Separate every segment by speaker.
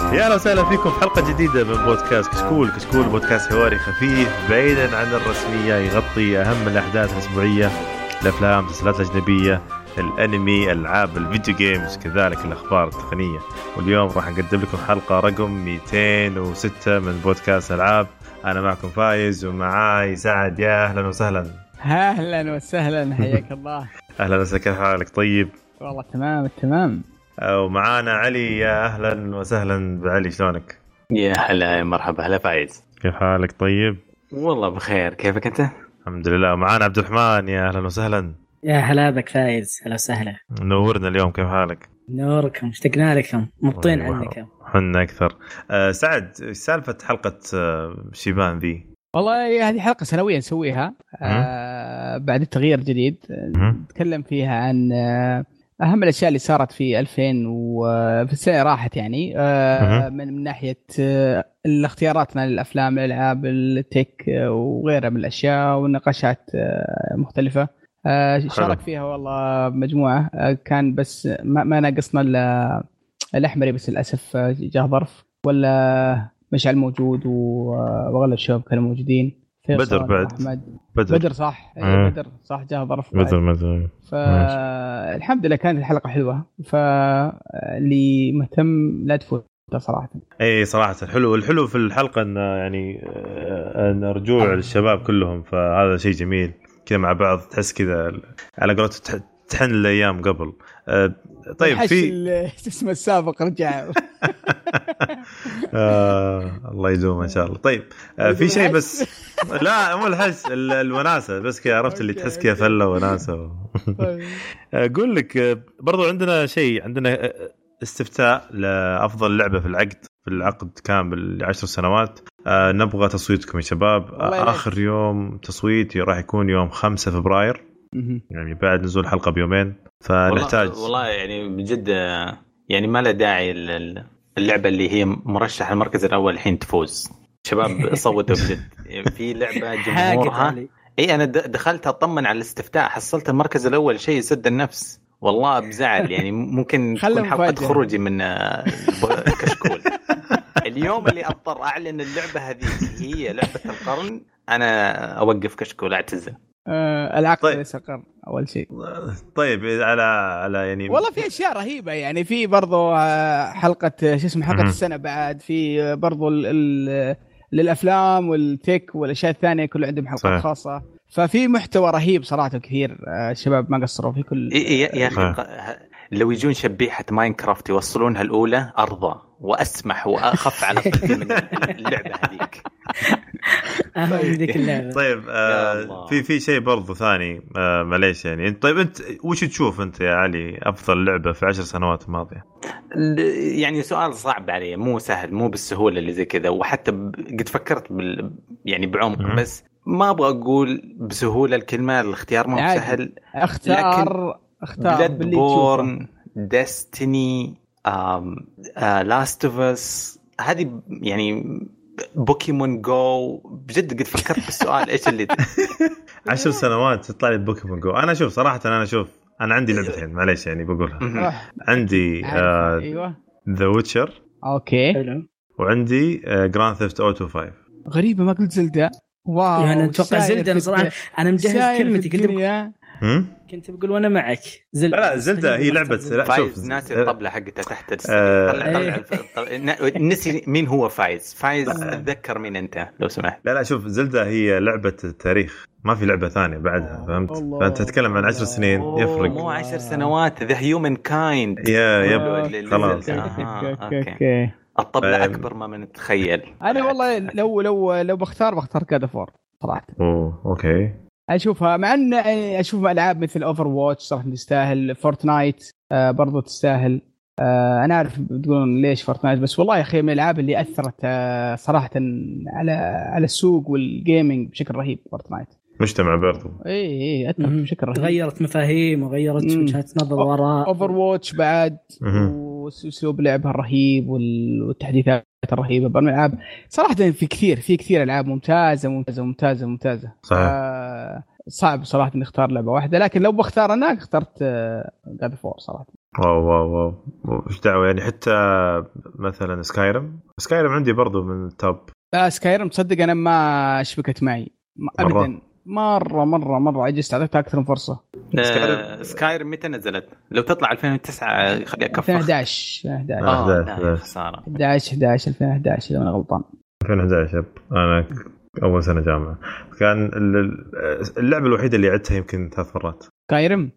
Speaker 1: يا اهلا وسهلا فيكم في حلقه جديده من بودكاست كشكول. كشكول بودكاست حواري خفيف بعيدا عن الرسميه، يغطي اهم الاحداث الاسبوعيه، الافلام، المسلسلات الاجنبيه، الانمي، العاب الفيديو جيمز، كذلك الاخبار التقنيه. واليوم راح نقدم لكم حلقه رقم 206 من بودكاست العاب. انا معكم فايز ومعاي سعد. يا اهلا وسهلا.
Speaker 2: اهلا وسهلا، حياك الله.
Speaker 1: اهلا وسهلا، كيف حالك؟ طيب
Speaker 2: والله تمام.
Speaker 1: ومعانا علي. يا اهلا وسهلا بعلي، شلونك؟
Speaker 3: يا هلا، مرحبا. هلا فايز،
Speaker 1: كيف حالك؟ طيب
Speaker 3: والله بخير، كيفك انت؟
Speaker 1: الحمد لله. معانا عبد الرحمن. يا اهلا وسهلا.
Speaker 4: يا هلا بك فايز، هلا وسهلا.
Speaker 1: نورنا اليوم، كيف حالك؟
Speaker 4: نوركم، اشتقنا لكم، مبطين عنكم.
Speaker 1: حنا اكثر. سعد، سالفه حلقه شيبان ذي؟
Speaker 2: والله هذه حلقه سنويه نسويها بعد التغيير الجديد. نتكلم فيها عن اهم الاشياء اللي صارت في 2000 وفي السنه راحت، يعني من ناحيه الاختياراتنا للافلام، الالعاب، التك وغيرها من الاشياء، والنقاشات مختلفه شارك فيها والله مجموعه. كان بس ما ناقصنا الاحمري، بس للاسف جاء ظرف، ولا مشعل موجود واغلب الشباب كانوا موجودين.
Speaker 1: بدر بعد
Speaker 2: بدر صح. بدر صح، جاء ظرف
Speaker 1: بدر.
Speaker 2: فالحمد لله كانت الحلقه حلوه، فاللي مهتم لا تفوت صراحه.
Speaker 1: اي صراحه الحلو في الحلقه ان يعني ان رجوع للشباب كلهم، فهذا شيء جميل كذا مع بعض، تحس كذا على قولتهم تحن الايام قبل. طيب في
Speaker 2: اسمه السابق رجع.
Speaker 1: الله يدوم ان شاء الله. طيب في شيء بس لا مو الحس، الوناسه بس كذا، عرفت اللي تحس كذا فله وناسه. اقول لك برضو عندنا شيء، عندنا استفتاء لافضل لعبه في العقد كامل ل10 سنوات. نبغى تصويتكم يا شباب. اخر يوم تصويت راح يكون يوم 5 فبراير، يعني بعد نزول الحلقه بيومين، فنحتاج
Speaker 3: والله يعني بجد، يعني ما له داعي اللعبه اللي هي مرشح المركز الاول الحين تفوز. شباب صوتوا بجد في لعبه جمهورها. اي انا دخلت اطمن على الاستفتاء، حصلت المركز الاول، شيء يسد النفس والله بزعل. يعني ممكن تكون حلقه خروجي من كشكول. اليوم اللي اضطر اعلن اللعبه هذه هي لعبه القرن، انا اوقف كشكول، اعتزل.
Speaker 2: العقد ليس قرن اول شيء.
Speaker 1: طيب على يعني
Speaker 2: والله في اشياء رهيبه، يعني في برضو حلقه حلقه السنه، بعد في برضو للافلام والتك والاشياء الثانيه كل عندهم حلقات خاصه، ففي محتوى رهيب صراحه كثير. الشباب ما قصروا في كل.
Speaker 3: يا اخي لو يجون شبيحه ماينكرافت يوصلونها الاولى ارضى واسمح واخف على قلبي من اللعبه هذيك.
Speaker 1: طيب في شيء برضو ثاني، معليش يعني. طيب انت وش تشوف انت يا علي افضل لعبه في 10 سنوات الماضيه؟
Speaker 3: يعني سؤال صعب علي، مو سهل، مو بالسهوله اللي زي كذا، وحتى قد فكرت يعني بعمق، بس ما ابغى اقول بسهوله الكلمه، الاختيار مو سهل.
Speaker 2: اختار
Speaker 3: بلادبورن، ديستني، لاست اوف اس، هذه يعني بوكيمون جو. بجد قد فكرت بالسؤال ايش اللي
Speaker 1: 10 سنوات تطلع لي بوكيمون جو. انا شوف صراحه، انا عندي لعبتين معليش يعني بقولها. عندي
Speaker 2: ايوه
Speaker 1: ذا ويتشر،
Speaker 2: اوكي،
Speaker 1: وعندي جراند ثيفت اوتو 5.
Speaker 2: غريبه ما قلت زلدة. واو،
Speaker 4: يعني اتوقع زلدة صراحه. انا مجهز كلمتي، كنت بقول وانا معك زلدة.
Speaker 1: لا زلدة هي لعبه.
Speaker 3: شوف ناسي الطبله حقتها تحت طلع نسي مين هو فايز. اتذكر مين انت لو سمحت.
Speaker 1: لا شوف، زلدة هي لعبه التاريخ، ما في لعبه ثانيه بعدها، فهمت؟ فانت تتكلم عن 10 سنين يفرق.
Speaker 3: مو 10 سنوات، ذا هيومن كايند.
Speaker 1: يا خلاص.
Speaker 3: اوكي الطبلة أكبر ما من نتخيل.
Speaker 2: أنا والله لو بختار God of War صراحة.
Speaker 1: أوكي.
Speaker 2: أشوفها، مع أن أشوف ألعاب مثل أوفر واتش صراحة تستاهل، فورتنايت برضو تستاهل. أنا أعرف تقولون ليش فورتنايت، بس والله يا أخي من الألعاب اللي أثرت صراحة على السوق والجيمينج بشكل رهيب. فورتنايت
Speaker 1: مجتمع برضو
Speaker 2: اي أثر بشكل رهيب،
Speaker 4: غيرت مفاهيم وغيرت وجهات نظر وراء.
Speaker 2: اوفر واتش بعد واسلوب لعبها الرهيب والتحديثات الرهيبه بالالعاب صراحه. في كثير العاب ممتازه. صعب صراحه اني اختار لعبه واحده، لكن لو بختار انا اخترت God of War صراحه.
Speaker 1: واو ايش دعوه يعني. حتى مثلا سكايرم عندي برضو من التوب.
Speaker 2: لا سكايرم تصدق انا ما شبكت معي ابدا، مره عجزت، اعطيتها اكثر من فرصه.
Speaker 3: سكايرم متى نزلت؟ لو تطلع 2009 خليها كفخ.
Speaker 2: 2011
Speaker 3: خساره
Speaker 2: 11 2011 اذا انا غلطان.
Speaker 1: 2011 انا اول سنه جامعه. كان اللعبه الوحيده اللي عدتها يمكن 3 مرات.
Speaker 2: سكايرم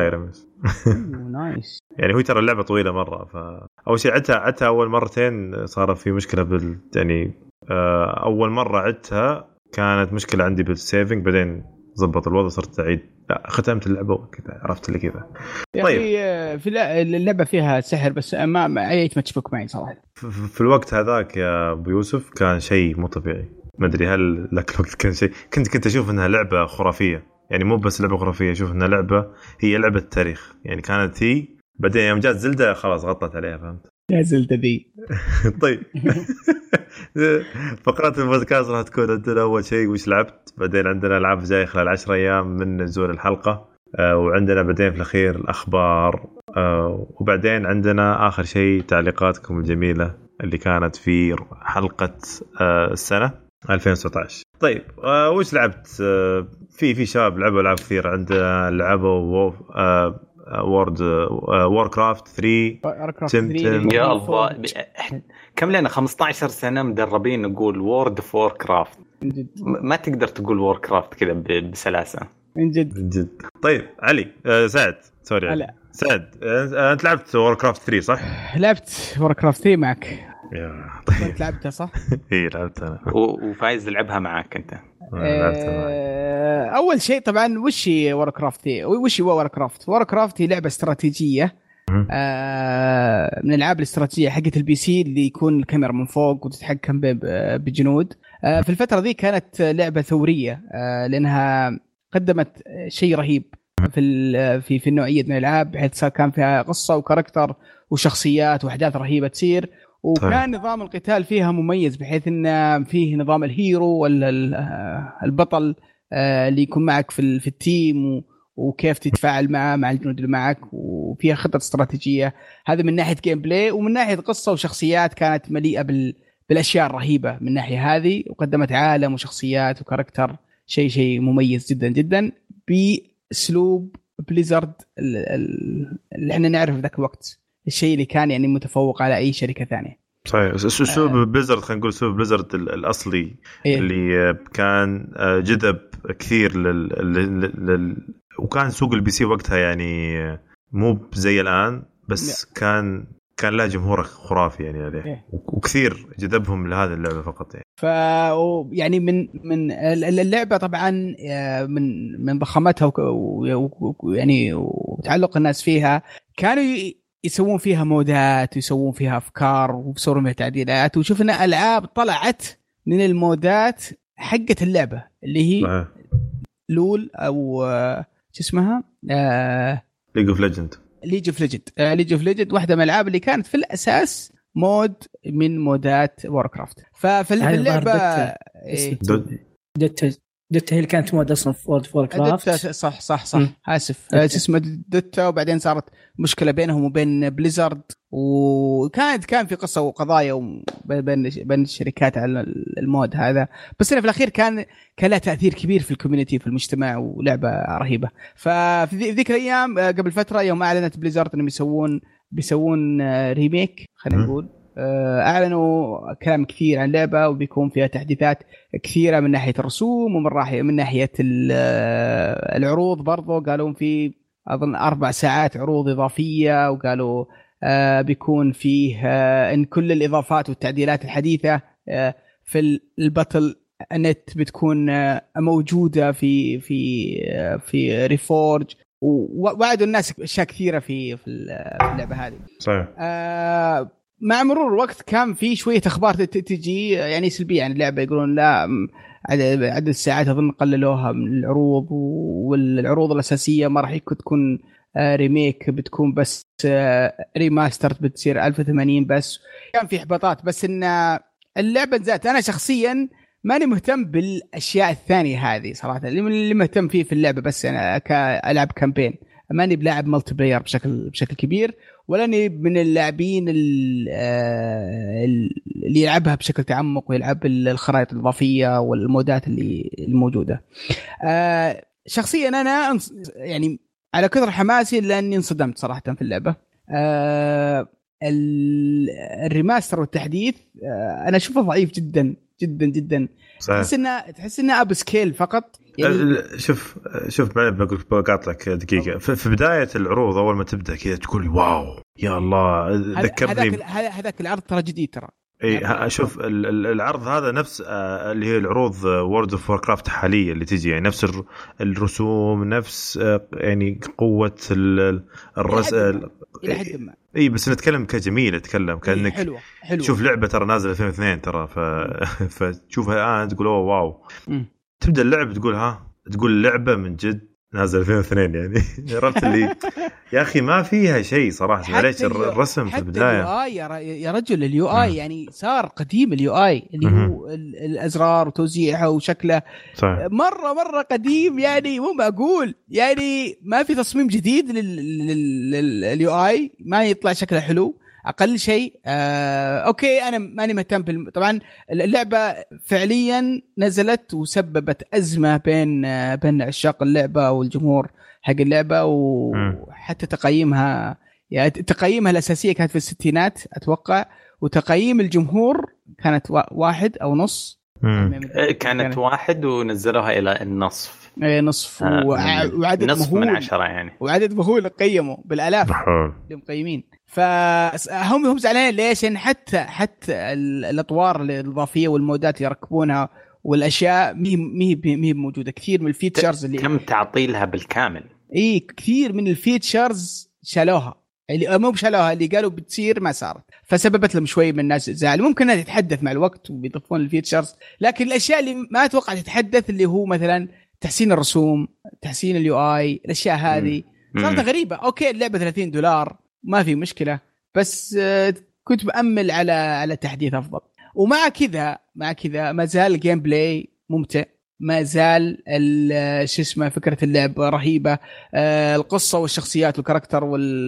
Speaker 1: نايس. يعني هو ترى اللعبه طويله مره. فاول شيء عدتها اول مرتين صار في مشكله يعني اول مره عدتها كانت مشكله عندي بالسيفنج، بعدين زبط الوضع صرت اعيد. لا ختمت اللعبه وكذا، عرفت اللي كذا.
Speaker 2: طيب في اللعبه فيها سحر بس ما عيت ما تشبك معي صراحه.
Speaker 1: في الوقت هذاك يا ابو يوسف كان شيء مو طبيعي. ما ادري هل لك الوقت كان شيء، كنت اشوف انها لعبه خرافيه. يعني مو بس لعبه خرافيه، اشوف انها هي لعبه تاريخ. يعني كانت هي، بعدين يوم جات زلدة خلاص غطت عليها، فهمت
Speaker 2: يا زلدة ذي.
Speaker 1: طيب فقرات البودكاست راح تكون عندنا اول شيء وش لعبت، بعدين عندنا العاب جاي خلال 10 ايام من نزول الحلقه، وعندنا بعدين في الاخير الاخبار، وبعدين عندنا اخر شيء تعليقاتكم الجميله اللي كانت في حلقه السنه 2019. طيب وش لعبت؟ في شباب لعبوا العاب كثير. عندنا لعبوا ووركرافت 3
Speaker 3: يا الله. كم لنا 15 سنه مدربين نقول وورد اوف ووركرافت، ما تقدر تقول ووركرافت كذا بسلاسه.
Speaker 2: من جد.
Speaker 1: طيب علي سعد سوري علي. سعد انت لعبت ووركرافت 3 صح؟
Speaker 2: لعبت ووركرافت 3 معك.
Speaker 1: طيب
Speaker 2: انت لعبتها صح؟
Speaker 1: اي لعبتها
Speaker 3: وفايز لعبها معك انت.
Speaker 2: اول شيء طبعا وش هي ووركرافت؟ وش هو ووركرافت؟ هي لعبه استراتيجيه من العاب الاستراتيجيه حقت البي سي اللي يكون الكاميرا من فوق وتتحكم بجنود. في الفتره ذي كانت لعبه ثوريه لانها قدمت شيء رهيب في النوعيه من الالعاب، بحيث كان فيها قصه وكاركتر وشخصيات واحداث رهيبه تصير، وكان نظام القتال فيها مميز بحيث ان فيه نظام الهيرو ولا البطل اللي يكون معك في التيم، وكيف تتفاعل مع الجنود اللي معك، وفيها خطط استراتيجيه. هذا من ناحيه جيم بلاي، ومن ناحيه قصه وشخصيات كانت مليئه بالاشياء الرهيبه من ناحيه هذه، وقدمت عالم وشخصيات وكاركتر شيء مميز جدا جدا باسلوب بليزرد اللي احنا نعرف في ذاك الوقت، الشيء اللي كان يعني متفوق على اي شركه ثانيه.
Speaker 1: صحيح. اسلوب بليزرد، خلينا نقول اسلوب بليزرد الاصلي اللي كان جذب كثير وكان سوق البي سي وقتها يعني مو زي الان، بس كان له جمهور خرافي يعني عليه، وكثير جذبهم لهذه اللعبه فقط يعني.
Speaker 2: يعني من اللعبه طبعا من ضخامتها يعني وتعلق الناس فيها، كانوا يسوون فيها مودات ويسوون فيها افكار ويسوون فيها تعديلات، وشوفنا العاب طلعت من المودات حقه اللعبه اللي هي لول او شو اسمها
Speaker 1: ليج اوف ليجند.
Speaker 2: ليج اوف ليجند واحده من الالعاب اللي كانت في الاساس مود من مودات ووركرافت. ففي اللعبه
Speaker 4: دوتا هي اللي كانت مود اصلا في ووركرافت.
Speaker 2: صح اسف اسمه دوتا، وبعدين صارت مشكله بينهم وبين بليزرد، كان في قصه وقضايا بين الشركات على المود هذا، بس في الاخير كان له تاثير كبير في الكوميونتي في المجتمع، ولعبه رهيبه. ففي ذيك الايام قبل فتره يوم اعلنت بليزرد انهم بيسوون ريميك، خلينا نقول اعلنوا كلام كثير عن اللعبه، وبيكون فيها تحديثات كثيره من ناحيه الرسوم ومن ناحيه العروض. برضو قالوا في اظن 4 ساعات عروض اضافيه، وقالوا بيكون فيه ان كل الاضافات والتعديلات الحديثه في الباتل نت بتكون موجوده في ريفورج، ووعدوا الناس اشياء كثيره في اللعبه هذه.
Speaker 1: صحيح.
Speaker 2: مع مرور الوقت كان في شويه اخبار تجي يعني سلبيه عن اللعبه، يقولون لا عدد الساعات اظن قللوها من العروض، والعروض الاساسيه ما راح تكون ريميك، بتكون بس ريماستر بتصير 1080 بس. كان في احباطات، بس ان اللعبه ذات انا شخصيا ماني مهتم بالاشياء الثانيه هذه صراحه. اللي مهتم فيه في اللعبه بس انا كالعب كامبين، ماني بلاعب ملتي بلاير بشكل كبير، ولا اني من اللاعبين اللي يلعبها بشكل تعمق ويلعب الخرائط الاضافيه والمودات اللي الموجوده. شخصيا انا يعني على كثر حماسي لاني انصدمت صراحه في اللعبه. الريماستر والتحديث انا اشوفه ضعيف جدا جدا جدا. تحس انها اب سكيل فقط
Speaker 1: يعني. شوف بقاطعك دقيقه. في بدايه العروض اول ما تبدا كذا تقول واو يا الله ذكرني
Speaker 2: هذاك العرض ترى جديد ترى.
Speaker 1: اي شوف العرض هذا نفس اللي هي العروض وورد اوف ووركرافت حاليا اللي تجي يعني نفس الرسوم نفس يعني قوه الرسم اي بس نتكلم كجميل نتكلم كانك
Speaker 2: حلوة.
Speaker 1: شوف لعبه ترى نازله 2002 ترى فتشوفها الان تقول اوه واو. تبدا اللعبه تقول لعبه من جد نازل 2002 يعني عرفت اللي يا اخي ما فيها شيء صراحه. معليش الرسم في البدايه
Speaker 2: يا رجل اليو اي يعني صار قديم. اليو اي اللي هو الازرار وتوزيعها وشكله
Speaker 1: صحيح.
Speaker 2: مره قديم يعني مو معقول يعني ما في تصميم جديد لليو اي ما يطلع شكله حلو اقل شيء. اوكي انا ماني مهتم طبعا اللعبه فعليا نزلت وسببت ازمه بين عشاق اللعبه والجمهور حق اللعبه وحتى تقييمها يعني تقييمها الاساسيه كانت في الستينات اتوقع وتقييم الجمهور كانت 1 أو نص.
Speaker 3: كانت 1 ونزلوها الى النصف.
Speaker 2: نصف وعدد
Speaker 3: نصف من 10 يعني
Speaker 2: وعدد مهول قيموا بالالاف المقيمين. فهم زعلانين ليش؟ إن حتى الأطوار الإضافية والمودات يركبونها والأشياء مي موجودة. كثير من الفيتشرز اللي
Speaker 3: تم تعطيلها بالكامل.
Speaker 2: كثير من الفيتشرز شالوها اللي مو بشالوها اللي قالوا بتصير ما صارت فسببت لهم شوي من الناس زعل. ممكن انها تتحدث مع الوقت وبيضيفون الفيتشرز لكن الأشياء اللي ما أتوقع تتحدث اللي هو مثلا تحسين الرسوم تحسين اليو اي الأشياء هذه صارت غريبة. أوكي اللعبة $30 ما في مشكلة بس كنت بأمل على تحديث أفضل. ومع كذا ما زال الجيم بلاي ممتع ما زال شو اسمه فكرة اللعب رهيبة. القصة والشخصيات والكاركتر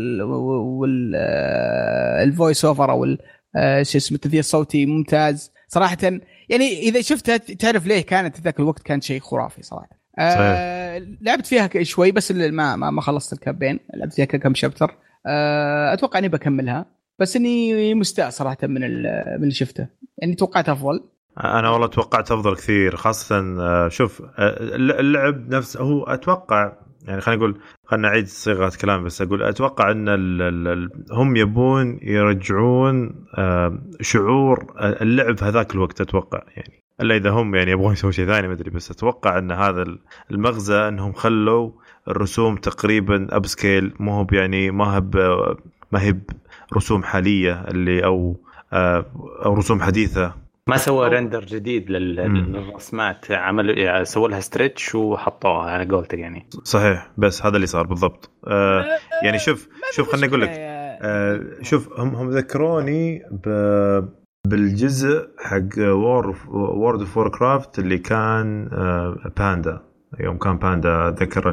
Speaker 2: والفويس اوفر او شو اسمه التمثيل الصوتي ممتاز صراحة. يعني إذا شفتها تعرف ليه كانت ذاك الوقت كان شيء خرافي صراحة. لعبت فيها شوي بس ما خلصت الكامبين. لعبت فيها كم شابتر اتوقع اني بكملها بس اني مستاء صراحه من اللي شفته يعني توقعت افضل.
Speaker 1: انا والله توقعت افضل كثير خاصه شوف اللعب نفسه هو اتوقع يعني خلينا نعيد صيغه كلام بس اقول اتوقع ان هم يبون يرجعون شعور اللعب هذاك الوقت اتوقع يعني الا اذا هم يعني يبغون يسوون شيء ثاني ما ادري بس اتوقع ان هذا المغزى انهم خلوا الرسوم تقريبا اب سكيل مو يعني ما هي رسوم حاليه اللي او رسوم حديثه
Speaker 3: ما سوى رندر جديد للرسمات عملوا سووا لها ستريتش وحطوها على قولتك يعني
Speaker 1: صحيح بس هذا اللي صار بالضبط. يعني شوف خليني اقول لك شوف هم ذكروني بالجزء حق وورد اوف ووركرافت اللي كان باندا يوم كان باندا ذكر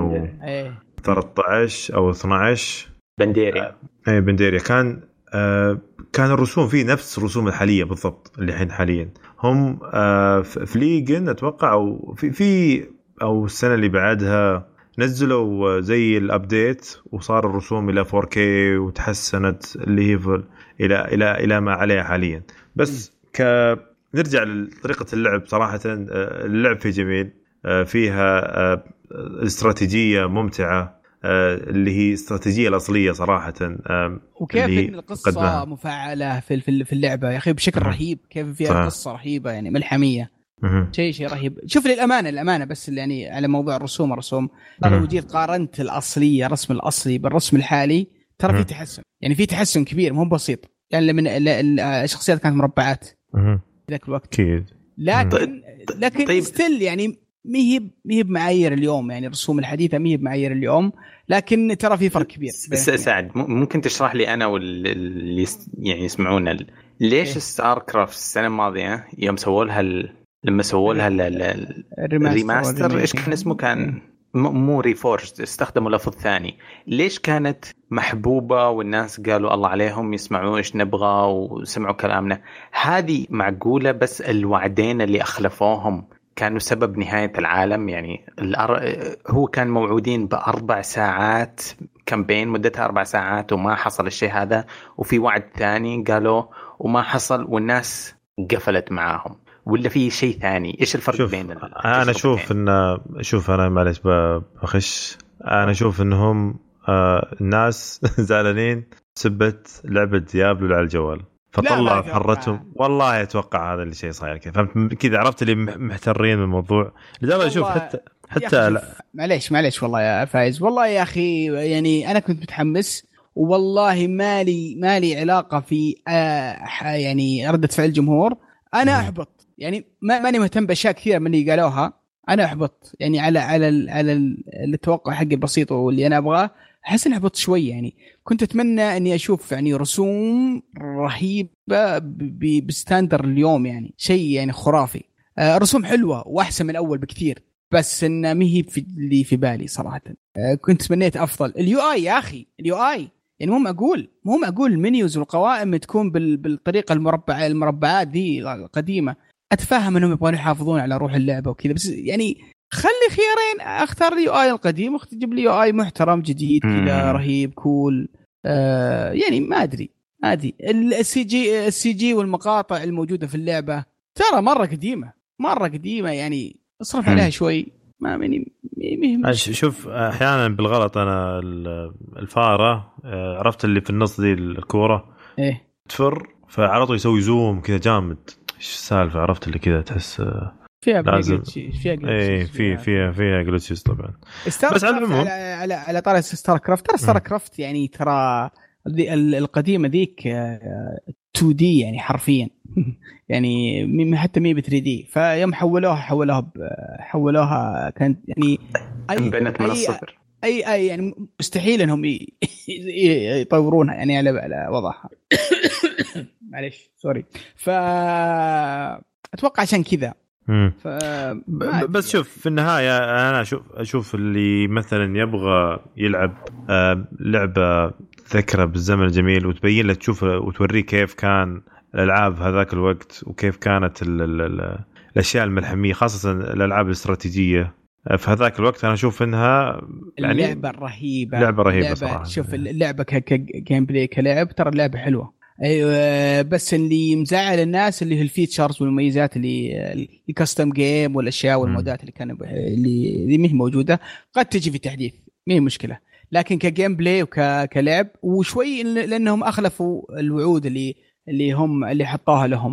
Speaker 1: 2013 او 12
Speaker 3: بنديريا
Speaker 1: بنديريا كان الرسوم فيه نفس الرسوم الحاليه بالضبط اللي الحين حاليا هم في ليجن اتوقع او في او السنه اللي بعدها نزلوا زي الابديت وصار الرسوم الى 4K وتحسنت اللي هي الى ما عليها حاليا. بس نرجع لطريقه اللعب صراحه اللعب فيه جميل فيها استراتيجيه ممتعه اللي هي استراتيجية الأصلية صراحة.
Speaker 2: وكيف إن القصة قدمها مفعلة في اللعبة يا أخي بشكل رهيب. كيف فيها قصة رهيبة يعني ملحمية شيء رهيب. شوف للأمانة بس يعني على موضوع الرسوم لو جيت قارنت الرسم الأصلي بالرسم الحالي ترى في تحسن يعني في تحسن كبير مو بسيط يعني من الشخصيات كانت مربعات ذاك الوقت لكن طيب. ستيل يعني مهي بمعايير اليوم يعني الرسوم الحديثة مهي بمعايير اليوم لكن ترى في فرق كبير.
Speaker 3: سعد ممكن تشرح لي أنا واللي يعني يسمعونا ليش ستار كرافت السنة الماضية يوم سووا لها لما سووا لها الريماستر إيش كان اسمه كان مو ريفورجد، استخدموا لفظ ثاني. ليش كانت محبوبة والناس قالوا الله عليهم يسمعوا إيش نبغى وسمعوا كلامنا؟ هذه معقولة، بس الوعدين اللي أخلفوهم كانوا سبب نهاية العالم. يعني هو كان موعودين ب4 ساعات كامبين مدتها 4 ساعات وما حصل الشيء هذا، وفي وعد ثاني قالوا وما حصل والناس قفلت معاهم، ولا في شيء ثاني؟ ايش الفرق بين
Speaker 1: انا اشوف انا معلش بخش، انا اشوف انهم الناس زعلانين سبت لعبه ديابلو على الجوال فطلعوا حرتهم. والله اتوقع هذا اللي شيء صاير كذا، فهمت كذا؟ عرفت اللي محترين من الموضوع لدرجه اشوف حتى
Speaker 2: معليش والله يا فايز، والله يا اخي يعني انا كنت متحمس، والله مالي علاقه في يعني رده فعل الجمهور. انا احبط يعني، ماني مهتم باشياء كثيره من اللي قالوها. انا احبط يعني على التوقع حقي البسيط واللي انا ابغاه. احس اني احبط شوي يعني. كنت اتمنى اني اشوف يعني رسوم رهيبه بستاندر اليوم، يعني شيء يعني خرافي. رسوم حلوه واحسن من اول بكثير، بس ان ما هي في اللي في بالي صراحه. كنت تمنيت افضل. اليو اي يا اخي، اليو اي يعني مو معقول المنيوز والقوائم تكون بالطريقه المربعات دي القديمه. اتفهم انهم يبغون يحافظون على روح اللعبه وكذا، بس يعني خلي خيارين، اختار اليو اي القديم واجيب لي يو اي محترم جديد كذا رهيب كول. يعني ما ادري عادي. السي جي والمقاطع الموجوده في اللعبه ترى مره قديمه يعني اصرف عليها شوي. ما مني
Speaker 1: شوف احيانا بالغلط انا الفاره عرفت اللي في النص دي الكوره
Speaker 2: ايه
Speaker 1: تفر، فعلى طول يسوي زوم كذا جامد. ايش السالفه؟ عرفت اللي كذا تحس
Speaker 2: فيها
Speaker 1: لازم فيها جلتشز طبعا.
Speaker 2: بس على طاري ستار كرافت، ترى ستار كرافت يعني ترى القديمه ذيك 2 دي يعني حرفيا يعني حتى مي ب 3 دي. فيوم حولوها كانت يعني
Speaker 3: بنت من الصفر.
Speaker 2: اي يعني مستحيل انهم يطورونها يعني على وضعها. معليش سوري. اتوقع عشان كذا.
Speaker 1: بس شوف في النهايه انا اشوف اللي مثلا يبغى يلعب لعبه ذكرى بالزمن الجميل وتبين له تشوف وتوريه كيف كان الالعاب هذاك الوقت وكيف كانت الاشياء الملحميه، خاصه الالعاب الاستراتيجيه في هذاك الوقت. انا اشوف انها يعني
Speaker 2: لعبه رهيبه
Speaker 1: صراحه.
Speaker 2: شوف اللعبه كجيم بلاي كلعب ترى اللعبه حلوه. أيوة، بس اللي مزعل الناس اللي هي الفيتشرز والمميزات اللي الكاستم جيم والاشياء والمودات اللي كانوا اللي مش موجوده. قد تجي في تحديث ما هي مشكله، لكن كجيم بلاي وكلعب وشوي لانهم اخلفوا الوعود اللي حطوها لهم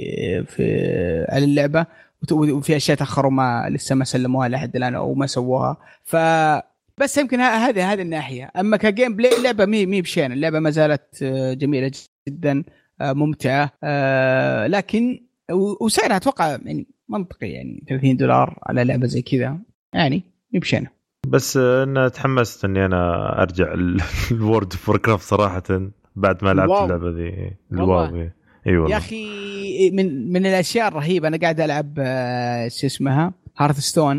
Speaker 2: في على اللعبه، وفي اشياء تاخروا ما لسه ما سلموها لحد الان او ما سووها. بس يمكن هذه الناحيه. اما كجيم بلاي اللعبه مي بشين، اللعبه ما زالت جميله جدا ممتعه. لكن وسعرها اتوقع يعني منطقي، يعني $30 على لعبه زي كذا يعني مي بشين.
Speaker 1: بس انا تحمست اني انا ارجع الورد فور كرافت صراحه بعد ما لعبت اللعبه ذي. الواو ايوه
Speaker 2: يا اخي من الاشياء الرهيبه. انا قاعد العب شو اسمها هارث ستون.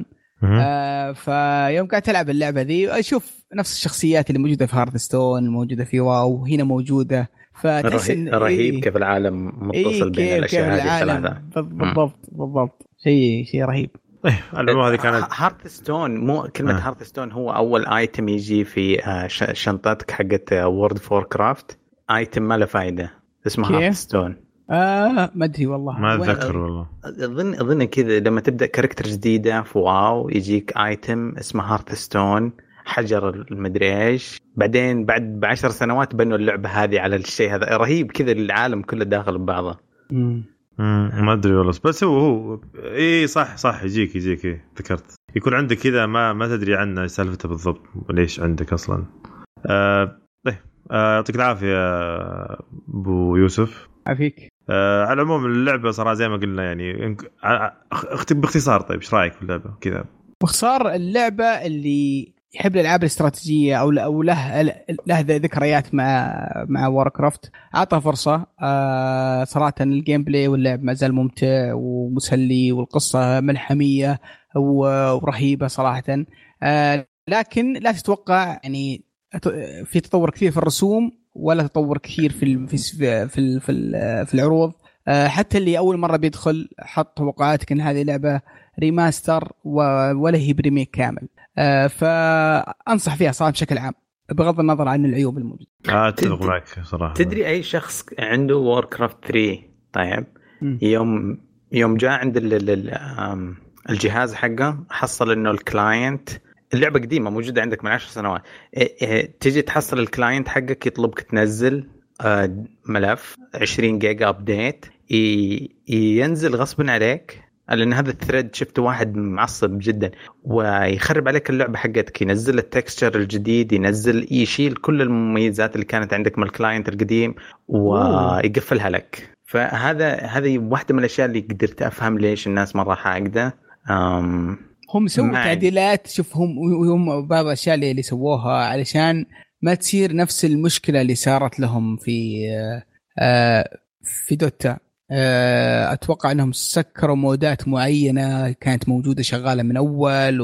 Speaker 2: فيوم قاعد ألعب اللعبة ذي أشوف نفس الشخصيات اللي موجودة في هارث ستون موجودة في واو هنا موجودة.
Speaker 3: رهيب كيف العالم متصل بين الأشياء هذه الثلاثة.
Speaker 2: بالضبط شيء رهيب.
Speaker 1: الموضوع هذه كانت
Speaker 3: هارث ستون. مو كلمة هارث ستون هو أول آيتم يجي في شنطتك حقت وورد فور كرافت. آيتم ما له فايدة اسمه هارث ستون.
Speaker 2: ما ادري والله
Speaker 1: ما اتذكر والله.
Speaker 3: اظن كذا لما تبدا كاركتر جديده في واو يجيك ايتم اسمه هارث ستون حجر المدري ايش. بعدين بعد 10 سنوات بنوا اللعبه هذه على الشيء هذا. رهيب كذا العالم كله داخل ببعضه.
Speaker 1: ما ادري والله. بس هو اي صح يجيك ذكرت يكون عندك كذا ما تدري عنه سالفته بالضبط ليش عندك اصلا. يعطيك العافيه ابو يوسف.
Speaker 2: عافيك.
Speaker 1: على العموم اللعبة صراحة زي ما قلنا يعني باختصار. طيب ايش رايك في اللعبة كذا
Speaker 2: باختصار؟ اللعبة اللي يحب الالعاب الاستراتيجية او له ذكريات مع واركرافت اعطى فرصة. صراحة الجيم بلاي واللعب ما زال ممتع ومسلي والقصة ملحمية ورهيبة صراحة. لكن لا تتوقع يعني في تطور كثير في الرسوم ولا تطور كثير في العروض. حتى اللي اول مره بيدخل حط توقعاتك ان هذه لعبه ريماستر ولا هي بريميك كامل. فانصح فيها صراحه بشكل عام بغض النظر عن العيوب الموجوده.
Speaker 1: اتفق معك صراحه.
Speaker 3: تدري اي شخص عنده ووركرافت 3 طيب يوم جاء عند الجهاز حقه حصل انه الكلاينت اللعبه قديمه موجوده عندك من 10 سنوات، تيجي تحصل الكلاينت حقك يطلبك تنزل ملف 20 جيجا ابديت ينزل غصبا عليك، لان هذا الثريد شفت واحد معصب جدا ويخرب عليك اللعبه حقتك، ينزل التكستشر الجديد، ينزل يشيل كل المميزات اللي كانت عندك من الكلاينت القديم ويقفلها لك. هذه واحده من الاشياء اللي قدرت افهم ليش الناس مره حاقده.
Speaker 2: هم سووا تعديلات، شوف هم بعض الاشياء اللي سووها علشان ما تصير نفس المشكله اللي صارت لهم في دوتا. اتوقع انهم سكروا مودات معينه كانت موجوده شغاله من اول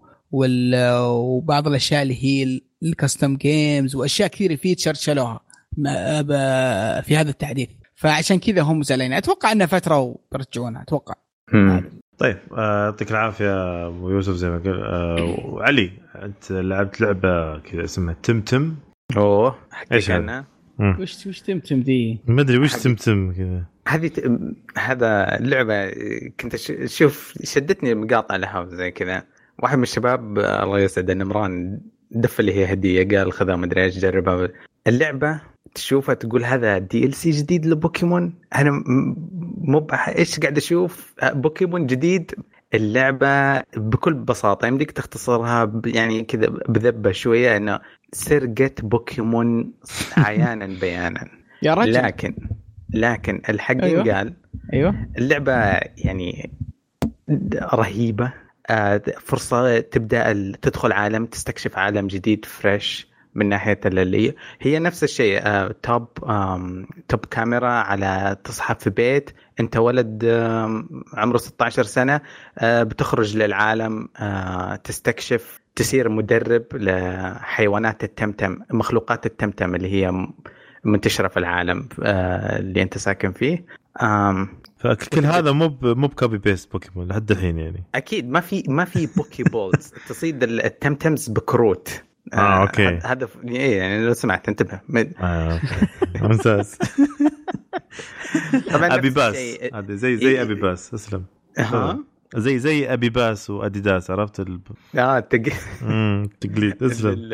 Speaker 2: وبعض الاشياء اللي هي الكاستم جيمز واشياء كثيره فيتشر شالوها في هذا التحديث، فعشان كذا هم زعلانين. اتوقع انها فتره وبرجعونها اتوقع.
Speaker 1: طيب يعطيك العافيه ابو يوسف. زي ما قال وعلي، انت لعبت لعبه كذا اسمها تمتم.
Speaker 3: ايش عنها؟
Speaker 2: وش تمتم دي؟
Speaker 1: ما ادري وش تمتم كذا.
Speaker 3: هذا اللعبه كنت شوف شدتني مقاطع لها زي كذا. واحد من الشباب الله يسعده نمران دف اللي هي هديه، قال خذها ما ادري ايش جربها. اللعبه تشوفها تقول هذا دي ال سي جديد لبوكيمون. انا مو ايش قاعد اشوف بوكيمون جديد. اللعبه بكل بساطه يمديك تختصرها يعني كذا بذبه شويه انه سرقه بوكيمون عيانا بيانا.
Speaker 2: يا رجل
Speaker 3: لكن الحق قال اللعبه يعني رهيبه. فرصه تبدا تدخل عالم، تستكشف عالم جديد فريش من ناحية اللي هي نفس الشيء. توب كاميرا على تصحى في بيت انت ولد عمره 16 سنة، بتخرج للعالم تستكشف، تصير مدرب لحيوانات التمتم، مخلوقات التمتم اللي هي منتشرة في العالم اللي انت ساكن فيه.
Speaker 1: فكل هذا مو كوبي بيست بوكيمون لحد الحين يعني.
Speaker 3: اكيد ما في بوكي بولز تصيد التمتمز بكروت.
Speaker 1: اوكي
Speaker 3: هذا يعني لو سمعت انتبه.
Speaker 1: ممتاز. طبعا ابي باس هذا زي ابي باس. اسلم. زي ابي باس واديداس، عرفت تقليد. اسلم.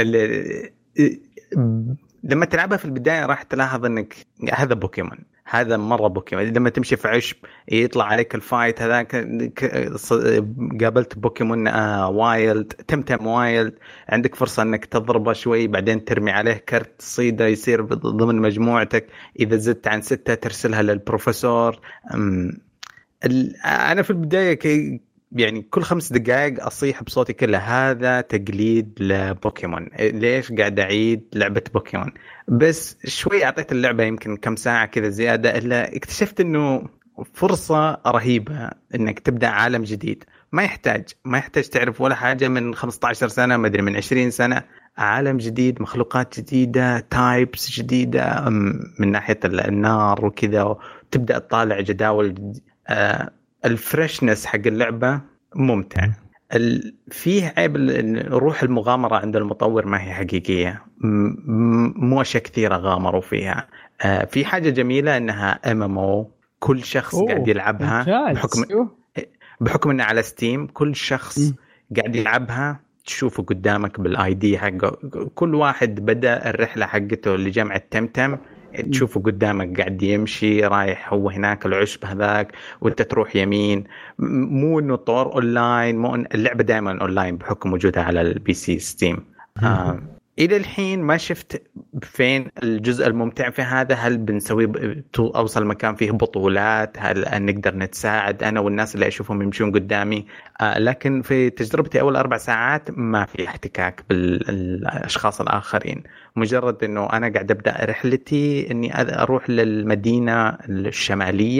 Speaker 1: لما تلعبها في البدايه راح تلاحظ انك هذا بوكيمون، هذا مره بوكيمون. لما تمشي في عشب يطلع عليك الفايت هذاك، قابلت بوكيمون وايلد، تمتم وايلد، عندك فرصه انك تضربه شوي بعدين ترمي عليه كرت تصيده يصير ضمن مجموعتك. اذا زدت عن 6 ترسلها للبروفيسور. انا في البدايه يعني كل 5 دقائق أصيح بصوتي كله هذا تقليد لبوكيمون، ليش قاعد أعيد لعبة بوكيمون؟ بس شوي أعطيت اللعبة يمكن كم ساعة كذا زيادة، إلا اكتشفت إنه فرصة رهيبة إنك تبدأ عالم جديد. ما يحتاج تعرف ولا حاجة من 15 سنة، ما أدري من 20 سنة. عالم جديد، مخلوقات جديدة، تايبس جديدة من ناحية النار وكذا، وتبدأ تطالع جداول. الفريشنس حق اللعبة ممتع. فيه عيب روح المغامرة عند المطور ما هي حقيقية، مو أشياء كثيرة غامروا فيها. في حاجة جميلة إنها MMO، كل شخص قاعد يلعبها بحكم إنها على ستيم. كل شخص قاعد يلعبها تشوفه قدامك بالاي دي حقه. كل واحد بدأ الرحلة حقته لجمع التمتم تشوفه قدامك قاعد يمشي رايح هو هناك العشب هذاك وانت تروح يمين. مو انه طور اونلاين، مو اللعبه دائما اونلاين بحكم وجودها على البي سي ستيم. الى الحين ما شفت فين الجزء الممتع في هذا. هل بنسوي اوصل مكان فيه بطولات؟ هل نقدر نتساعد انا والناس اللي اشوفهم يمشون قدامي؟ لكن في تجربتي اول 4 ساعات ما في احتكاك بالاشخاص الاخرين. مجرد انه انا قاعد ابدا رحلتي اني اروح للمدينه الشماليه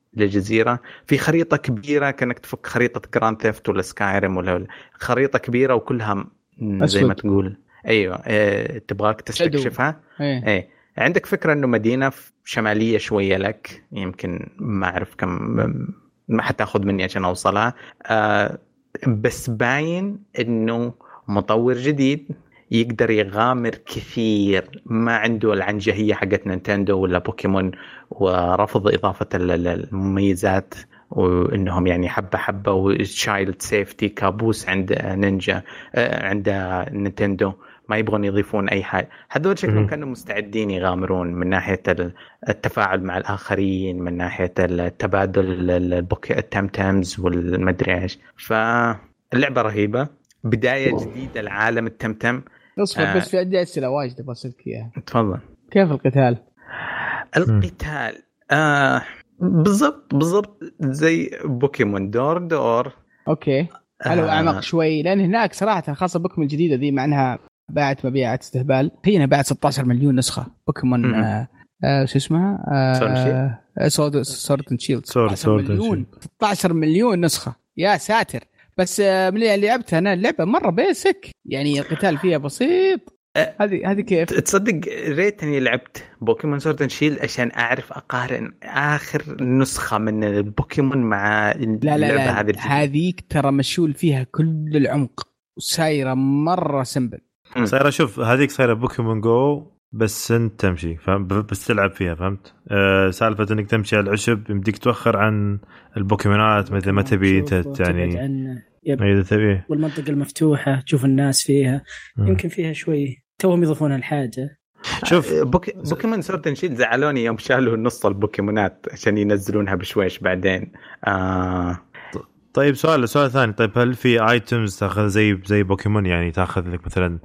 Speaker 3: للجزيرة، في خريطة كبيرة كأنك تفك خريطة جراند ثيفت ولا سكايريم ولا خريطة كبيرة وكلها زي ما تقول أيوة تبغاك تستكشفها. إيه عندك فكرة إنه مدينة شمالية شوية لك، يمكن ما أعرف كم ما حتاخذ مني عشان أوصلها. بس باين إنه مطور جديد يقدر يغامر كثير، ما عنده العنجهية حقت نينتندو ولا بوكيمون ورفض إضافة المميزات، وإنهم يعني حبة حبة وشايلد سيفتي كابوس عند نينجا عند نينتندو، ما يبغون يضيفون أي حاجة. هذول شكلهم كانوا مستعدين يغامرون من ناحية التفاعل مع الآخرين، من ناحية التبادل التمتمز والمدري إيش. فاللعبة رهيبة، بداية جديدة لعالم التمتم.
Speaker 2: اصبر بس في عندي أسئلة واجد بسألك إياها.
Speaker 3: تفضل.
Speaker 2: كيف القتال؟
Speaker 3: القتال بالضبط زي بوكيمون دور.
Speaker 2: اوكي حلو. اعمق شوي، لان هناك صراحه خاصه بوكيمون الجديده دي مع انها باعت مبيعات استهبال. هي باعت 16 مليون نسخه بوكيمون شو اسمها سورد اند شيلد. 16 مليون نسخه يا ساتر. بس من اللي لعبتها انا اللعبه مره بيسك، يعني القتال فيها بسيط. هذه كيف
Speaker 3: تصدق ريتني لعبت بوكيمون سورد اند شيلد عشان اعرف اقارن اخر نسخه من البوكيمون مع اللعبه هذه.
Speaker 2: هذيك ترى مشول فيها كل العمق وسايره مره سمبل.
Speaker 1: صايره شوف هذيك صايره بوكيمون جو بس انت تمشي بس تلعب فيها، فهمت؟ سالفه انك تمشي على العشب يمديك توخر عن البوكيمونات مثل ما تبي يعني اذا تبي.
Speaker 4: والمنطقه المفتوحه تشوف الناس فيها يمكن فيها شوي توهم يضيفون الحاجه.
Speaker 3: شوف بوكيمون سورد اند شيلد زعلوني يوم شالوا نص البوكيمونات عشان ينزلونها بشويش بعدين.
Speaker 1: طيب سؤال ثاني، طيب هل في ايتمز تاخذ زي بوكيمون، يعني تاخذ لك مثلا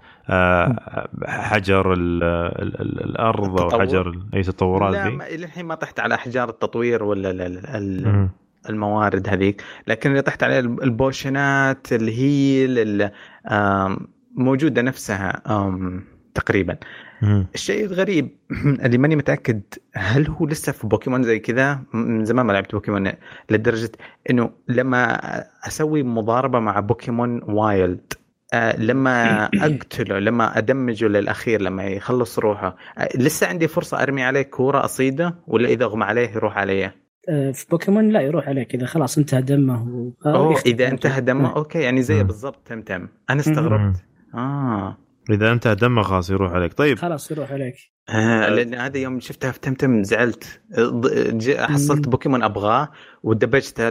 Speaker 1: حجر الارض او حجر اي تطورات؟
Speaker 3: لا الى الحين ما طحت على احجار التطوير ولا الموارد هذيك، لكن اللي طحت عليه البوشنات اللي هي موجودة نفسها تقريبا. الشيء الغريب اللي ماني متأكد هل هو لسه في بوكيمون زي كذا، من زمان ما لعبت بوكيمون لدرجة انه لما اسوي مضاربة مع بوكيمون وايلد لما اقتله لما ادمجه للاخير لما يخلص روحه لسه عندي فرصة ارمي عليه كورة اصيده، ولا اذا اغمى عليه يروح عليه؟
Speaker 4: في بوكيمون لا يروح عليك إذا خلاص انتهى دمه.
Speaker 3: إذا انتهى دمه أوكي، يعني زي بالضبط تمتم. أنا استغربت
Speaker 1: إذا انتهى دمه خلاص يروح عليك. طيب
Speaker 4: خلاص يروح عليك.
Speaker 3: لأن هذا يوم شفتها في تمتم زعلت، حصلت بوكيمون أبغاه ودبجته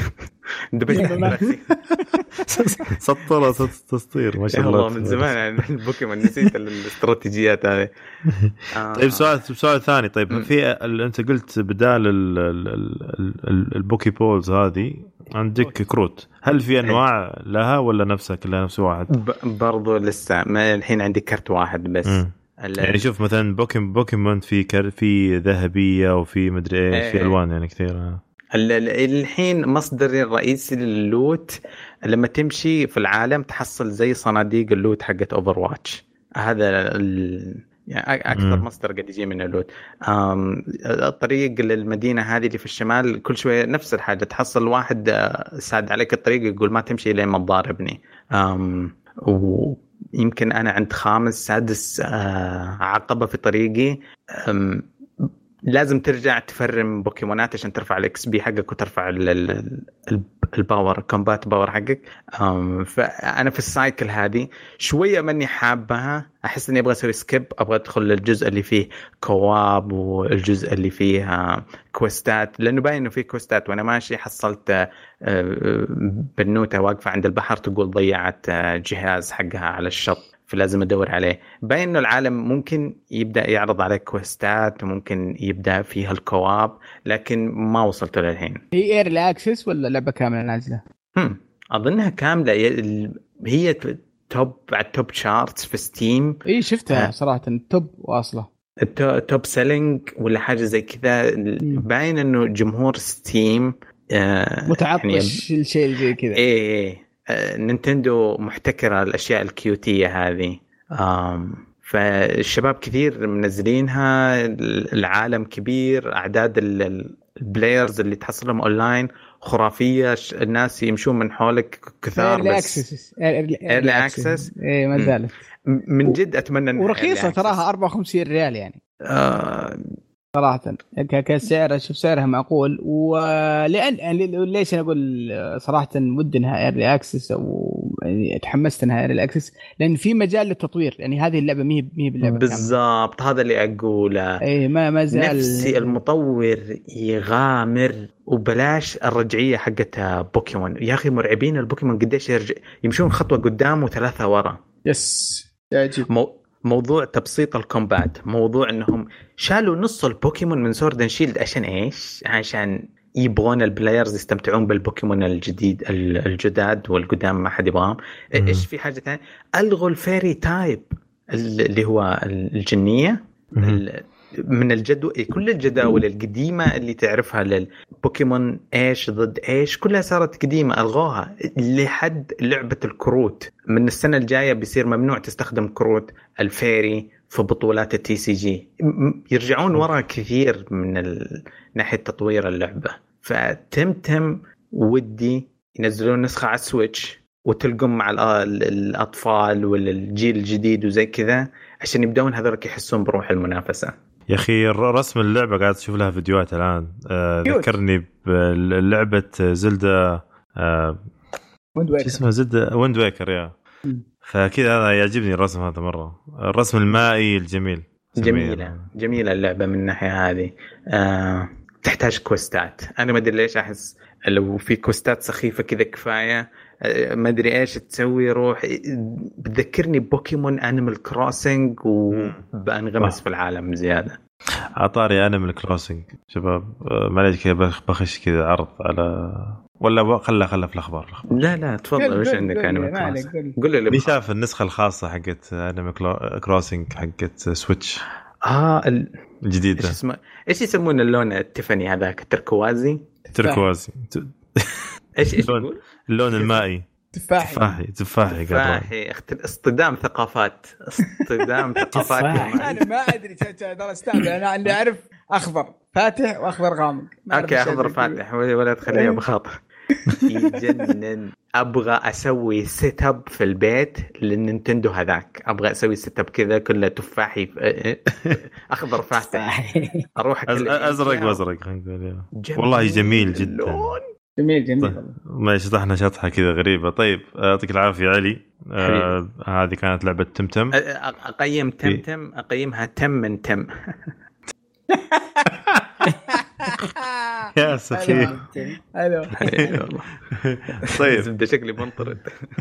Speaker 1: سطرة تسطير ما شاء الله.
Speaker 3: من زمان يعني البوكيمون نسيت الاستراتيجيات هذه.
Speaker 1: طيب سؤال ثاني. طيب في انت قلت بدال البوكي بولز هذه عندك كروت، هل في انواع لها ولا نفسها كلها نفس واحد؟
Speaker 3: برضو لسه ما الحين عندي كرت واحد بس.
Speaker 1: يعني شوف مثلا بوكيمون في ذهبيه وفي مدري ايش في الوان يعني كثير.
Speaker 3: الحين مصدري الرئيسي لللوت لما تمشي في العالم تحصل زي صناديق اللوت حقت اوفر واتش، هذا يعني اكثر مصدر قد يجي من اللوت. الطريق للمدينه هذه اللي في الشمال كل شويه نفس الحاجه، تحصل واحد ساد عليك الطريق يقول ما تمشي لين ما تضاربني. ويمكن انا عند 5 6 عقبه في طريقي، لازم ترجع تفرم بوكيمونات عشان ترفع الاكس بي حقك وترفع الباور كومبات باور حقك. فانا في السايكل هذه شويه ماني حابها، احس اني ابغى اسوي سكيب، ابغى ادخل للجزء اللي فيه كواب والجزء اللي فيه كويستات، لانه باين انه فيه كويستات. وانا ماشي حصلت بنوته واقفه عند البحر تقول ضيعت جهاز حقها على الشط، فلازم ادور عليه. باين انه العالم ممكن يبدا يعرض عليك كويستات وممكن يبدا فيها الكواب، لكن ما وصلت للحين.
Speaker 2: هي ايرلي اكسس ولا لعبه كامله نازله؟
Speaker 3: اظنها كامله، هي توب على التوب شارتس في ستيم.
Speaker 2: اي شفتها صراحه توب واصله
Speaker 3: توب سيلينج ولا حاجه زي كذا. باين انه جمهور ستيم
Speaker 2: متعطش يعني الشيء زي كذا.
Speaker 3: ايه نينتندو محتكرة الأشياء الكيوتية هذه. فالشباب كثير منزلينها، العالم كبير، أعداد البلايرز اللي تحصلهم اونلاين خرافيه، الناس يمشون من حولك كثار. بس ايرلي اكسس
Speaker 2: اي ما زالت
Speaker 3: من جد اتمنى
Speaker 2: ورخيصه تراها 54 ريال يعني صراحه كسعر اشوف سعرها معقول. ولان ليش انا اقول صراحه ودي انها ايرلي اكسس او يعني تحمست انها ايرلي اكسس لان في مجال للتطوير. يعني هذه اللعبه مي باللعبه
Speaker 3: بالضبط هذا اللي اقوله.
Speaker 2: اي ما زال
Speaker 3: نفسي المطور يغامر وبلاش الرجعيه حقتها بوكيمون. يا اخي مرعبين البوكيمون قديش يمشون خطوه قدام وثلاثه ورا.
Speaker 2: يس يعجب.
Speaker 3: موضوع تبسيط الكومبات، موضوع انهم شالوا نص البوكيمون من سورد اند شيلد عشان ايش؟ عشان يبغون البلايرز يستمتعون بالبوكيمون الجديد الجداد والقدام ما حد يبغاهم. ايش في حاجه ثانيه؟ الغوا الفيري تايب اللي هو الجنيه من الجدول. كل الجداول القديمه اللي تعرفها للبوكيمون ايش ضد ايش كلها صارت قديمه، الغوها لحد لعبه الكروت. من السنه الجايه بيصير ممنوع تستخدم كروت الفيري في بطولات التي سي جي. يرجعون ورا كثير من ناحيه تطوير اللعبه. فتمتم ودي ينزلون نسخه على السويتش وتلقم مع الاطفال والجيل الجديد وزي كذا عشان يبدون هذولك يحسون بروح المنافسه.
Speaker 1: يا أخي رسم اللعبة قاعد أشوف لها فيديوهات الآن ذكرني بلعبة زلدة اسمها زلدة ويند ويكر يا. فكذا هذا يعجبني الرسم هذا مرة، الرسم المائي الجميل.
Speaker 3: جميلة اللعبة من الناحية هذه. تحتاج كوستات. أنا ما أدري ليش أحس لو في كوستات سخيفة كذا كفاية. ما أدري إيش تسوي. روح بتذكرني بوكيمون أنيمال كروسنج وبأنغمس في العالم زيادة.
Speaker 1: عطاري أنيمال كروسنج شباب معليش كذا بخش كذا عرض على ولا خلى في الأخبار.
Speaker 3: لا تفضل وش عندك أنيمال كروسنج؟ قل لي
Speaker 1: اللي شاف النسخة الخاصة حقت أنيمال كروسنج حقت سويتش الجديدة.
Speaker 3: إيش يسمون اللون التيفاني هذاك؟ تركوازي ايش
Speaker 1: اللون المائي تفاحي
Speaker 3: اصطدام ثقافات
Speaker 2: انا ما ادري ترى استعمل. انا اللي اعرف اخضر فاتح واخضر غامق.
Speaker 3: اوكي اخضر فاتح ولا تخليها بخاطر. يجنن. ابغى اسوي سيت اب في البيت للنينتندو هذاك. ابغى اسوي سيت اب كذا كله تفاحي اخضر فاتح اروح
Speaker 1: ازرق والله جميل جدا
Speaker 2: جميل.
Speaker 1: ما شطحنا شطحه كذا غريبه. طيب يعطيك العافيه علي. هذه كانت لعبه تمتم.
Speaker 3: اقيم تمتم اقيمها تم من تم.
Speaker 1: يا سخيف.
Speaker 2: حلو
Speaker 3: والله.
Speaker 1: طيب
Speaker 3: ده شكلي منطرد.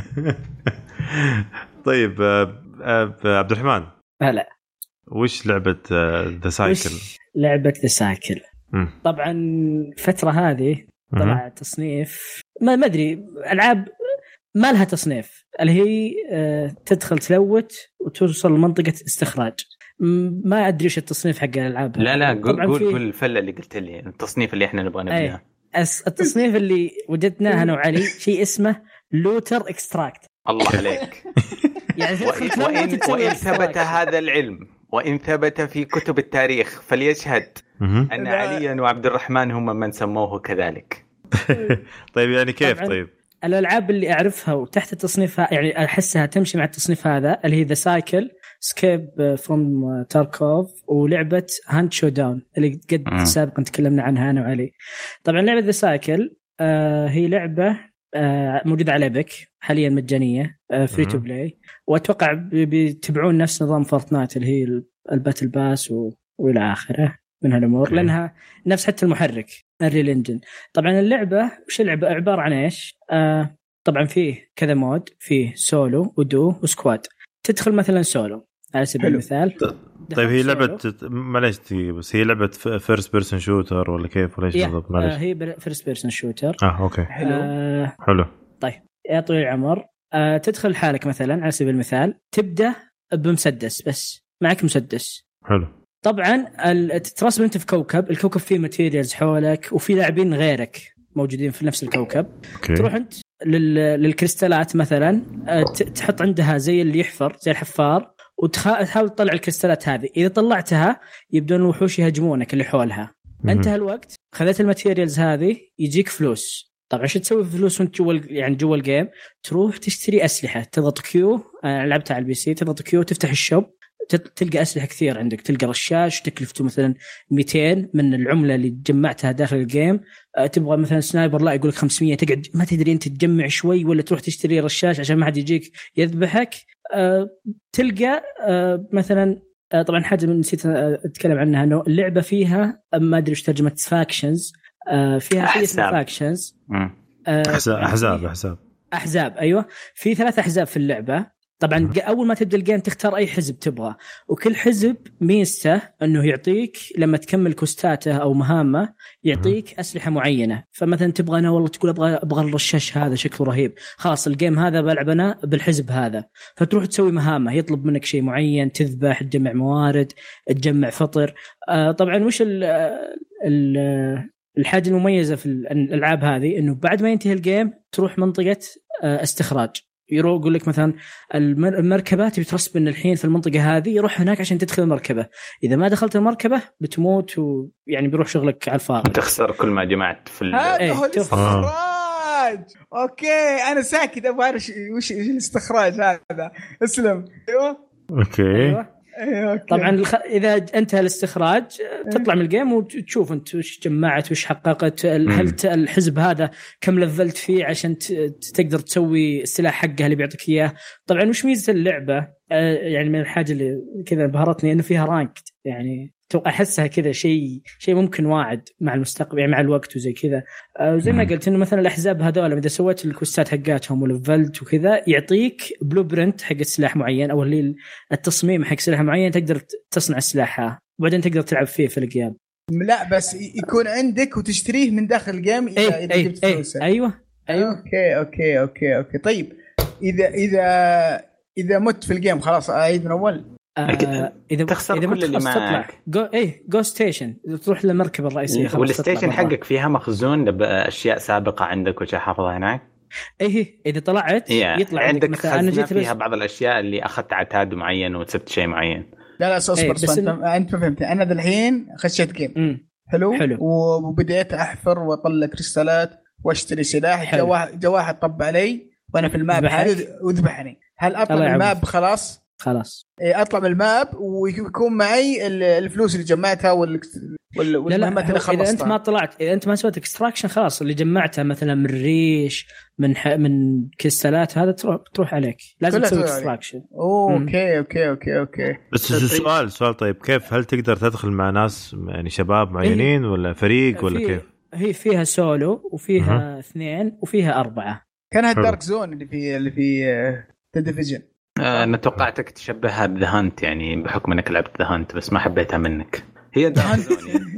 Speaker 1: طيب عبد الرحمن
Speaker 4: هلا
Speaker 1: وش لعبه ذا سايكل؟
Speaker 4: لعبه ذا سايكل طبعا الفتره هذه طلع تصنيف ما ادري العاب ما لها تصنيف اللي هي تدخل تلوت وتوصل لمنطقه استخراج. ما ادري ايش التصنيف حق الالعاب.
Speaker 3: لا قول الفله اللي قلت لي التصنيف اللي احنا نبغى نبداه.
Speaker 4: التصنيف اللي وجدناه انا وعلي شيء اسمه لوتر اكستراكت.
Speaker 3: الله عليك. يعني وإن ثبت هذا العلم وإن ثبت في كتب التاريخ فليشهد أن عليا وعبد الرحمن هم من سموه كذلك.
Speaker 1: طيب يعني كيف؟ طيب
Speaker 4: الألعاب اللي أعرفها وتحت التصنيف يعني أحسها تمشي مع التصنيف هذا اللي هي ذا سايكل سكيب فروم تاركوف ولعبة هاند شو داون اللي قد سابقا تكلمنا عنها أنا وعلي. طبعا لعبة ذا سايكل هي لعبة موجودة على بك حاليا مجانية فري تو بلاي. وأتوقع بيتبعون نفس نظام فورتنايت اللي هي الباتل باس وإلى آخره من هالأمور لأنها نفس حتى المحرك الريل انجن. طبعا اللعبة وش اللعبة عبارة عن إيش؟ طبعا فيه كذا مود، فيه سولو ودو وسكواد. تدخل مثلا سولو على سبيل المثال.
Speaker 1: طيب هي لعبة معليش بس هي لعبة فيرست بيرسون شوتر ولا كيف ولا ايش بالضبط؟ معليش
Speaker 4: هي فيرست بيرسون شوتر.
Speaker 1: اوكي حلو.
Speaker 4: طيب يا طويل العمر تدخل حالك مثلا على سبيل المثال تبدأ بمسدس بس معك مسدس.
Speaker 1: حلو.
Speaker 4: طبعا تترسم انت في كوكب، الكوكب فيه ماتيريالز حولك وفي لاعبين غيرك موجودين في نفس الكوكب. تروح انت للكريستالات مثلا تحط عندها زي اللي يحفر زي الحفار وتحاول تطلع الكريستالات هذه. إذا طلعتها يبدون الوحوش يهجمونك اللي حولها انتهى الوقت، خذت الماتيريالز هذه، يجيك فلوس. طبعا شو تسوي في فلوس وانت جوا الجيم؟ تروح تشتري اسلحه، تضغط كيو، لعبتها على البي سي، تضغط كيو تفتح الشوب، تلقى اسلحه كثير عندك، تلقى رشاش تكلفته مثلا 200 من العمله اللي جمعتها داخل الجيم. تبغى مثلا سنايبر، لا يقولك 500، تقعد ما تدري انت تجمع شوي ولا تروح تشتري رشاش عشان ما حد يجيك يذبحك. تلقى مثلا طبعا حاجه نسيت اتكلم عنها، انه اللعبه فيها ما ادري ايش ترجمه فاكشنز، فيها شيء اسمه فاكشنز، احزاب. ايوه، في 3 احزاب في اللعبه. طبعا اول ما تبدا الجيم تختار اي حزب تبغى، وكل حزب ميزته انه يعطيك لما تكمل كوستاته او مهامه يعطيك اسلحه معينه. فمثلا تبغى، انا والله تقول ابغى الرشاش هذا شكله رهيب، خلاص الجيم هذا بلعب انا بالحزب هذا، فتروح تسوي مهامه، يطلب منك شيء معين، تذبح، تجمع موارد، تجمع فطر. طبعا وش الحاجه المميزه في الالعاب هذه، انه بعد ما ينتهي الجيم تروح منطقه استخراج، يقول لك مثلا المركبات بترسب ان الحين في المنطقه هذه، يروح هناك عشان تدخل المركبه، اذا ما دخلت المركبه بتموت، ويعني بيروح شغلك على الفاضي،
Speaker 3: تخسر كل ما جمعت في
Speaker 5: هذا هو الاستخراج. اوكي انا ساكت ابغى اعرف وش الاستخراج هذا. اسلم. ايوه
Speaker 1: اوكي.
Speaker 4: طبعا اذا انتهى الاستخراج تطلع من الجيم وتشوف انت وش جمعت وش حققت، هل الحزب هذا كم لفلت فيه عشان تقدر تسوي السلاح حقه اللي بيعطيك اياه. طبعا وش ميزه اللعبه، يعني من الحاجه اللي كذا بهرتني انه فيها رانك، يعني احسها كذا شيء ممكن واعد مع المستقبل، يعني مع الوقت وزي كذا. زي ما قلت انه مثلا الاحزاب هذول اذا سويت الكوستات حقاتهم ولفلت وكذا يعطيك بلو برنت حق سلاح معين، او اللي التصميم حق سلاح معين، تقدر تصنع السلاح وبعدين تقدر تلعب فيه في الجيم.
Speaker 5: لا بس يكون عندك وتشتريه من داخل الجيم اذا جبت فلوسه.
Speaker 4: ايوه.
Speaker 5: اوكي. طيب اذا مت في الجيم خلاص اعيد من اول.
Speaker 3: إذا تخسر كل اللي معك.
Speaker 4: جو ستيشن، تروح للمركبة الرئيسية.
Speaker 3: والستيشن حقك فيها مخزون بأشياء سابقة عندك وش حافظها هناك.
Speaker 4: إذا طلعت يطلع
Speaker 3: عندك خزنة فيها بعض الأشياء اللي أخذت عتاد معين وسبت شيء معين.
Speaker 5: لا أصبر أنت فهمت. أنا ذا الحين خشيت جيم حلو وبديت أحفر وأطلع كريستالات واشتري سلاح. جا واحد طب علي وأنا في الماب هذا وذبحني. هل أطلع من الماب خلاص اطلع من الماب ويكون معي الفلوس اللي جمعتها والمهمات اللي خلصتها؟
Speaker 4: اذا انت ما طلعت، اذا انت ما سويت اكستراكشن خلاص اللي جمعتها مثلا من ريش من كريستالات هذا تروح عليك، لازم تسوي اكستراكشن.
Speaker 5: اوكي
Speaker 1: بس سؤال طيب، كيف هل تقدر تدخل مع ناس يعني شباب معينين ولا فريق ولا كيف؟
Speaker 4: هي فيها سولو وفيها 2 وفيها 4.
Speaker 5: كانها الدارك زون اللي في ذا ديفيجن.
Speaker 3: أنا توقعتك تشبهها بذا هانت، يعني بحكم انك لعبت ذا هانت، بس ما حبيتها منك. هي ذا هانت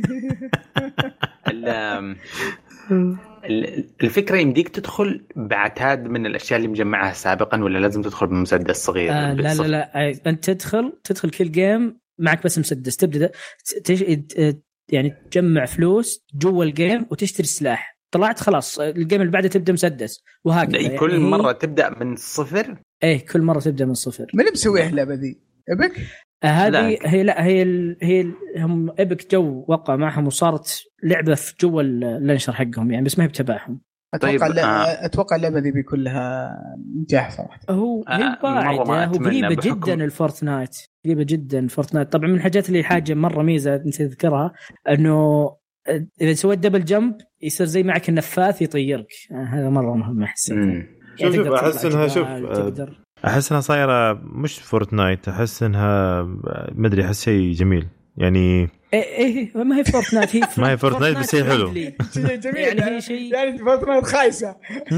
Speaker 3: يعني. الفكرة يمديك تدخل بعتاد من الاشياء اللي مجمعها سابقا، ولا لازم تدخل بمسدس صغير؟
Speaker 4: لا انت تدخل كل جيم معك بس مسدس، تبدا يعني تجمع فلوس جوا الجيم وتشتري سلاح. طلعت خلاص الجيم اللي بعده تبدا مسدس، وهكذا
Speaker 3: كل يعني مرة تبدا من الصفر.
Speaker 4: كل مرة تبدأ من الصفر.
Speaker 5: من اللي مسويها اللعبة ذي؟ إبك؟
Speaker 4: هذه هي هم إبك جو وقع معهم وصارت لعبة في جوا اللانشر حقهم يعني، بس ما هي بتبعهم.
Speaker 5: أتوقع اللعبة ذي بيكون لها نجاح صراحة.
Speaker 4: هي باعدة وقريبة جدا الفورتنايت، قريبة جدا الفورتنايت. طبعا من الحاجات اللي حاجة مرة ميزة نسيت أذكرها، إنه إذا سويت دبل جمب يصير زي معك النفاث يطيرك. هذا مرة مهم أحس.
Speaker 1: شوف أحس إنها صايرة مش فورتنايت، أحس إنها ما أدري، أحس شيء جميل يعني.
Speaker 4: ما هي فورتنايت، هي
Speaker 1: ما هي فورتنايت بس هي حلو.
Speaker 5: جميل يعني هي شيء يعني فورتنايت خايسة.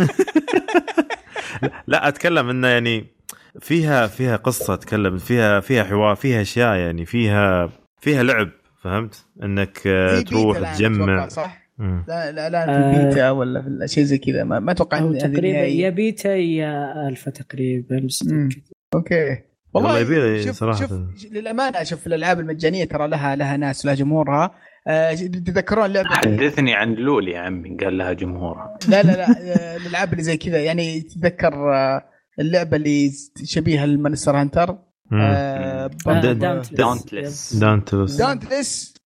Speaker 1: لا أتكلم إنه يعني فيها قصة، أتكلم فيها حوار، فيها أشياء يعني، فيها لعب، فهمت إنك تروح تجمع.
Speaker 5: صح. لا في بيتا ولا في شيء زي كذا، ما اتوقع ان
Speaker 4: تقريبا يا بيتا يا الفا تقريبا.
Speaker 5: اوكي
Speaker 1: والله يبي صراحه.
Speaker 5: شوف للامانه اشوف الالعاب المجانيه ترى لها ناس ولها جمهورها. تذكرون لعبه
Speaker 3: حدثني عن لول يا عمي قال لها جمهورها.
Speaker 5: لا الالعاب اللي زي كذا يعني تذكر اللعبه اللي شبيهه لمونستر هانتر.
Speaker 3: داونتلس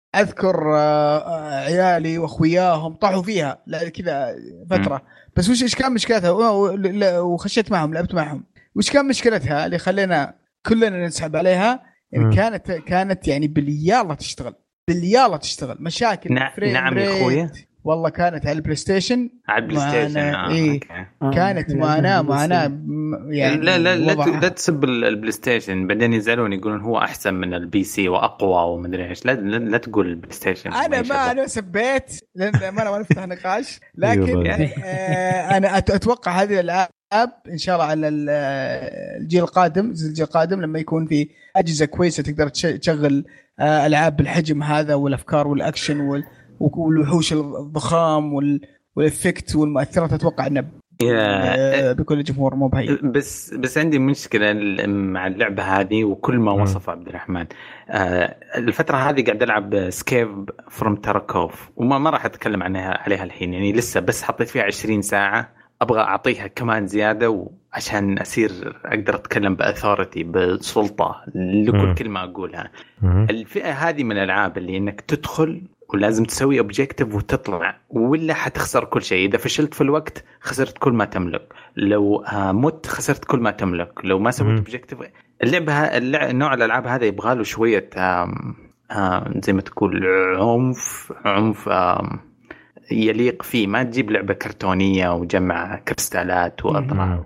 Speaker 5: اذكر عيالي واخوياهم طاحوا فيها كذا فتره. بس وش كان مشكلتها؟ وخشيت معهم لعبت معهم. وش كان مشكلتها اللي خلينا كلنا نسحب عليها؟ يعني كانت يعني باليالله تشتغل مشاكل.
Speaker 3: نعم يا اخوي،
Speaker 5: والله كانت على البلاي ستيشن.
Speaker 3: إيه.
Speaker 5: كانت معنا يعني
Speaker 3: لا تسب البلاي ستيشن، بعدين يزعلون يقولون هو احسن من البي سي واقوى ومدري ايش. لا تقول البلاي ستيشن.
Speaker 5: انا سبيت لان ما نفتح نقاش، لكن انا اتوقع هذه الالعاب ان شاء الله على الجيل القادم لما يكون في اجهزه كويسه تقدر تشغل العاب بالحجم هذا والافكار والاكشن والوحوش الضخام والافكت والمؤثرات، اتوقع انه بكل الجمهور مو بهي.
Speaker 3: بس عندي مشكله مع اللعبه هذه، وكل ما وصف عبد الرحمن. الفتره هذه قاعد العب سكيف فروم تاركوف، وما راح اتكلم عليها الحين، يعني لسه بس حطيت فيها 20 ساعه، ابغى اعطيها كمان زياده وعشان اقدر اتكلم باثورتي بسلطه لكل كلمه اقولها. الفئه هذه من الالعاب اللي انك تدخل ولازم تسوي اوبجيكتيف وتطلع، ولا حتخسر كل شيء. اذا فشلت في الوقت خسرت كل ما تملك، لو مت خسرت كل ما تملك، لو ما سويت اوبجيكتيف. نوع الالعاب هذا يبغى له شويه زي ما تقول عنف يليق فيه. ما تجيب لعبه كرتونيه وجمع كريستالات واطلع.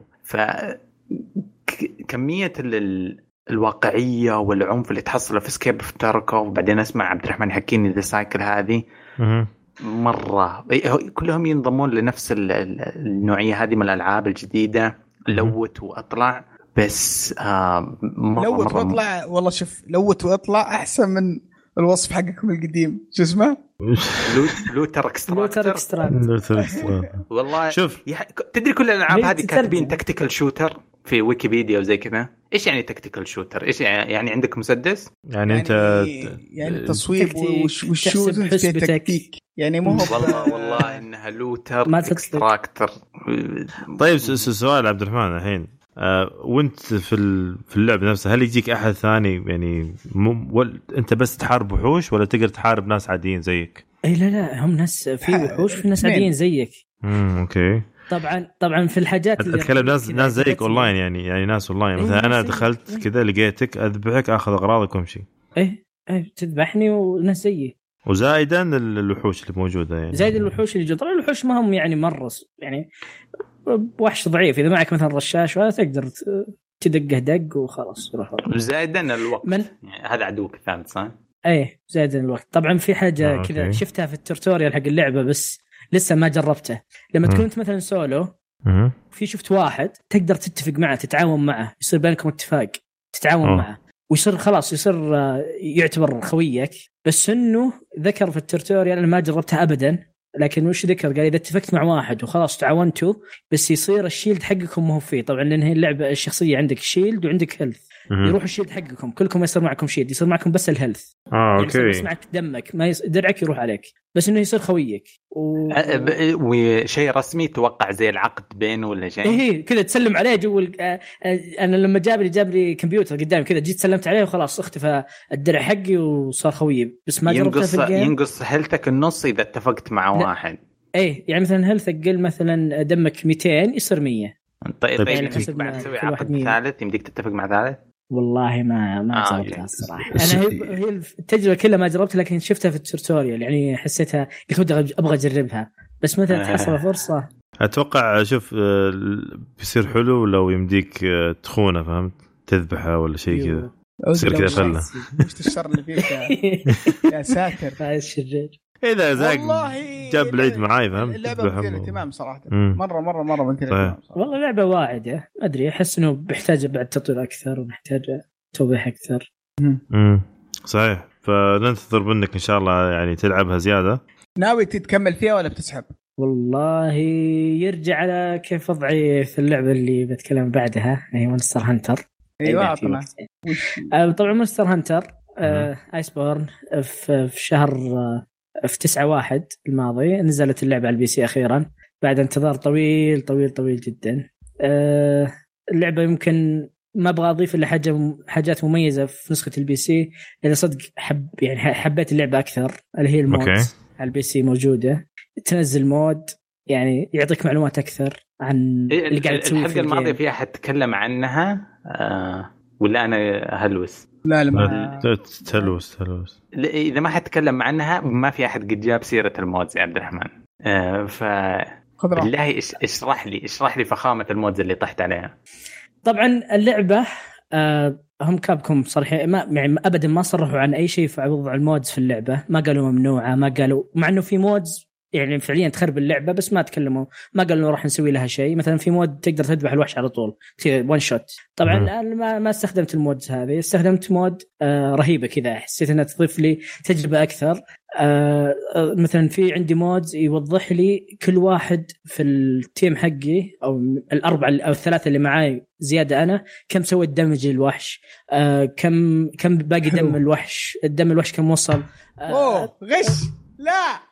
Speaker 3: فكميه الواقعيه والعنف اللي تحصله في سكيب في تاركوف، وبعدين اسمع عبد الرحمن يحكيني ذا سايكل هذه مره كلهم ينضمون لنفس النوعيه هذه من الالعاب الجديده. لوت واطلع بس
Speaker 5: لوت واطلع. والله شوف، لوت واطلع احسن من الوصف حقكم القديم. شو اسمه؟
Speaker 3: لوتر اكستراكتر. والله شوف، تدري كل الالعاب هذه كاتبين تكتيكال شوتر في ويكيبيديا وزي كذا. ايش يعني تكتيكال شوتر؟ ايش يعني عندك مسدس؟
Speaker 1: يعني انت
Speaker 5: يعني تصويب والشوز تكتيك، يعني مو
Speaker 3: والله انها لوتر اكستراكتر.
Speaker 1: طيب سؤال عبد الرحمن الحين، وانت في اللعبه نفسها هل يجيك احد ثاني يعني انت بس تحارب وحوش، ولا تقدر تحارب ناس عاديين زيك؟
Speaker 4: اي لا هم ناس في وحوش في ناس عاديين زيك.
Speaker 1: اوكي.
Speaker 4: طبعا في الحاجات اللي
Speaker 1: اتكلم ناس زيك اونلاين، يعني ناس اونلاين. مثلا انا دخلت كذا لقيتك اذبحك اخذ اغراضك وامشي.
Speaker 4: ايه تذبحني وناس زيي،
Speaker 1: وزائدا الوحوش اللي موجوده، يعني
Speaker 4: زائد الوحوش اللي طبعا الوحوش ما هم يعني مره يعني وحش ضعيف. اذا معك مثلا رشاش ولا تقدر تدقه دق وخلاص يروح.
Speaker 3: زائدا الوقت يعني هذا عدوك الثالث صح؟
Speaker 4: ايه زائدا الوقت. طبعا في حاجه كذا شفتها في التوتوريال حق اللعبه بس لسه ما جربته. لما تكون انت مثلا سولو في شفت واحد تقدر تتفق معه تتعاون معه، يصير بينكم اتفاق تتعاون معه ويصير خلاص يصير يعتبر خويك. بس انه ذكر في التوتوريال انا ما جربتها ابدا، لكن وش ذكر قال اذا اتفقت مع واحد وخلاص تعاونتوا بس يصير الشيلد حقكم ما هو فيه. طبعا لان هي اللعبه الشخصيه عندك شيلد وعندك هيلث، يروح الشيلد حقكم كلكم يصير معكم شيلد، يصير معكم بس الهيلث.
Speaker 1: اوكي.
Speaker 4: يعني يصير معك دمك ما درعك يروح عليك، بس انه يصير خويك
Speaker 3: وشيء رسمي توقع زي العقد بينه ولا شيء.
Speaker 4: ايه كذا تسلم عليه جوا. انا لما جاب لي كمبيوتر قدامي كذا جيت سلمت عليه وخلاص اختفى الدرع حقي وصار خويي. بس ما جربتها في الجيم.
Speaker 3: ينقص هيلثك النص اذا اتفقت مع واحد.
Speaker 4: ايه يعني مثلا هيلثك قل مثلا دمك 200 يصير 100.
Speaker 3: طيب يعني بعد تسوي عقد ثالث يمديك تتفق مع ثالث.
Speaker 4: والله ما جربتها الصراحه. انا هي التجربه كلها ما جربتها، لكن شفتها في التوتوريال يعني حسيتها قلت ابغى اجربها، بس متى تحصل فرصه.
Speaker 1: اتوقع شوف بيصير حلو لو يمديك تخونه، فهمت، تذبحه ولا شيء كذا يصير كذا فله.
Speaker 5: وش الشر اللي فيك يا ساتر
Speaker 4: هاي الشرير.
Speaker 1: إذا زاق جاب العيد معاي فهمت.
Speaker 5: اللعبة مثيرة اهتمام صراحة، مرة مثيرة اهتمام.
Speaker 4: والله لعبة واعدة، ما أدري أحس إنه بيحتاج بعد تطوير أكثر ومحتاج توضيح أكثر.
Speaker 1: صحيح. فننتظر منك إن شاء الله يعني تلعبها زيادة.
Speaker 5: ناوي تتكمل فيها ولا بتسحب؟
Speaker 4: والله يرجع على كيف وضعي في اللعبة اللي بتكلم بعدها، هي مونستر هانتر.
Speaker 5: أيوة عطنا.
Speaker 4: طبعا مونستر هانتر آيسبورن في شهر في 9/1 الماضي نزلت اللعبة على البي سي أخيرا بعد انتظار طويل جدا. اللعبة يمكن ما ابغى اضيف الا حاجات مميزه في نسخه البي سي اذا صدق حبيت اللعبه اكثر، اللي هي المود على البي سي موجوده، تنزل مود يعني يعطيك معلومات اكثر عن اللي قاعد تسويه.
Speaker 3: الحلقه الماضيه فيها حتتكلم عنها ولا انا هلوس؟
Speaker 1: لا تلوس
Speaker 3: اذا ما حتكلم عنها ما في احد قد جاب سيره المودز يا عبد الرحمن. ف بالله اشرح لي فخامه المودز اللي طحت عليها.
Speaker 4: طبعا اللعبه هم كابكم صريحين ما يعني ابدا ما صرحوا عن اي شيء في وضع المودز في اللعبه، ما قالوا ممنوعه، ما قالوا مع انه في مودز يعني فعليا تخرب اللعبه، بس ما تكلموا، ما قالوا انه راح نسوي لها شيء. مثلا في مود تقدر تذبح الوحش على طول وان شوت. طبعا انا ما استخدمت المودز هذه، استخدمت مود رهيبه كذا، حسيت انها تضيف لي تجربه اكثر. مثلا في عندي مودز يوضح لي كل واحد في التيم حقي او الاربعه او الثلاثه اللي معاي زياده انا كم سوى دمج للوحش، كم باقي دم الوحش، الدم الوحش كم وصل.
Speaker 5: غش لا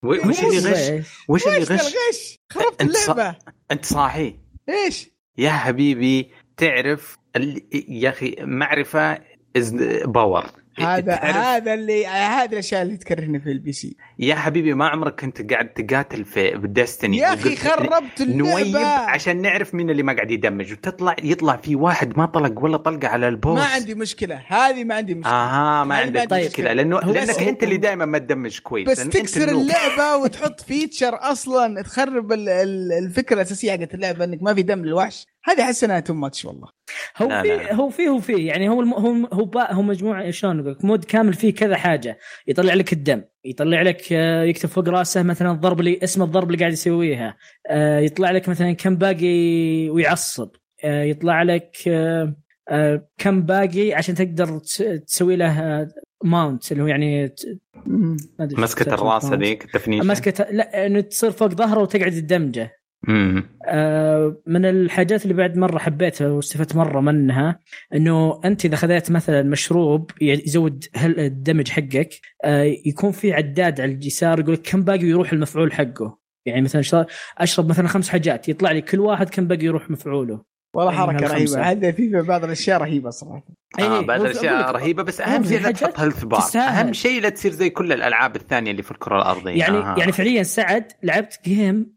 Speaker 3: وش اللي
Speaker 5: غش خربت اللعبة.
Speaker 3: انت صاحي
Speaker 5: ايش
Speaker 3: يا حبيبي؟ تعرف يا اخي معرفة باور،
Speaker 5: هذا الاشياء اللي تكرهني في البي سي
Speaker 3: يا حبيبي. ما عمرك كنت قاعد تقاتل في بالدستني
Speaker 5: يا اخي؟ خربت اللعبة
Speaker 3: عشان نعرف مين اللي ما قاعد يدمج، يطلع في واحد ما طلق ولا طلقة على البوس.
Speaker 5: ما عندي مشكلة هذه، ما عندي مشكلة.
Speaker 3: ما عندك مشكلة لانك انت اللي دائما ما تدمج كويس،
Speaker 5: بس تكسر اللعبة وتحط فيتشر اصلا تخرب الفكرة الاساسية حقت اللعبة انك ما في دم للوحش. هذه حسنها توماتش والله.
Speaker 4: هو فيه يعني هو مجموعة شلون نقول مود كامل فيه كذا حاجة، يطلع لك الدم، يطلع لك يكتب فوق راسه مثلا الضرب اللي اسم الضرب اللي قاعد يسويها، يطلع لك مثلا كم باقي ويعصب، يطلع لك كم باقي عشان تقدر تسوي له ماونت اللي هو يعني
Speaker 3: مسكة الراس هذيك التفنيشة،
Speaker 4: مسكة لا انه تصير فوق ظهره وتقعد تدمجه. من الحاجات اللي بعد مرة حبيتها واستفدت مرة منها انه انت اذا خذيت مثلا مشروب يزود الدمج حقك، يكون في عداد على اليسار يقول كم باقي يروح المفعول حقه. يعني مثلا اشرب مثلا 5 حاجات يطلع لي كل واحد كم باقي يروح مفعوله.
Speaker 5: والله حركة رهيبة. هذا في بعض الاشياء رهيبة صراحة.
Speaker 3: بعض الاشياء رهيبة، بس اهم شيء لا تحط هيلث بار، اهم شيء لا تصير زي كل الالعاب الثانية اللي في الكرة الارضية.
Speaker 4: يعني فعليا سعد لعبت جيم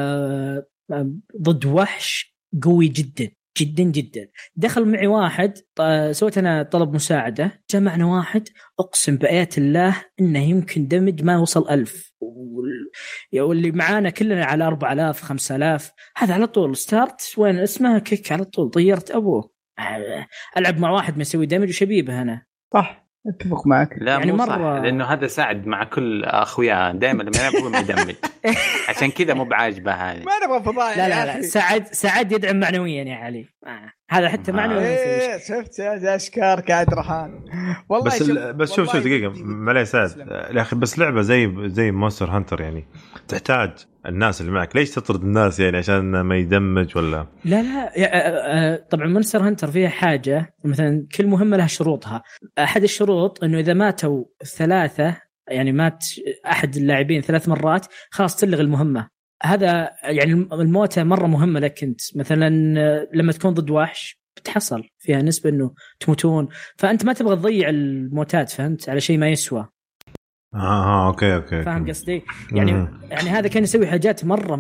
Speaker 4: ضد وحش قوي جدا جدا جدا، دخل معي واحد، سويت أنا طلب مساعدة، جمعنا واحد أقسم بآيات الله إنه يمكن دمج ما وصل 1000، واللي معانا كلنا على 4000 5000. هذا على طول ستارت وين اسمها كيك، على طول طيرت أبوه. ألعب مع واحد ما يسوي دمج وشبيبه أنا.
Speaker 5: صح اتفق معك.
Speaker 3: لا يعني مرة لأنه هذا سعد مع كل أخويا دائما لما يلعب هو ما يدمج عشان كذا مو بعاجبه هذه.
Speaker 5: ما نبغى فضائل.
Speaker 4: لا سعد يدعم معنويا يا علي. هذا حتى معنويا.
Speaker 5: شفت يا أشكار كاد رحان والله.
Speaker 1: بس شوف دقيقة معلي سعد يا أخي، بس لعبة زي مونستر هانتر يعني تحتاج الناس اللي معك. ليش تطرد الناس يعني عشان ما يدمج ولا
Speaker 4: لا طبعا مونستر هانتر فيها حاجة مثلا كل مهمة لها شروطها. أحد الشروط إنه إذا ماتوا 3 يعني مات أحد اللاعبين 3 مرات خلاص تلغي المهمة. هذا يعني الموتة مرة مهمة لك أنت. مثلا لما تكون ضد وحش بتحصل فيها نسبة إنه تموتون، فأنت ما تبغى تضيع الموتات، فهمت، على شيء ما يسوى.
Speaker 1: اوكي
Speaker 4: فاهم قصدي؟ يعني هذا كان يسوي حاجات مرة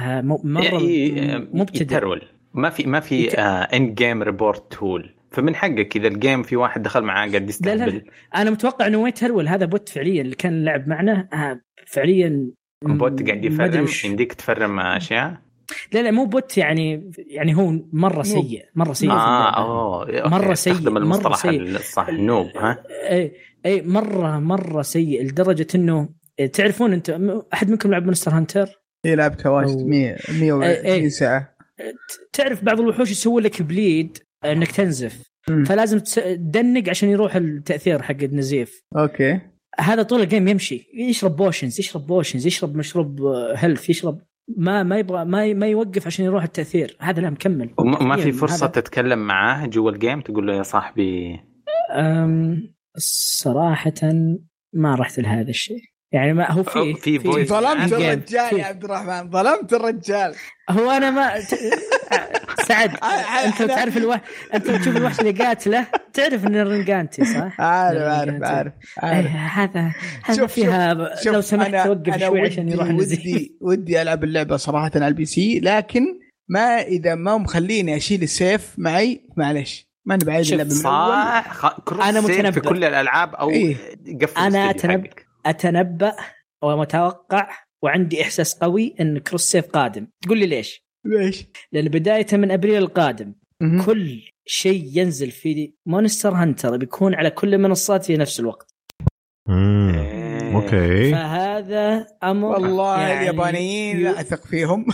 Speaker 3: مبتدئ. ما في اند جيم ريبورت تول، فمن حقك اذا الجيم في واحد دخل معاه قاعد يستهبل.
Speaker 4: انا متوقع انه يتهرول. هذا بوت فعليا اللي كان لعب معنا فعليا
Speaker 3: بوت قاعد يفرم، يمديك تفرم اشياء.
Speaker 4: لا مو بوت، يعني هو مرة سيء مرة سيء.
Speaker 3: مرة سيء. استخدم المصطلح الصح نوب.
Speaker 4: اي مرة سيء لدرجة انه تعرفون انت احد منكم لعب مونستر هانتر؟
Speaker 5: لعبت واجد 100 ساعة.
Speaker 4: تعرف بعض الوحوش يسوي لك بليد انك تنزف، فلازم تدنق عشان يروح التأثير حق النزيف.
Speaker 5: اوكي.
Speaker 4: هذا طول الجيم يمشي يشرب بوشنز، يشرب مشروب هيلث، يشرب ما يبغى ما يوقف عشان يروح التأثير. هذا لا مكمل.
Speaker 3: ما في فرصة تتكلم معاه جوا الجيم تقول له يا صاحبي؟
Speaker 4: صراحة ما رحت لهذا الشيء. يعني ما هو في
Speaker 5: ظلمت الرجال يا عبد الرحمن، ظلمت الرجال.
Speaker 4: هو أنا ما سعد انت تعرف انت تشوف الوحش اللي قاتله تعرف ان الرنجانتي صح؟
Speaker 5: عارف
Speaker 4: هذا فيها لو سمحت توقف شوي عشان يروح
Speaker 5: ودي العب اللعبه صراحه على البي سي، لكن ما اذا ما مخليني اشيل السيف معي معلش ما نبعد اللعبه من الاول.
Speaker 3: انا متنبأ في كل الالعاب او
Speaker 4: قفل. انا اتنبأ ومتوقع وعندي احساس قوي ان كروس سيف قادم. تقول لي ليش؟ لان بدايه من ابريل القادم كل شيء ينزل في مونستر هانتر بيكون على كل المنصات في نفس الوقت.
Speaker 1: اوكي،
Speaker 4: فهذا امر
Speaker 5: والله يعني اليابانيين لا اثق فيهم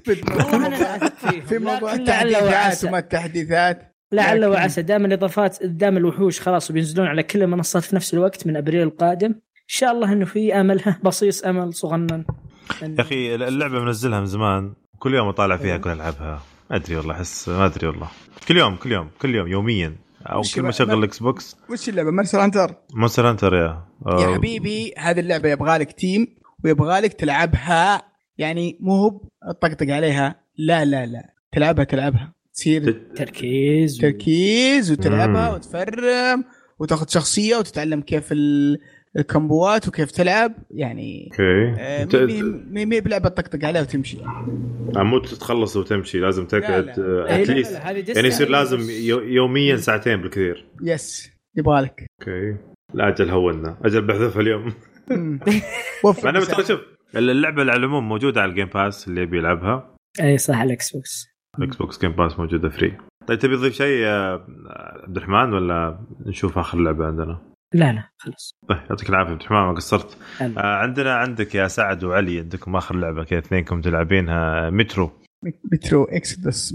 Speaker 5: في موضوع التحديثات وما التحديثات.
Speaker 4: لعل وعسى دام الاضافات قدام الوحوش خلاص وبينزلون على كل المنصات في نفس الوقت من ابريل القادم، ان شاء الله انه في املها بصيص امل صغنن.
Speaker 1: يا اخي اللعبه منزلها من زمان، كل يوم اطالع فيها كل العبها. ادري والله احس ما ادري والله كل يوم يوميا او كل ما اشغل الاكس بوكس.
Speaker 5: وش اللعبه؟ مونستر هانتر
Speaker 1: يا
Speaker 5: حبيبي. هذه اللعبه يبغالك تيم ويبغالك تلعبها، يعني مو تطقطق عليها، لا تلعبها تصير تركيز وتلعبها وتفرم وتاخذ شخصيه وتتعلم كيف الكمبوات وكيف تلعب. يعني مي بلعبه تطقطق عليها وتمشي،
Speaker 1: مو تتخلص وتمشي، لازم تقعد يعني يصير لازم يوميا ساعتين بالكثير.
Speaker 5: يس يبغالك.
Speaker 1: اوكي لا اجل هونا اجل بحذفها اليوم. انا بتشوف اللعبه على العموم موجوده على الجيم باس اللي يبي يلعبها.
Speaker 4: اي صح على الاكس
Speaker 1: بوكس جيم باس موجوده فري. طيب تبي تضيف شيء يا عبد الرحمن ولا نشوف اخر لعبه عندنا؟
Speaker 4: لا خلص.
Speaker 1: طيب يعطيك العافيه عبد الرحمن ما قصرت. عندك يا سعد وعلي عندكم اخر لعبه كذا اثنينكم تلعبينها مترو
Speaker 5: اكسودس.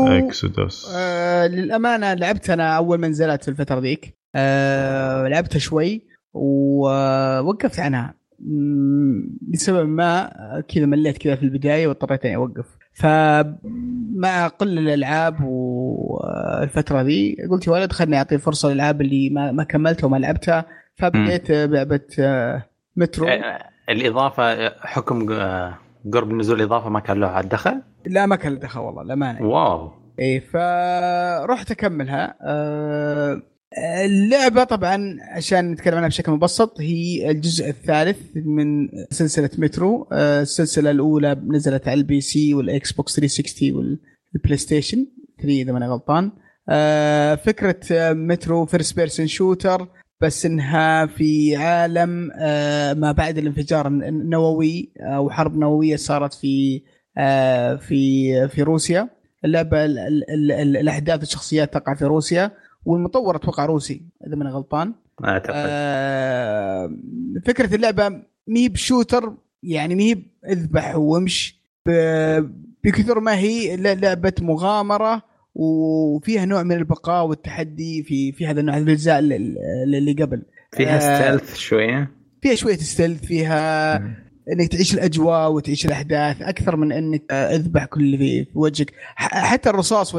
Speaker 5: للامانه لعبت انا اول ما نزلت في الفتره ذيك، لعبتها شوي ووقفت عنها لسبب ما كذا، مليت كذا في البدايه واضطريت اني اوقف. فمع قل الالعاب والفتره ذي قلت يا ولد خلني اعطي فرصه للالعاب اللي ما كملتها وما لعبتها، فبديت بلعبه مترو.
Speaker 3: الاضافه حكم قرب نزول الاضافه ما كان له دخل؟
Speaker 5: لا ما كان له دخل والله لا مانع.
Speaker 3: واو.
Speaker 5: اي فرحت اكملها. اللعبة طبعا عشان نتكلم عنها بشكل مبسط هي الجزء الثالث من سلسلة مترو. السلسلة الأولى نزلت على البي سي والإكس بوكس 360 والبلاي ستيشن 3 إذا ما أنا غلطان. فكرة مترو فيرست بيرسون شوتر، بس إنها في عالم ما بعد الانفجار النووي أو حرب نووية صارت في روسيا. اللعبة الأحداث الشخصيات تقع في روسيا والمطور اتوقع روسي اذا ما انا غلطان. فكره اللعبه مي بشوتر، يعني مي اذبح وامش بكثر ما هي لعبه مغامره وفيها نوع من البقاء والتحدي في هذا النوع من الاجزاء اللي قبل.
Speaker 3: فيها ستيلث شويه،
Speaker 5: فيها شويه ستيلث، فيها انك تعيش الاجواء وتعيش الاحداث اكثر من انك اذبح كل اللي في وجهك. حتى الرصاص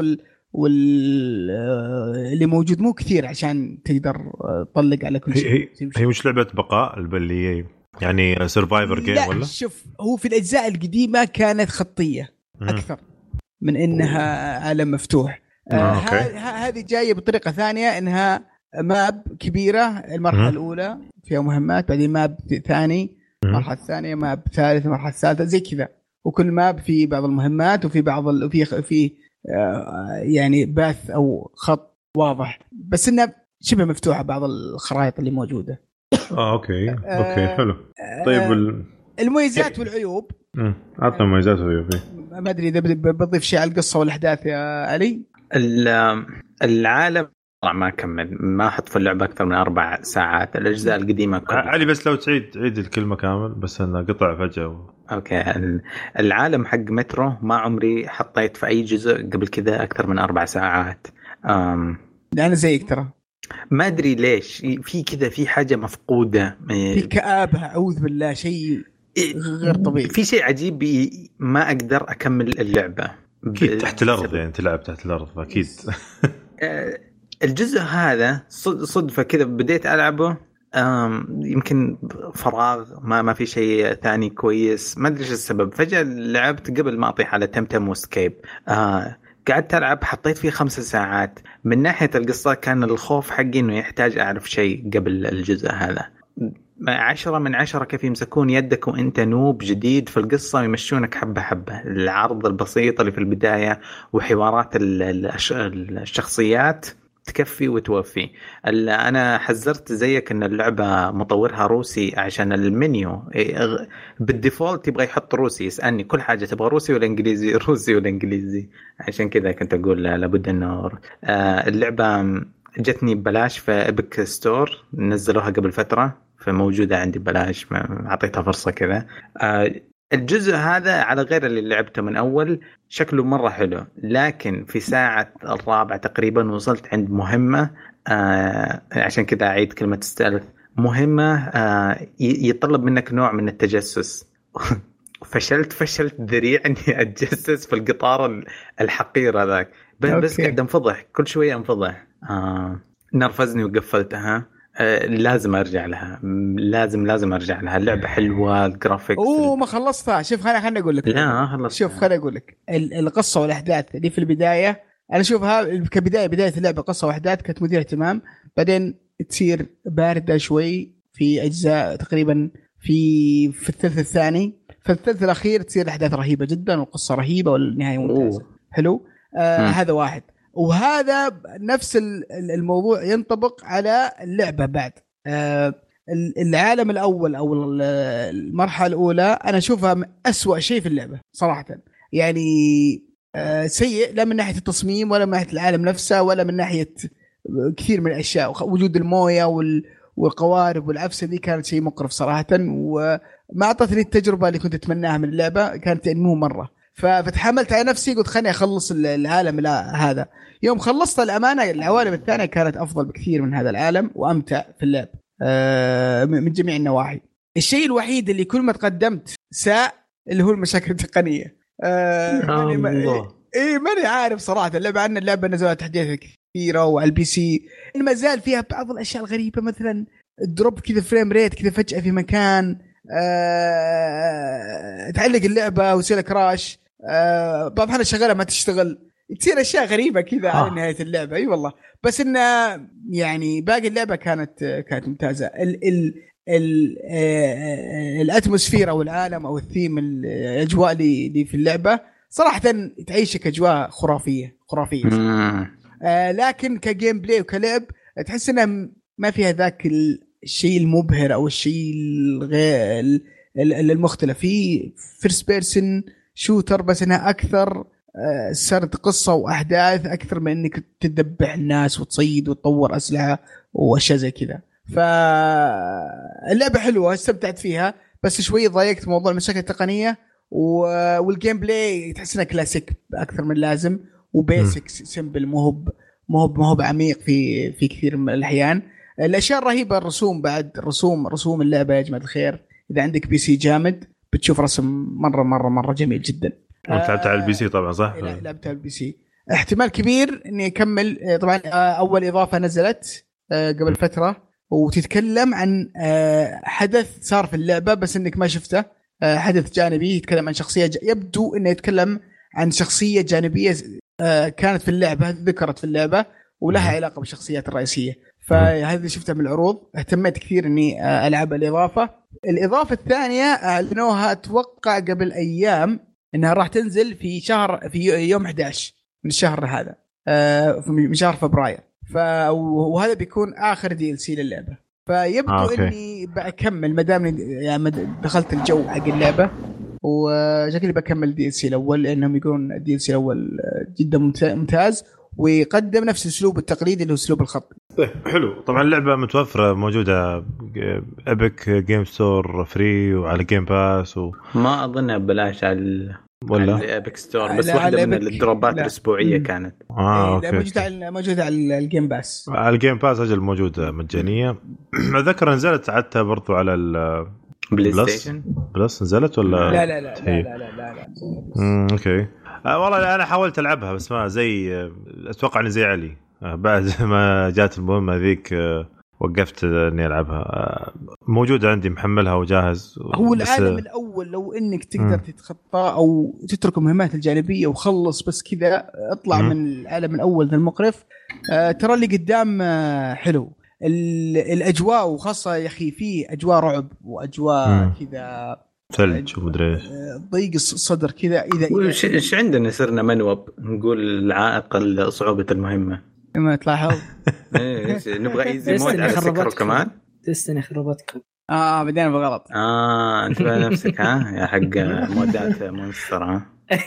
Speaker 5: واللي موجود مو كثير عشان تقدر تطلق على كل شيء.
Speaker 1: هي مش لعبة بقاء اللي يعني سيرفايفر جيم ولا؟
Speaker 5: شوف هو في الأجزاء القديمة كانت خطية أكثر من إنها عالم مفتوح. هذه جاية بطريقة ثانية، إنها ماب كبيرة. المرحلة الأولى فيها مهمات، بعدين ماب ثاني، المرحلة الثانية ماب ثالث، المرحلة الثالثة زي كذا، وكل ماب في بعض المهمات وفي بعض في يعني باث او خط واضح، بس انها شبه مفتوحه بعض الخرائط اللي موجوده.
Speaker 1: اوكي حلو. طيب
Speaker 5: المميزات والعيوب.
Speaker 1: عطنا مميزات وعيوب.
Speaker 5: ما ادري اذا بضيف شيء على القصه والاحداث يا علي.
Speaker 3: العالم ما كمل، ما حط في اللعبه اكثر من 4 ساعات. الاجزاء القديمه
Speaker 1: علي بس لو عيد الكلمه كامل، بس انه قطع فجاه.
Speaker 3: اوكي. العالم حق مترو ما عمري حطيت في اي جزء قبل كذا اكثر من 4 ساعات.
Speaker 5: انا زيك ترى،
Speaker 3: ما ادري ليش في كذا، في حاجه مفقوده،
Speaker 5: في كآبه، اعوذ بالله، شيء غير طبيعي،
Speaker 3: في شيء عجيب ما اقدر اكمل اللعبه.
Speaker 1: اكيد تحت الارض، يعني تلعب تحت الارض اكيد.
Speaker 3: الجزء هذا صدفه كذا بديت العبه، يمكن فراغ، ما في شيء ثاني كويس، ما ادري ايش السبب. فجأة لعبت قبل ما اطيح على تمتم وسكيب، قعدت ألعب، حطيت فيه 5 ساعات. من ناحية القصة كان الخوف حقي إنه يحتاج أعرف شيء قبل الجزء هذا. 10 من 10 كيف يمسكون يدك وانت نوب جديد في القصة ويمشونك حبة حبة. العرض البسيط اللي في البداية وحوارات الشخصيات تكفي وتوفي. أنا حذرت زيك إن اللعبة مطورها روسي عشان المنيو بالديفولت يبغى يحط روسي، يسألني كل حاجة تبغى روسي ولا إنجليزي، روسي ولا إنجليزي. عشان كذا كنت أقول لابد إنه اللعبة جتني ببلاش في إبك ستور، نزلوها قبل فترة فموجودة عندي ببلاش، أعطيتها فرصة كذا. الجزء هذا على غير اللي لعبته من أول شكله مرة حلو، لكن في ساعة الرابعة تقريبا وصلت عند مهمة عشان كذا أعيد كلمة استألف مهمة يطلب منك نوع من التجسس. فشلت ذريع أني أتجسس في القطار الحقير هذاك، بس قاعد انفضح كل شوية انفضح. نرفزني وقفلتها. لازم ارجع لها، لازم ارجع لها. اللعبه حلوه، الجرافيكس
Speaker 5: ما خلصتها. شوف خليني اقول لك.
Speaker 3: لا خلصت.
Speaker 5: شوف خليني اقول لك القصه والاحداث اللي في البدايه انا اشوفها بدايه اللعبه قصه واحداث كانت مثيره اهتمام، بعدين تصير بارده شوي في اجزاء تقريبا في الثلث الثاني. في الثلث الاخير تصير الاحداث رهيبه جدا والقصه رهيبه والنهايه ممتازه. حلو. هذا واحد. وهذا نفس الموضوع ينطبق على اللعبة بعد. العالم الأول أو المرحلة الأولى أنا أشوفها أسوأ شيء في اللعبة صراحة. يعني سيء، لا من ناحية التصميم ولا من ناحية العالم نفسه ولا من ناحية كثير من الأشياء. وجود الموية والقوارب والعفسة دي كانت شيء مقرف صراحة، وما أعطتني التجربة اللي كنت أتمناها من اللعبة. كانت مو مرة. فتحملت على نفسي قلت خليني أخلص العالم هذا. يوم خلصت الأمانة العوالم الثانية كانت أفضل بكثير من هذا العالم وأمتع في اللعب من جميع النواحي. الشيء الوحيد اللي كل ما تقدمت اللي هو المشاكل التقنية. ماني عارف صراحة اللعبة، عن اللعبة نزلت تحديثات كثيرة وعلى البي سي ما زال فيها بعض الأشياء الغريبة، مثلا الدروب كذا فريم ريت كذا فجأة في مكان، تعلق اللعبة ويصير كراش، بعض الأحيان شغالة ما تشتغل، تصير أشياء غريبة كذا على نهاية اللعبة. أي والله. بس إن يعني باقي اللعبة كانت ممتازة. الأتموسفير أو العالم أو الثيم الأجواء اللي في اللعبة صراحة تعيشك أجواء خرافية. لكن كجيم بلاي وكلعب تحس إنها ما فيها ذاك الشيء المبهر أو الشيء الغير المختلف. في فيرست بيرسون شوتر بس إنها أكثر سرد قصة وأحداث أكثر من إنك تدبح الناس وتصيد وتطور أسلحة وأشياء زي كذا. فاللعبة حلوة استمتعت فيها، بس شوي ضايقت موضوع المشاكل التقنية والجيم بلاي تحس إنه كلاسيك أكثر من لازم وبيسك سيمبل، مو عميق في كثير من الأحيان. الأشياء الرهيبة الرسوم، بعد رسوم اللعبة يا جماعة الخير، إذا عندك بي سي جامد بتشوف رسم مرة جميل جدا.
Speaker 1: لعبت على البي سي طبعا صح؟
Speaker 5: لعبت على البي سي. احتمال كبير اني اكمل. طبعا اول اضافه نزلت قبل فتره وتتكلم عن حدث صار في اللعبه بس انك ما شفته. حدث جانبي يتكلم عن شخصيه يبدو انه يتكلم عن شخصيه جانبيه كانت في اللعبه، ذكرت في اللعبه ولها علاقه بالشخصيات الرئيسيه. فهذه شفتها من العروض، اهتميت كثير اني العب الاضافه الثانيه. اعلنوها اتوقع قبل ايام انها راح تنزل في يوم 11 من الشهر هذا، من شهر فبراير. وهذا بيكون اخر دي ال سي للعبه. فيبدو اني بكمل مدام يعني دخلت الجو حق اللعبه، وشكلي بكمل دي ال سي الاول لانهم يقولون الدي ال سي الاول جدا ممتاز ويقدم نفس الاسلوب التقليدي اللي هو اسلوب الخط.
Speaker 1: طيب حلو. طبعا اللعبه متوفره موجوده ابيك جيم ستور فري وعلى جيم باس
Speaker 3: ما اظنها ببلاش على ولا ابيك ستور، بس واحده من الدروبات الاسبوعيه كانت
Speaker 5: موجوده على الجيم باس.
Speaker 1: على الجيم باس اجل موجوده مجانيه. اتذكر نزلت حتى برضو على
Speaker 3: البلاي ستيشن
Speaker 1: بلس نزلت ولا
Speaker 5: لا.
Speaker 1: اوكي. والله انا حاولت العبها بس ما زي اتوقع اني زي علي بعد ما جات المهمه ذيك وقفت اني العبها. موجوده عندي محملها وجاهز.
Speaker 5: هو العالم الاول لو انك تقدر تتخطى او تترك المهمات الجانبيه وخلص بس كذا اطلع من العالم الاول ذا المقرف. ترى اللي قدام حلو الاجواء، وخاصه يا اخي فيه اجواء رعب واجواء كذا
Speaker 1: ثلج ومدري
Speaker 5: ضيق الصدر كذا. اذا
Speaker 3: ايش عندنا صرنا منوب نقول العائق صعوبه المهمه
Speaker 5: ما تلاحظ.
Speaker 3: نبغى ايزي مود على سكر كمان.
Speaker 4: تستني خربتكم.
Speaker 5: بدينا بالغلط.
Speaker 3: انت بنفسك يا حق مودات مونستر.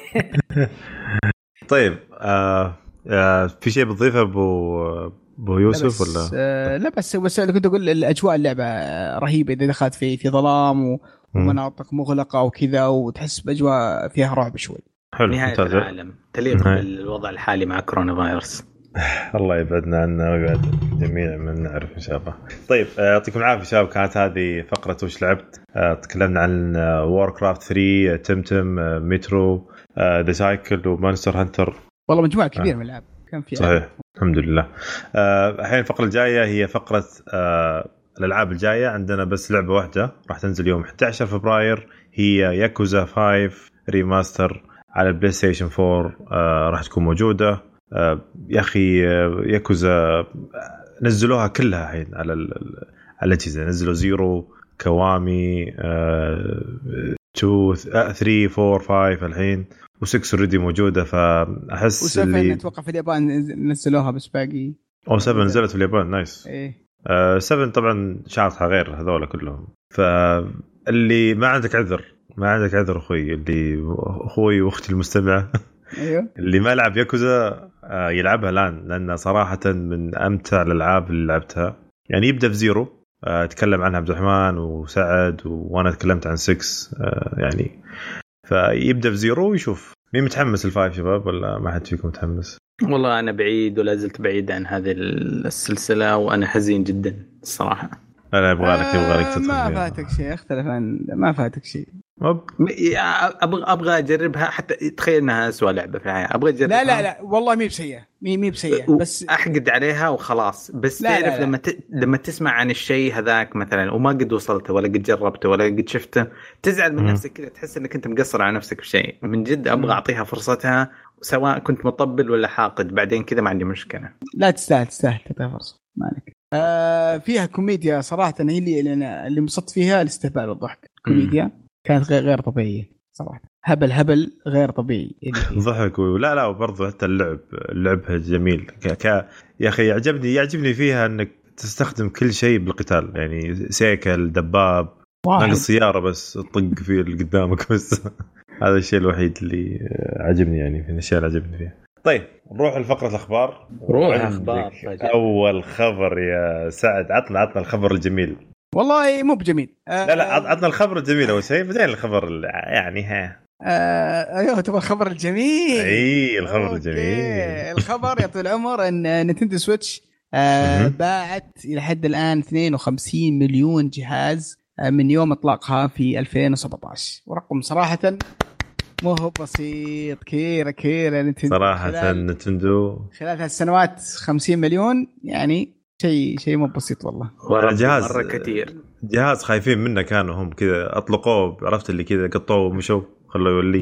Speaker 1: طيب في شيء بتضيفه ابو يوسف ولا؟
Speaker 5: لا بس كنت اقول الاجواء اللعبه رهيبه اذا دخلت في ظلام ومناطق مغلقه وكذا وتحس باجواء فيها رعب شوي.
Speaker 3: حلو. نهايه العالم تليق بالوضع الحالي مع كورونا فايروس.
Speaker 1: الله يبعدنا عنه ويبعد جميع من نعرف إن شاء الله. طيب يعطيكم العافية شباب. كانت هذه فقرة وش لعبت. تكلمنا عن ووركرافت 3 تمتم مترو ذا سايكل ومونستر هانتر.
Speaker 5: والله مجموعة كبيرة من الألعاب كان فيها.
Speaker 1: صحيح الحمد لله. الحين الفقرة الجاية هي فقرة الألعاب الجاية. عندنا بس لعبة واحدة راح تنزل يوم 11 فبراير هي ياكوزا 5 ريماستر على البلاي ستيشن 4. راح تكون موجودة. يا أخي ياكوزا نزلوها كلها الحين على الأجهزة. نزلوا 0 كوامي 2 3 4 5 الحين و6 اوريدي موجودة. فأحس
Speaker 5: اللي أتوقع في اليابان نزلوها بس باقي
Speaker 1: 7 نزلت في اليابان. نايس. 7 طبعا شعرتها غير هذول كلهم. فاللي ما عندك عذر أخوي اللي أخوي وأختي المستمعة
Speaker 5: أيوه.
Speaker 1: اللي ما لعب ياكوزا يلعبها الآن لأنها صراحة من أمتع الألعاب اللي لعبتها. يعني يبدأ في 0 تكلم عنها عبد الرحمن وسعد وأنا تكلمت عن 6 يعني. فيبدأ في 0 ويشوف. مين متحمس الفايف شباب ولا ما حد فيكم متحمس؟
Speaker 3: والله أنا بعيد ولا زلت بعيد عن هذه السلسلة وأنا حزين جدا الصراحة.
Speaker 1: أنا يبغالك تدخل.
Speaker 5: ما فاتك شيء اختلف عن ما فاتك شيء.
Speaker 3: ابغى اجربها حتى تخيل انها اسوء لعبه في الحياه. ابغى اجربها.
Speaker 5: لا والله مي بسيئه بس
Speaker 3: احقد عليها وخلاص. بس
Speaker 5: لا
Speaker 3: تعرف
Speaker 5: لا.
Speaker 3: لما تسمع عن الشيء هذاك مثلا وما قد وصلته ولا قد جربته ولا قد شفته تزعل من نفسك كذا. تحس انك انت مقصر على نفسك في شيء. من جد ابغى اعطيها فرصتها سواء كنت مطبل ولا حاقد. بعدين كذا ما عندي مشكله.
Speaker 5: لا تستاهل تعطيها فرصه مالك. فيها كوميديا صراحه هي اللي انبسطت فيها. الاستهبال والضحك. كوميديا كانت غير طبيعيه صراحه. هبل غير طبيعي.
Speaker 1: ضحك لا وبرضه حتى اللعبها جميل. يا اخي يعجبني فيها انك تستخدم كل شيء بالقتال. يعني سيكل دباب ناقص سياره بس تطق فيه اللي قدامك بس. هذا الشيء الوحيد اللي عجبني يعني في الاشياء اللي عجبني فيها. طيب نروح لفقره الاخبار. اول خبر يا سعد. عطنا الخبر الجميل.
Speaker 5: والله مو بجميل.
Speaker 1: لا عطنا الخبر الجميل اول شيء بعدين الخبر يعني
Speaker 5: ايوه تبغى الخبر الجميل.
Speaker 1: اي الخبر الجميل.
Speaker 5: الخبر يا طويل العمر ان نينتندو سويتش باعت الى حد الان 52 مليون جهاز من يوم اطلاقها في 2017. ورقم صراحه مو هو بسيط. كيرا نينتندو
Speaker 1: صراحه نينتندو
Speaker 5: خلال هالسنوات 50 مليون يعني شيء مو بسيط والله.
Speaker 1: جهاز
Speaker 3: مرة كتير.
Speaker 1: جهاز خايفين منه كانوا هم كذا أطلقوه. عرفت اللي كذا قطوه ومشوا خلوه يولي.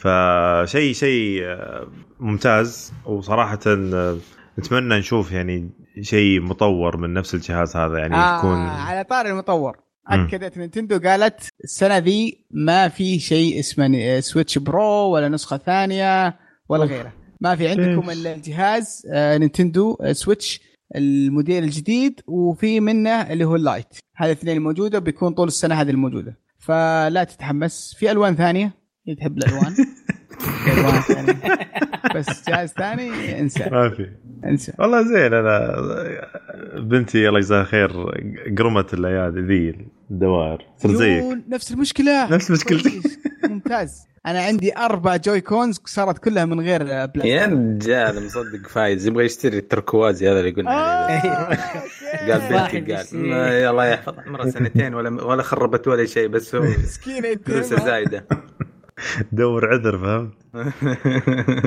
Speaker 1: فشيء ممتاز. وصراحة نتمنى نشوف يعني شيء مطور من نفس الجهاز هذا يعني يكون
Speaker 5: على طار المطور. أكدت نينتندو قالت السنة ذي ما في شيء اسمه سويتش برو ولا نسخة ثانية ولا غيره. ما في عندكم الجهاز نينتندو سويتش الموديل الجديد وفي منه اللي هو اللايت. هذه الاثنين الموجودة بيكون طول السنة هذه الموجودة. فلا تتحمس. في ألوان ثانية تحب الألوان ألوان ثانية بس جهاز ثاني انسى.
Speaker 1: والله زين. أنا بنتي الله يجزاها خير قرمت الأيادي ذي الدوائر صرت زيك
Speaker 5: نفس مشكلتك. ممتاز. أنا عندي 4 جوي كونز صارت كلها من غير بلاستيك.
Speaker 3: يا رجال مصدق فايز يبغى يشتري التركوازي هذا اللي قلنا قال بنتي قال الله يحفظ عمره 2 ولا خربت ولا شيء بس هو
Speaker 5: مسكينة
Speaker 3: فلوسه زايدة.
Speaker 1: دور عذر فهمت.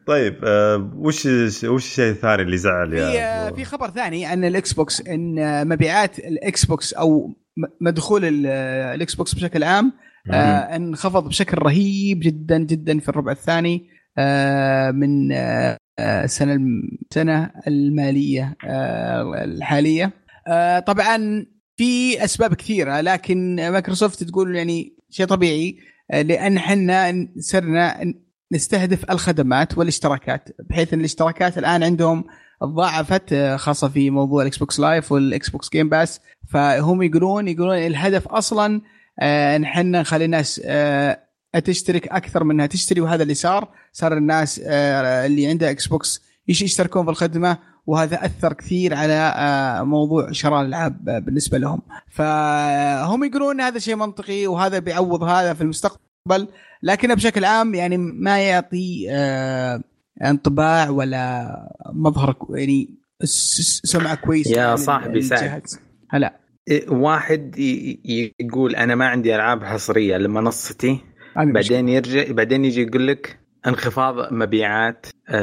Speaker 1: طيب وش الشيء الثاني اللي زعل يا
Speaker 5: في خبر ثاني عن الاكس بوكس، ان مبيعات الاكس بوكس او مدخول الاكس بوكس بشكل عام انخفض بشكل رهيب جدا جدا في الربع الثاني من السنة المالية الحالية. طبعا في أسباب كثيرة، لكن مايكروسوفت تقول يعني شيء طبيعي، لأن احنا صرنا نستهدف الخدمات والاشتراكات، بحيث ان الاشتراكات الآن عندهم ضاعفت، خاصة في موضوع الاكس بوكس لايف والاكس بوكس جيم باس. فهم يقولون الهدف أصلا ان احنا نخلي الناس تشترك أكثر منها تشتري، وهذا اللي صار الناس اللي عندها اكس بوكس يشتركون في الخدمة، وهذا أثر كثير على موضوع شراء الألعاب بالنسبة لهم. فهم يقولون هذا شيء منطقي وهذا بيعوض هذا في المستقبل، لكن بشكل عام يعني ما يعطي انطباع ولا مظهر يعني سمعة كويسة
Speaker 3: يا صاحبي سعد.
Speaker 5: هلا
Speaker 3: واحد يقول أنا ما عندي ألعاب حصرية لمنصتي، بعدين يجي يقول لك انخفاض مبيعات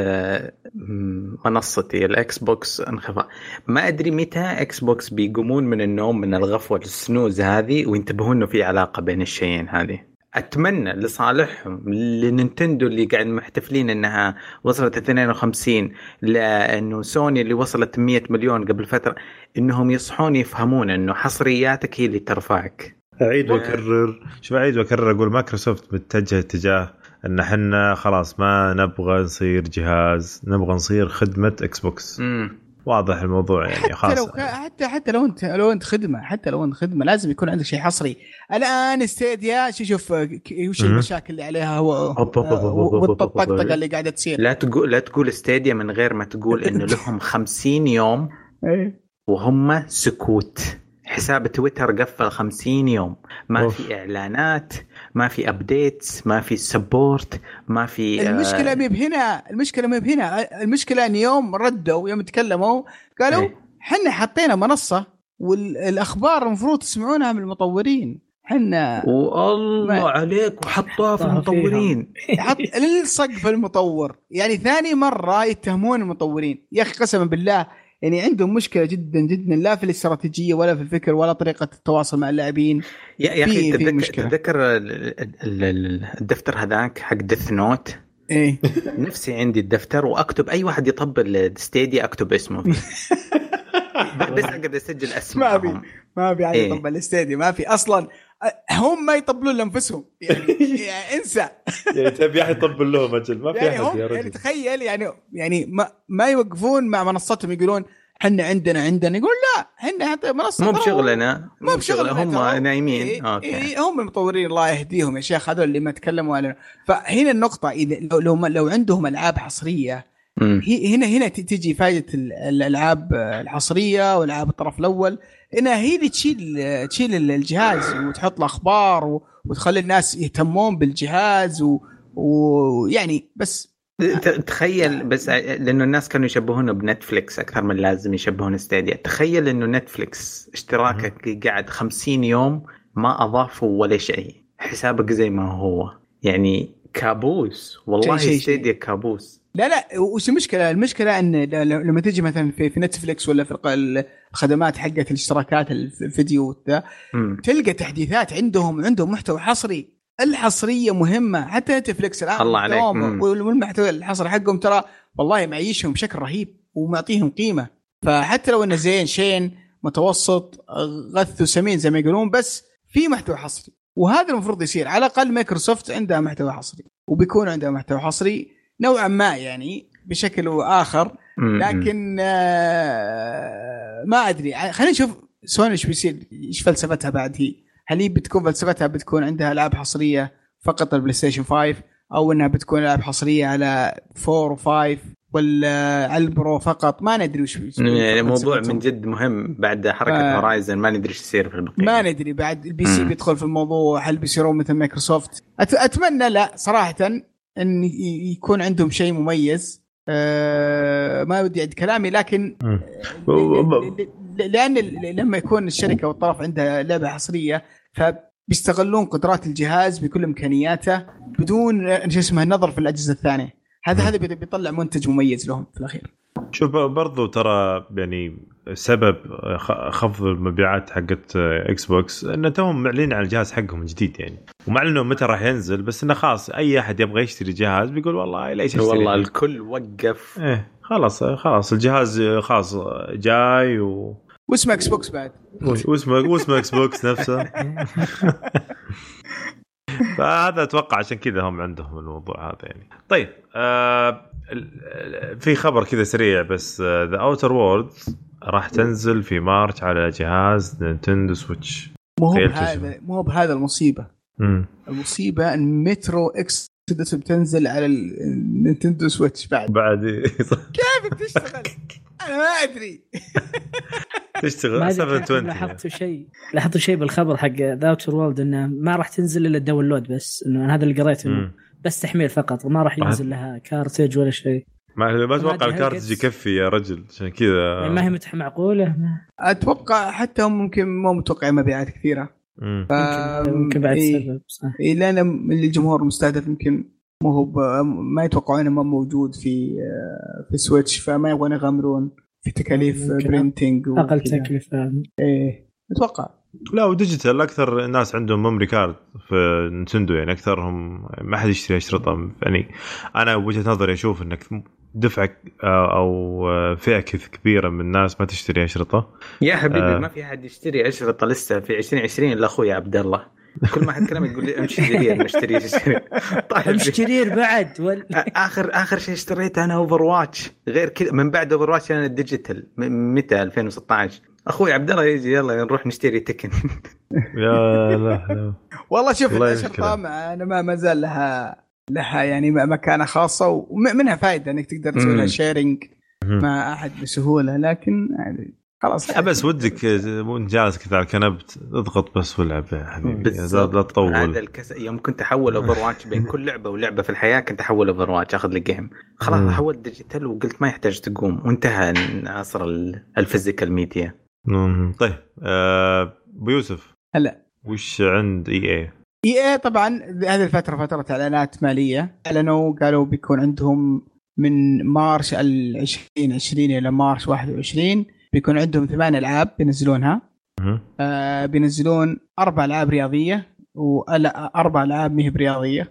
Speaker 3: منصتي الاكس بوكس انخفاض. ما ادري متى اكس بوكس بيقومون من النوم من الغفوه السنوز هذه وينتبهون انه في علاقه بين الشيئين هذه. اتمنى لصالحهم لنينتندو اللي قاعد محتفلين انها وصلت 52، لانه سوني اللي وصلت 100 مليون قبل فتره، انهم يصحون يفهمون انه حصرياتك هي اللي ترفعك.
Speaker 1: أعيد وأكرر أقول مايكروسوفت متجه اتجاه ان احنا خلاص ما نبغى نصير جهاز، نبغى نصير خدمة اكس بوكس. واضح الموضوع يعني خاص.
Speaker 5: حتى لو انت خدمة، حتى لو انت خدمة لازم يكون عندك شيء حصري. الان ستيديا شوف وش المشاكل اللي عليها والطقطقة اللي قاعدة تصير.
Speaker 3: لا تقول ستيديا من غير ما تقول انه لهم 50 يوم وهم سكوت. حساب تويتر قفل 50 يوم، ما في إعلانات، ما في أبديتس، ما في سبورت، ما في
Speaker 5: المشكلة ما بهنا. المشكلة أن يوم ردوا، يوم تكلموا قالوا حنا حطينا منصة والأخبار المفروض تسمعونها من المطورين. حنا
Speaker 3: والله عليك وحطوها في المطورين.
Speaker 5: حط للصقف المطور، يعني ثاني مرة يتهمون المطورين. يا أخي قسما بالله يعني عندهم مشكلة جدا جدا، لا في الاستراتيجية ولا في الفكر ولا طريقة التواصل مع اللاعبين.
Speaker 3: يا أخي تذكر الدفتر هذاك حق ديث نوت؟
Speaker 5: إيه
Speaker 3: نفسي عندي الدفتر وأكتب أي واحد يطبل الستيديا أكتب اسمه فيه. بس أقدر أسجل أسمائهم.
Speaker 5: ما في عادي يطبل الستيديا، ما في أصلا. هم ما يطبلون لأنفسهم يعني انسى.
Speaker 1: يعني تبي أحد يطبل لهم أجل ما في
Speaker 5: يعني
Speaker 1: أحد يا
Speaker 5: رجل. يعني تخيل يعني ما يوقفون مع منصتهم يقولون حنا عندنا يقول لا حنا حتى منصة
Speaker 3: مو بشغلنا هم نايمين.
Speaker 5: هم المطورين الله يهديهم يا شيخ، هذول اللي ما تكلموا عنه. فهنا النقطة، إذا لو عندهم ألعاب حصرية هنا تجي فائدة الألعاب الحصرية والألعاب الطرف الأول، إنها هي اللي تشيل الجهاز وتحط له أخبار وتخلي الناس يهتمون بالجهاز ويعني بس
Speaker 3: تخيل بس لأنه الناس كانوا يشبهونه بنتفليكس أكثر من لازم يشبهون ستيديا. تخيل إنه نتفليكس اشتراكك قاعد 50 يوم ما أضافوا ولا شيء، حسابك زي ما هو، يعني كابوس والله. ستيديا كابوس.
Speaker 5: لا وش المشكلة أن لما تيجي مثلا في نتفليكس ولا في الخدمات حقت الاشتراكات الفيديو ذا، تلقى تحديثات عندهم محتوى حصري. الحصرية مهمة. حتى نتفليكس الآن
Speaker 3: الله عليك
Speaker 5: والمحتوى الحصري حقهم ترى والله معيشهم بشكل رهيب ومعطيهم قيمة. فحتى لو إنه زين شين متوسط غث وسمين زي ما يقولون، بس في محتوى حصري، وهذا المفروض يصير. على الأقل مايكروسوفت عندها محتوى حصري، وبيكون عندها محتوى حصري نوعا ما يعني بشكل آخر. لكن ما أدري، خلينا نشوف سوني إيش بيصير، إيش فلسفتها بعد. هل بتكون فلسفتها بتكون عندها ألعاب حصرية فقط البلاي ستيشن 5، أو إنها بتكون ألعاب حصرية على 4 و5 ولا على البرو فقط؟ ما ندري وش
Speaker 3: يعني موضوع من جد مهم بعد حركة هورايزن. ما ندري ايش يصير في البقية،
Speaker 5: ما ندري بعد البي سي بيدخل في الموضوع. هل بيصيرون مثل مايكروسوفت؟ أتمنى لا صراحة أن يكون عندهم شيء مميز. ما بدي أعد كلامي، لكن لأن لما يكون الشركة والطرف عندها لعبة حصرية فبيستغلون قدرات الجهاز بكل إمكانياته بدون النظر في الأجهزة الثانية. هذا بيطلع منتج مميز لهم في الاخير.
Speaker 1: شوف برضو ترى يعني سبب خفض المبيعات حقت اكس بوكس انه توهم معلنين على الجهاز حقهم جديد يعني، ومع انه متى راح ينزل، بس انه خلاص اي احد يبغى يشتري جهاز بيقول والله ليش اشتري،
Speaker 3: والله الكل وقف.
Speaker 1: خلاص الجهاز خلاص جاي
Speaker 5: واسمه اكس بوكس بعد،
Speaker 1: واسمه اكس بوكس نفسه. فهذا اتوقع عشان كذا هم عندهم الموضوع هذا يعني. طيب في خبر كذا سريع بس، ذا اوتر ووردز راح تنزل في مارس على جهاز نينتندو سويتش.
Speaker 5: مو بهذا المصيبه. المصيبه ان مترو اكسودس بتنزل على النينتندو سويتش بعد. كيف بتشتغل؟ انا ما ادري.
Speaker 1: تشتغل 720.
Speaker 4: لاحظت شيء بالخبر حق ذا اوتر وورلد انه ما راح تنزل الا الداونلود بس، انه هذا اللي قريته بس تحميل فقط، وما راح ينزل لها كارتج ولا شيء.
Speaker 1: ما اتوقع الكارتج يكفي يا رجل عشان كذا
Speaker 4: يعني ما هي معقوله.
Speaker 5: اتوقع حتى هم ممكن مو متوقع مبيعات كثيره.
Speaker 4: ممكن بعد سبب صح.
Speaker 5: لان الجمهور المستهدف يمكن ما يتوقعون ما موجود في سويتش، فما يبغون يغامرون في تكاليف برينتينج
Speaker 4: اقل تكلفه.
Speaker 5: اتوقع
Speaker 1: لا، وديجيتال اكثر الناس عندهم ميموري كارد في نينتندو يعني، اكثرهم ما حد يشتري اشرطه يعني. انا وجهه نظري اشوف انك دفعه او فئه كبيره من الناس ما تشتري اشرطه
Speaker 3: يا حبيبي. ما في حد يشتري اشرطه لسه في 2020 الا اخوي عبد الله. كل ما حد كلام يقول لي امشي جرير نشتري.
Speaker 4: طيب امشي جرير بعد
Speaker 3: اخر شيء اشتريته انا اوفر واتش، غير كذا من بعد اوفر واتش انا الديجيتال متى 2016. اخوي عبد الله يجي يلا نروح نشتري تكن.
Speaker 1: يا لا
Speaker 5: والله شوف الاشرطه انا ما زال لها يعني مكانه خاصه، ومنها فائده انك تقدر تسوي لها شيرنج مع احد بسهوله، لكن يعني خلاص
Speaker 1: بس ودك مو جالس كذا على الكنبه تضغط بس واللعب يا حبيبي، لا تطول.
Speaker 3: هذا يوم كنت احول اوفر واتش بين كل لعبه ولعبه في الحياه كنت احول اوفر واتش اخذ لي جيم، خلاص حولت ديجيتال وقلت ما يحتاج تقوم، وانتهى عصر الفيزيكال ميديا.
Speaker 1: طيب ابو يوسف
Speaker 5: هلا وش
Speaker 1: عند اي
Speaker 5: طبعا هذه الفتره فتره اعلانات ماليه. اعلنوا قالوا بيكون عندهم من مارس 2020 الى مارس 21 بيكون عندهم 8 ألعاب بينزلونها. بينزلون 4 ألعاب رياضيه ولا 4 ألعاب مه برياضيه.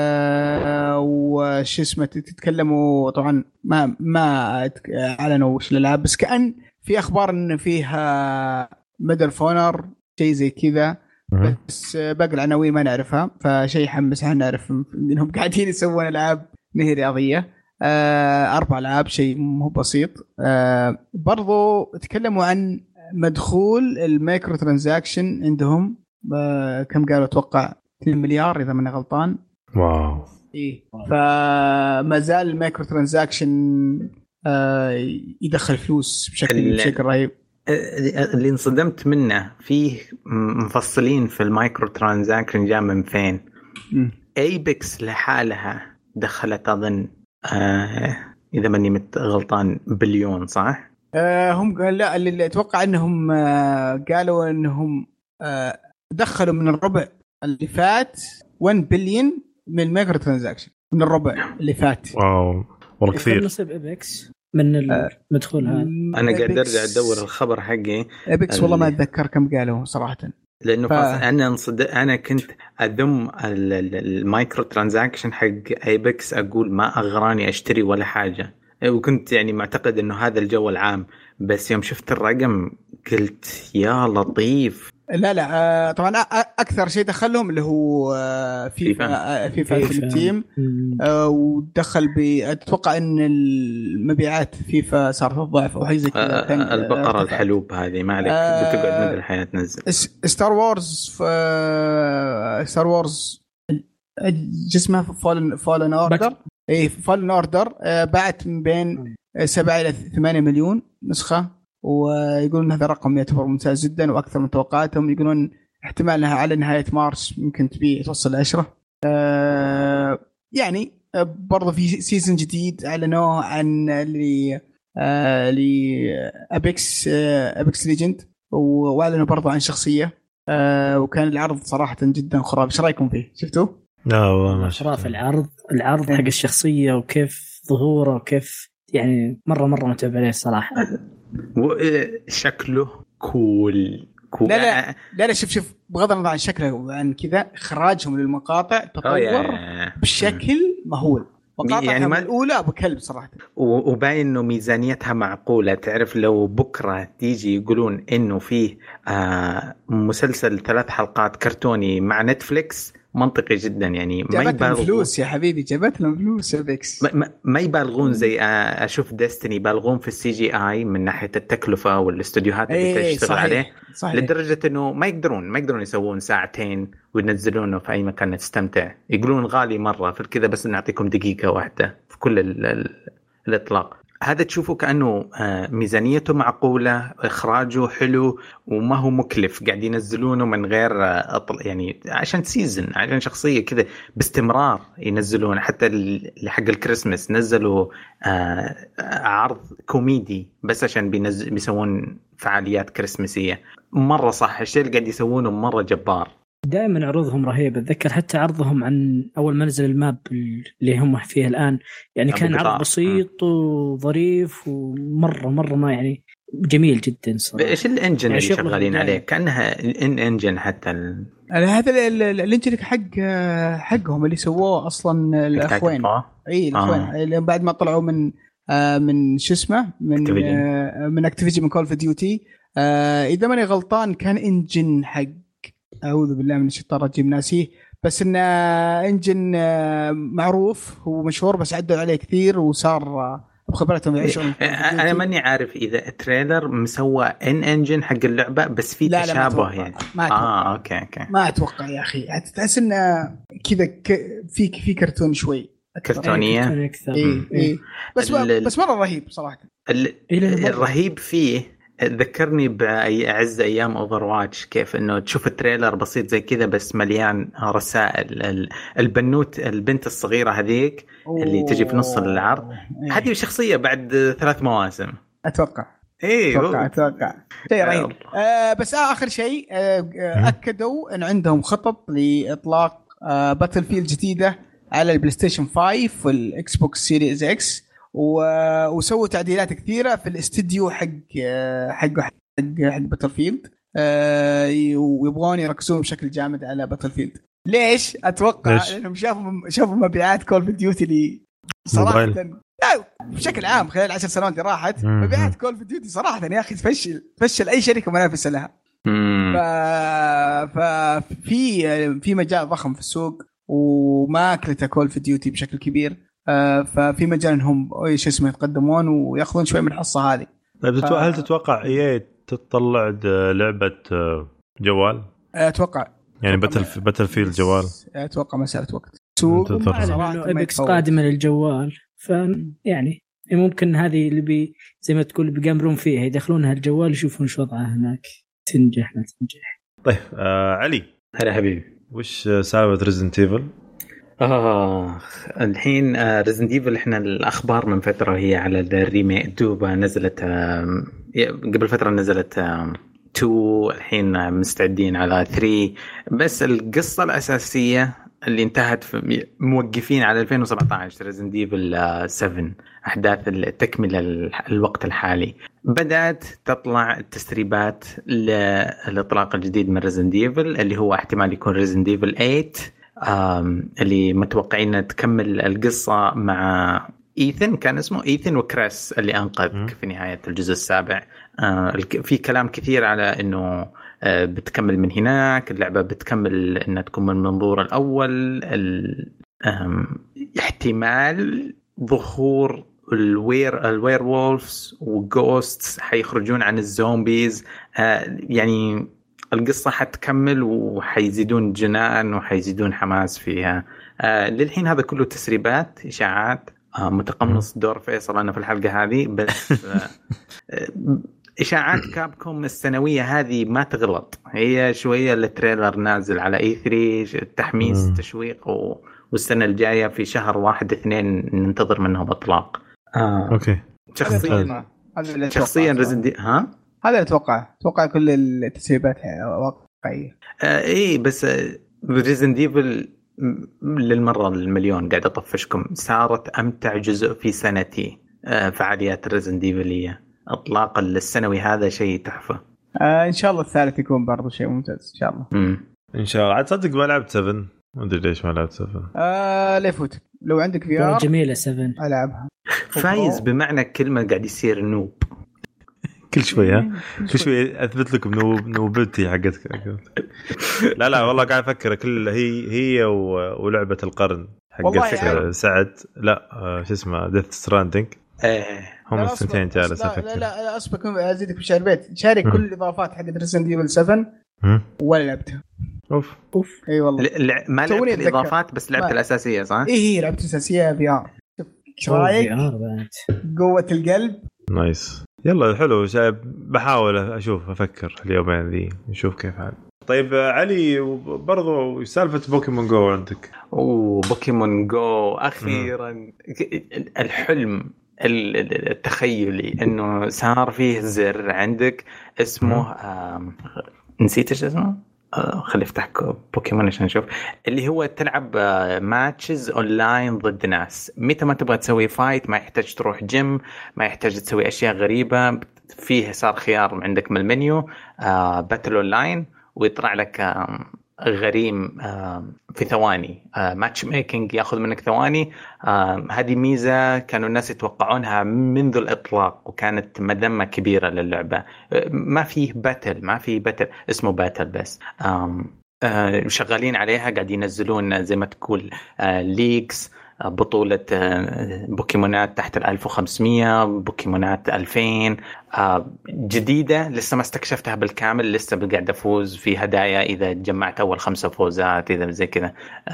Speaker 5: وش اسمه تتكلموا طبعا ما اعلنوا وش الالعاب، بس كأن في اخبار ان فيها ميدل فونر شيء زي كذا، بس باقي العناوين ما نعرفها، فشيء يحمس نعرف انهم قاعدين يسوون العاب مه رياضيه. 4 ألعاب شيء مو بسيط. برضو تكلموا عن مدخول المايكرو ترانزاكشن عندهم. كم قالوا اتوقع 2 مليار اذا ما غلطان.
Speaker 1: واو.
Speaker 5: فما زال المايكرو ترانزاكشن يدخل فلوس بشكل رهيب.
Speaker 3: اللي انصدمت منه فيه مفصلين في المايكرو ترانزاكشن جاء من فين. ايبكس لحالها دخلت اظن اذا ماني غلطان بليون صح.
Speaker 5: هم لا اللي اتوقع انهم قالوا انهم دخلوا من الربع اللي فات 1 بليون من المايكرو ترانزاكشن من الربع اللي فات.
Speaker 1: واو والله كثير.
Speaker 4: نصب ايبكس من المدخول هذا.
Speaker 3: انا قاعد ارجع ادور الخبر حقي
Speaker 5: ايبكس والله ما اتذكر كم قالوا صراحه،
Speaker 3: لانه انا كنت اذم المايكرو ترانزاكشن حق ايبكس، اقول ما اغراني اشتري ولا حاجه، وكنت يعني معتقد انه هذا الجو العام، بس يوم شفت الرقم قلت يا لطيف.
Speaker 5: لا طبعا اكثر شيء دخلهم اللي هو فيفا التيم. ودخل اتوقع ان المبيعات فيفا صارت ضعف او حاجه زي كذا.
Speaker 3: البقره الحلوب هذه ما عليك بتقعد مدى الحياه تنزل.
Speaker 5: ستار وورز جسمها فالن اوردر. فالن اوردر باعت من بين 7 إلى 8 مليون نسخه، ويقولون هذا رقم يعتبر ممتاز جدا واكثر من توقعاتهم. يقولون احتمالها على نهايه مارس ممكن توصل 10. يعني برضه في سيزن جديد اعلنوه عن ابيكس ليجند، واعلنوا برضه عن شخصيه. وكان العرض صراحه جدا خرافي. ايش رايكم فيه؟ شفتوه؟
Speaker 1: لا والله ما
Speaker 4: شاف العرض حق الشخصيه وكيف ظهوره وكيف يعني مره متعب عليه الصراحه.
Speaker 3: شكله كول.
Speaker 5: لا شوف بغض النظر عن شكله وعن كذا اخراجهم للمقاطع تطور بشكل مهول. مقاطعها يعني الأولى أبو كلب صراحة.
Speaker 3: وباين إنه ميزانيتها معقولة. تعرف لو بكرة تيجي يقولون إنه فيه مسلسل 3 حلقات كرتوني مع نتفليكس منطقي جدا يعني.
Speaker 5: ما يبالغون فلوس يا حبيبي، جابت لهم فلوس يا بيكس.
Speaker 3: ما يبالغون زي أشوف ديستني يبالغون في CGI من ناحية التكلفة والاستوديوهات اللي تشتغل عليه. صحيح. لدرجة إنه ما يقدرون يسوون 2 ساعة وينزلونه في أي مكان تستمتع. يقولون غالي مرة في كذا، بس نعطيكم دقيقة واحدة في كل الإطلاق. هذا تشوفه كأنه ميزانيته معقولة، إخراجه حلو وما هو مكلف. قاعد ينزلونه من غير يعني عشان سيزن، عشان شخصية كذا باستمرار ينزلون. حتى اللي حق الكريسماس نزلوا عرض كوميدي بس عشان بيسوون فعاليات كريسماسية. مرة صح، الشيء اللي قاعد يسوونه مرة جبار.
Speaker 4: دائما عروضهم رهيبة. أتذكر حتى عرضهم عن أول ما نزل الماب اللي هم فيه الآن، يعني كان عرض بسيط وظريف ومرة ما يعني جميل جدا صراحة.
Speaker 3: إيش الإنجن اللي شغالين عليه؟ كأنها إنجن حتى
Speaker 5: هذا الإنجن حقهم اللي سووه أصلا الأخوين. الأخوين بعد ما طلعوا من شو اسمه من أكتيفيجن من كول اوف ديوتي. إذا ماني غلطان كان إنجن حق، أعوذ بالله من الشيطان الرجيم ناسيه، بس إنه إنجن معروف ومشهور بس عدوا عليه كثير وصار بخبرتهم يعيشون.
Speaker 3: أنا ماني عارف إذا التريلر مسوى إنجن حق اللعبة بس في تشابه يعني.
Speaker 5: ما أتوقع.
Speaker 3: أوكي.
Speaker 5: ما أتوقع يا أخي، تحس إنه كذا في كرتون شوي
Speaker 3: كرتونية
Speaker 4: أكثر.
Speaker 5: إيه. بس مرة رهيب صراحة.
Speaker 3: الرهيب فيه ذكرني بأعز أيام أوفرواتش، كيف إنه تشوف التريلر بسيط زي كذا بس مليان رسائل. البنت الصغيرة هذيك اللي تجي في نص العرض، هذه شخصية بعد 3 مواسم
Speaker 5: أتوقع.
Speaker 3: أتوقع
Speaker 5: شيء رهيب. بس آخر شيء أكدوا إن عندهم خطط لإطلاق باتل فيلد جديدة على البلاي ستيشن 5 والإكس بوكس سيريز إكس، وسووا تعديلات كثيرة في الاستديو حق باتل فيلد، ويبغون يركزون بشكل جامد على باتل فيلد. ليش؟ أتوقع لأنهم شافوا مبيعات كول اوف ديوتي اللي صراحة بشكل عام خلال 10 سنوات اللي راحت، مبيعات كول اوف ديوتي صراحة يا أخي تفشل أي شركة منافسة لها. ففي مجال ضخم في السوق وما أكلته كول اوف ديوتي بشكل كبير، ففي مجال انهم يتقدمون وياخذون شوي من الحصه هذه.
Speaker 1: طيب هل تتوقع تطلع لعبه جوال؟
Speaker 5: اتوقع
Speaker 1: يعني باتل فيلد جوال.
Speaker 5: اتوقع مساله وقت. سوق
Speaker 4: ايبكس قادمه للجوال، فيعني ممكن هذه اللي زي ما تقول بيقامرون فيها، يدخلونها الجوال يشوفون شو وضعها هناك، تنجح ما تنجح.
Speaker 1: طيب علي،
Speaker 3: هلا حبيبي،
Speaker 1: وش سالفه ريزيدنت ايفل؟
Speaker 3: الحين ريزيدنت ايفل احنا الاخبار من فتره هي على الريميك. دوبا نزلت قبل فتره نزلت 2، الحين مستعدين على 3. بس القصه الاساسيه اللي انتهت موقفين على 2017 ريزيدنت ايفل 7، احداث التكمله الوقت الحالي. بدات تطلع التسريبات للاطلاق الجديد من ريزيدنت ايفل اللي هو احتمال يكون ريزيدنت ايفل 8، اللي متوقعين تكمل القصة مع إيثن، كان اسمه إيثن وكريس اللي أنقذك في نهاية الجزء السابع. في كلام كثير على إنه بتكمل من هناك، اللعبة بتكمل إنها تكون من المنظور الأول. احتمال ظهور الوير وولفز وغوستس حيخرجون عن الزومبيز. يعني القصة حتكمل وحيزيدون جنان وحيزيدون حماس فيها. للحين هذا كله تسريبات، إشاعات. متقمص دور فيصل أنا في الحلقة هذه، بس إشاعات كابكوم السنوية هذه ما تغلط. هي شوية التريلر نازل على E3 تحميس تشويق، والسنة الجاية في شهر 1-2 ننتظر منهم إطلاق.
Speaker 1: أوكي.
Speaker 3: شخصيا ريزيدنت
Speaker 5: هذا أتوقع كل التسريبات واقعية.
Speaker 3: إيه، بس ريزيدنت ايفل للمرة المليون قاعد أطفشكم، صارت أمتع جزء في سنتي فعاليات ريزن ديفلية. إطلاق السنوي هذا شيء تحفة.
Speaker 5: إن شاء الله الثالث يكون برضو شيء ممتاز إن شاء الله.
Speaker 1: إن شاء الله. عاد صدق ما لعبت 7، ما أدري ليش ما لعبت 7.
Speaker 5: لا يفوتك لو عندك VR
Speaker 4: جميلة 7
Speaker 5: ألعبها.
Speaker 3: فايز بمعنى كلمة قاعد يصير نوب
Speaker 1: كل شوية كل شوية أثبت لكم نوبتي حقتك. لا والله قاعد أفكر كل هي ولعبة القرن حقت سعد. لا شو اسمه ديث ستراندينج. هم السنتين جالس أفكر.
Speaker 5: لا أسبق أزيدك بشهر بيت شارك كل الإضافات حقت ريزن ديفل 7 ولا لعبتها.
Speaker 1: اوف
Speaker 5: اي والله
Speaker 3: ما لعبت الاضافات بس لعبت الاساسيه صح؟
Speaker 5: هي لعبت الاساسيه في ار. ايش رايك؟ قوه القلب
Speaker 1: نايس. يلا حلو شايف. بحاول اشوف افكر اليومين ذي نشوف كيف حال. طيب علي برضو سالفه بوكيمون جو عندك؟
Speaker 3: بوكيمون جو اخيرا الحلم التخيلي انه صار فيه زر عندك اسمه نسيت ايش اسمه. خلي افتح بوكيمون عشان نشوف. اللي هو تلعب ماتشز اونلاين ضد ناس متى ما تبغى تسوي فايت، ما يحتاج تروح جيم، ما يحتاج تسوي اشياء غريبه. فيه صار خيار عندك من المنيو باتل اونلاين ويطلع لك غريم في ثواني. ماتش ميكينج ياخذ منك ثواني. هذه ميزه كانوا الناس يتوقعونها منذ الاطلاق وكانت مذمه كبيره للعبه. ما فيه باتل اسمه باتل بس. شغالين عليها قاعد ينزلون زي ما تقول ليكس بطولة بوكيمونات تحت 1500 بوكيمونات 2000 جديدة لسه ما استكشفتها بالكامل. لسه قاعد أفوز في هدايا إذا جمعت أول 5 فوزات إذا زي كذا.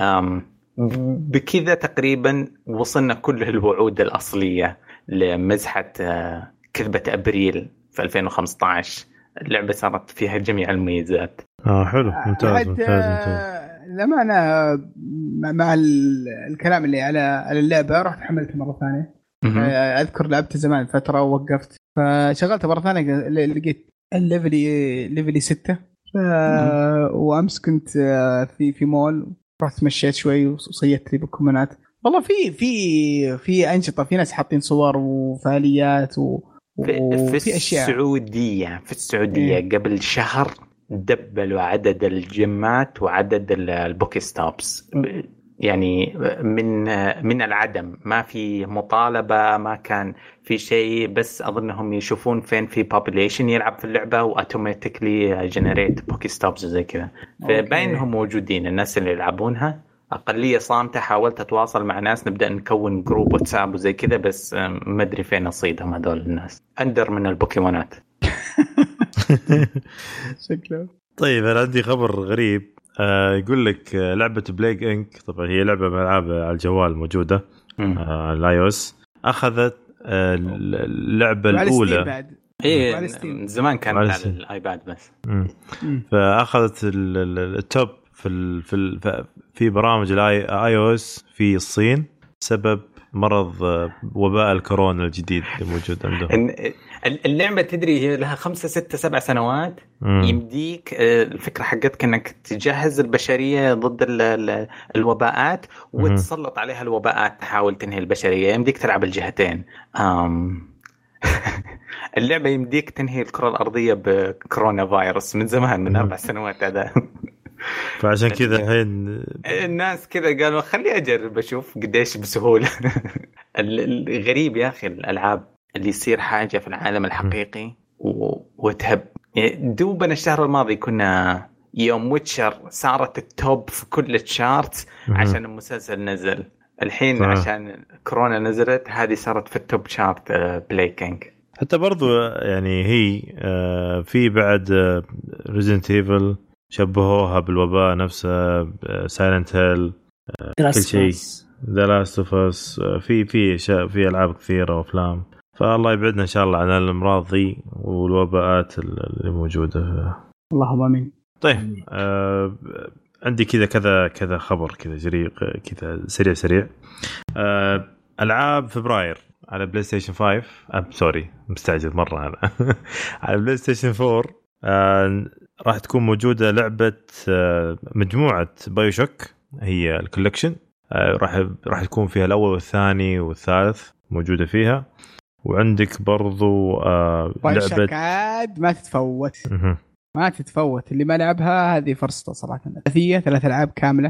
Speaker 3: بكذا تقريبا وصلنا كل الوعود الأصلية لمزحة كذبة أبريل في 2015. اللعبة صارت فيها جميع المميزات.
Speaker 1: حلو ممتاز.
Speaker 5: لما أنا مع الكلام اللي على اللعبة رحت حملتها مرة ثانية. أذكر لعبت زمان فترة ووقفت فشغلتها مرة ثانية لقيت الليفلي 6. وأمس كنت في مول رحت مشيت شوي وصيدت لي بوكيمونات. والله في أنشطة في ناس حاطين صور وفعاليات
Speaker 3: في أشياء. في السعودية قبل شهر دبلوا عدد الجمات وعدد البوكي ستوبس يعني من العدم. ما في مطالبة ما كان في شيء بس أظنهم يشوفون فين في population يلعب في اللعبة وأوتوماتيكلي جنريت بوكي ستوبس وزي كذا. فبينهم موجودين الناس اللي يلعبونها. أقلية صامتة حاولت أتواصل مع ناس نبدأ نكون جروب واتساب وزي كذا بس ما أدري فين أصيدهم هذول الناس. أندر من البوكيمونات.
Speaker 5: شكله.
Speaker 1: طيب أنا عندي خبر غريب. يقول لك لعبة بليك إنك طبعا هي لعبة من ألعاب على الجوال موجودة على الآيوس. أخذت اللعبة الأولى
Speaker 3: إيه زمان كانت على الآيباد بس.
Speaker 1: فأخذت التوب في برامج الآيوس في الصين بسبب مرض وباء الكورونا الجديد اللي موجود عندهم.
Speaker 3: اللعبة تدري هي لها 5 6 7 سنوات. يمديك الفكرة حقتك انك تجهز البشرية ضد الوباءات وتسلط عليها الوباءات تحاول تنهي البشرية. يمديك تلعب الجهتين. اللعبة يمديك تنهي الكرة الأرضية بكورونا فيروس من زمان من 4 سنوات هذا.
Speaker 1: فعشان كذا الحين
Speaker 3: الناس كذا قالوا خلي أجرب أشوف قديش بسهولة. الغريب يا أخي الألعاب اللي يصير حاجة في العالم الحقيقي وتهب. دوبنا الشهر الماضي كنا يوم ويتشر صارت التوب في كل الشارت عشان المسلسل نزل. الحين عشان كورونا نزلت هذه صارت في التوب شارت بلاي كينج.
Speaker 1: حتى برضو يعني هي في بعد ريزيدنت ايفل شبهوها بالوباء نفسه. سايلنت هيل كل شيء. ذا لاست اوف اس في العاب كثيره وافلام. فالله يبعدنا ان شاء الله عن الامراض ذي والوباءات اللي موجوده.
Speaker 5: اللهم امين.
Speaker 1: طيب عندي كذا خبر كذا جريء كذا سريع. العاب فبراير على بلاي ستيشن 5 سوري مستعجل مره انا. على بلاي ستيشن 4 راح تكون موجوده لعبه مجموعه بايوشوك هي الكولكشن، راح يكون فيها الأول والثاني والثالث موجودة فيها. وعندك برضو لعبة
Speaker 2: عاد ما تتفوت ما تتفوت، اللي ما لعبها هذه فرصته صراحة. 3 ألعاب كاملة،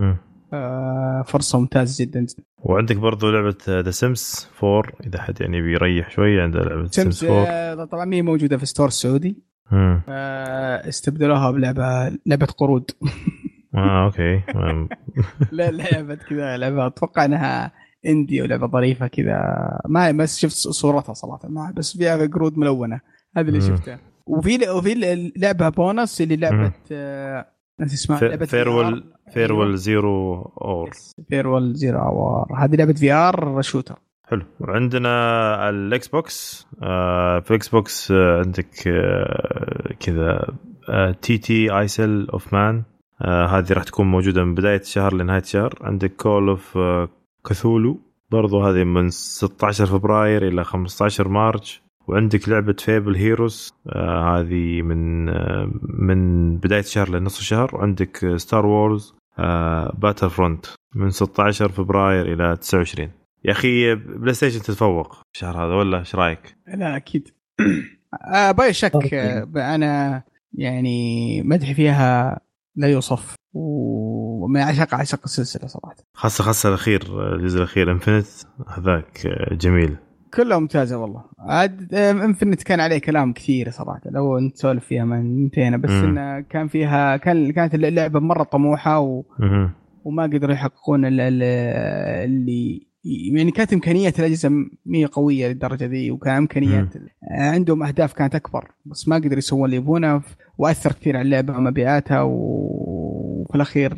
Speaker 2: فرصة ممتازة جدا.
Speaker 1: وعندك برضو لعبة The Sims 4 إذا حد يعني بيريح شوية عنده لعبة Sims 4.
Speaker 2: طبعا هي موجودة في ستور السعودي، استبدلوها لعبة قرود.
Speaker 1: أوكي.
Speaker 2: لا لعبة كذا، لعبة أتوقع أنها اندي ولعبة ظريفة كذا، ما شفت صورتها صراحة، بس فيها قرود ملونة، هذا اللي شفته. وفي لعبة بونص اللي لعبة ناس اسمها لعبة
Speaker 1: فيرول زيرو اور.
Speaker 2: فيرول زيرو اور هذه لعبة في ار شوتر.
Speaker 1: حلو. وعندنا الاكس بوكس، في الاكس بوكس عندك كذا تي ايسل اوف مان، هذه راح تكون موجودة من بداية الشهر لنهاية الشهر. عندك كول اوف كثولو برضو، هذه من 16 فبراير إلى 15 مارس. وعندك لعبة فيبل هيروز، هذه من بداية الشهر لنصف الشهر. وعندك ستار وورز باتل فرونت من 16 فبراير إلى 29. يا أخي بلاي ستيشن تتفوق الشهر هذا ولا إيش رأيك؟
Speaker 2: لا أكيد. باي شك أنا يعني مدحي فيها لا يوصف، وما عشق السلسلة صراحة،
Speaker 1: خاصة الأخير، الجزء الأخير انفينيت هذاك جميل،
Speaker 2: كلها ممتازة والله. عاد انفينيت كان عليه كلام كثير صراحة، لو نسولف فيها ما انتهينا، بس إنه كان فيها كانت اللعبة مرة طموحة وما قدروا يحققون اللي يعني كانت إمكانيات الأجهزة مية قوية للدرجة ذي، وكان إمكانيات عندهم أهداف كانت أكبر، بس ما قدروا يسوون اللي يبونه، وأثر كثير على اللعبة ومبيعاتها. وفي الأخير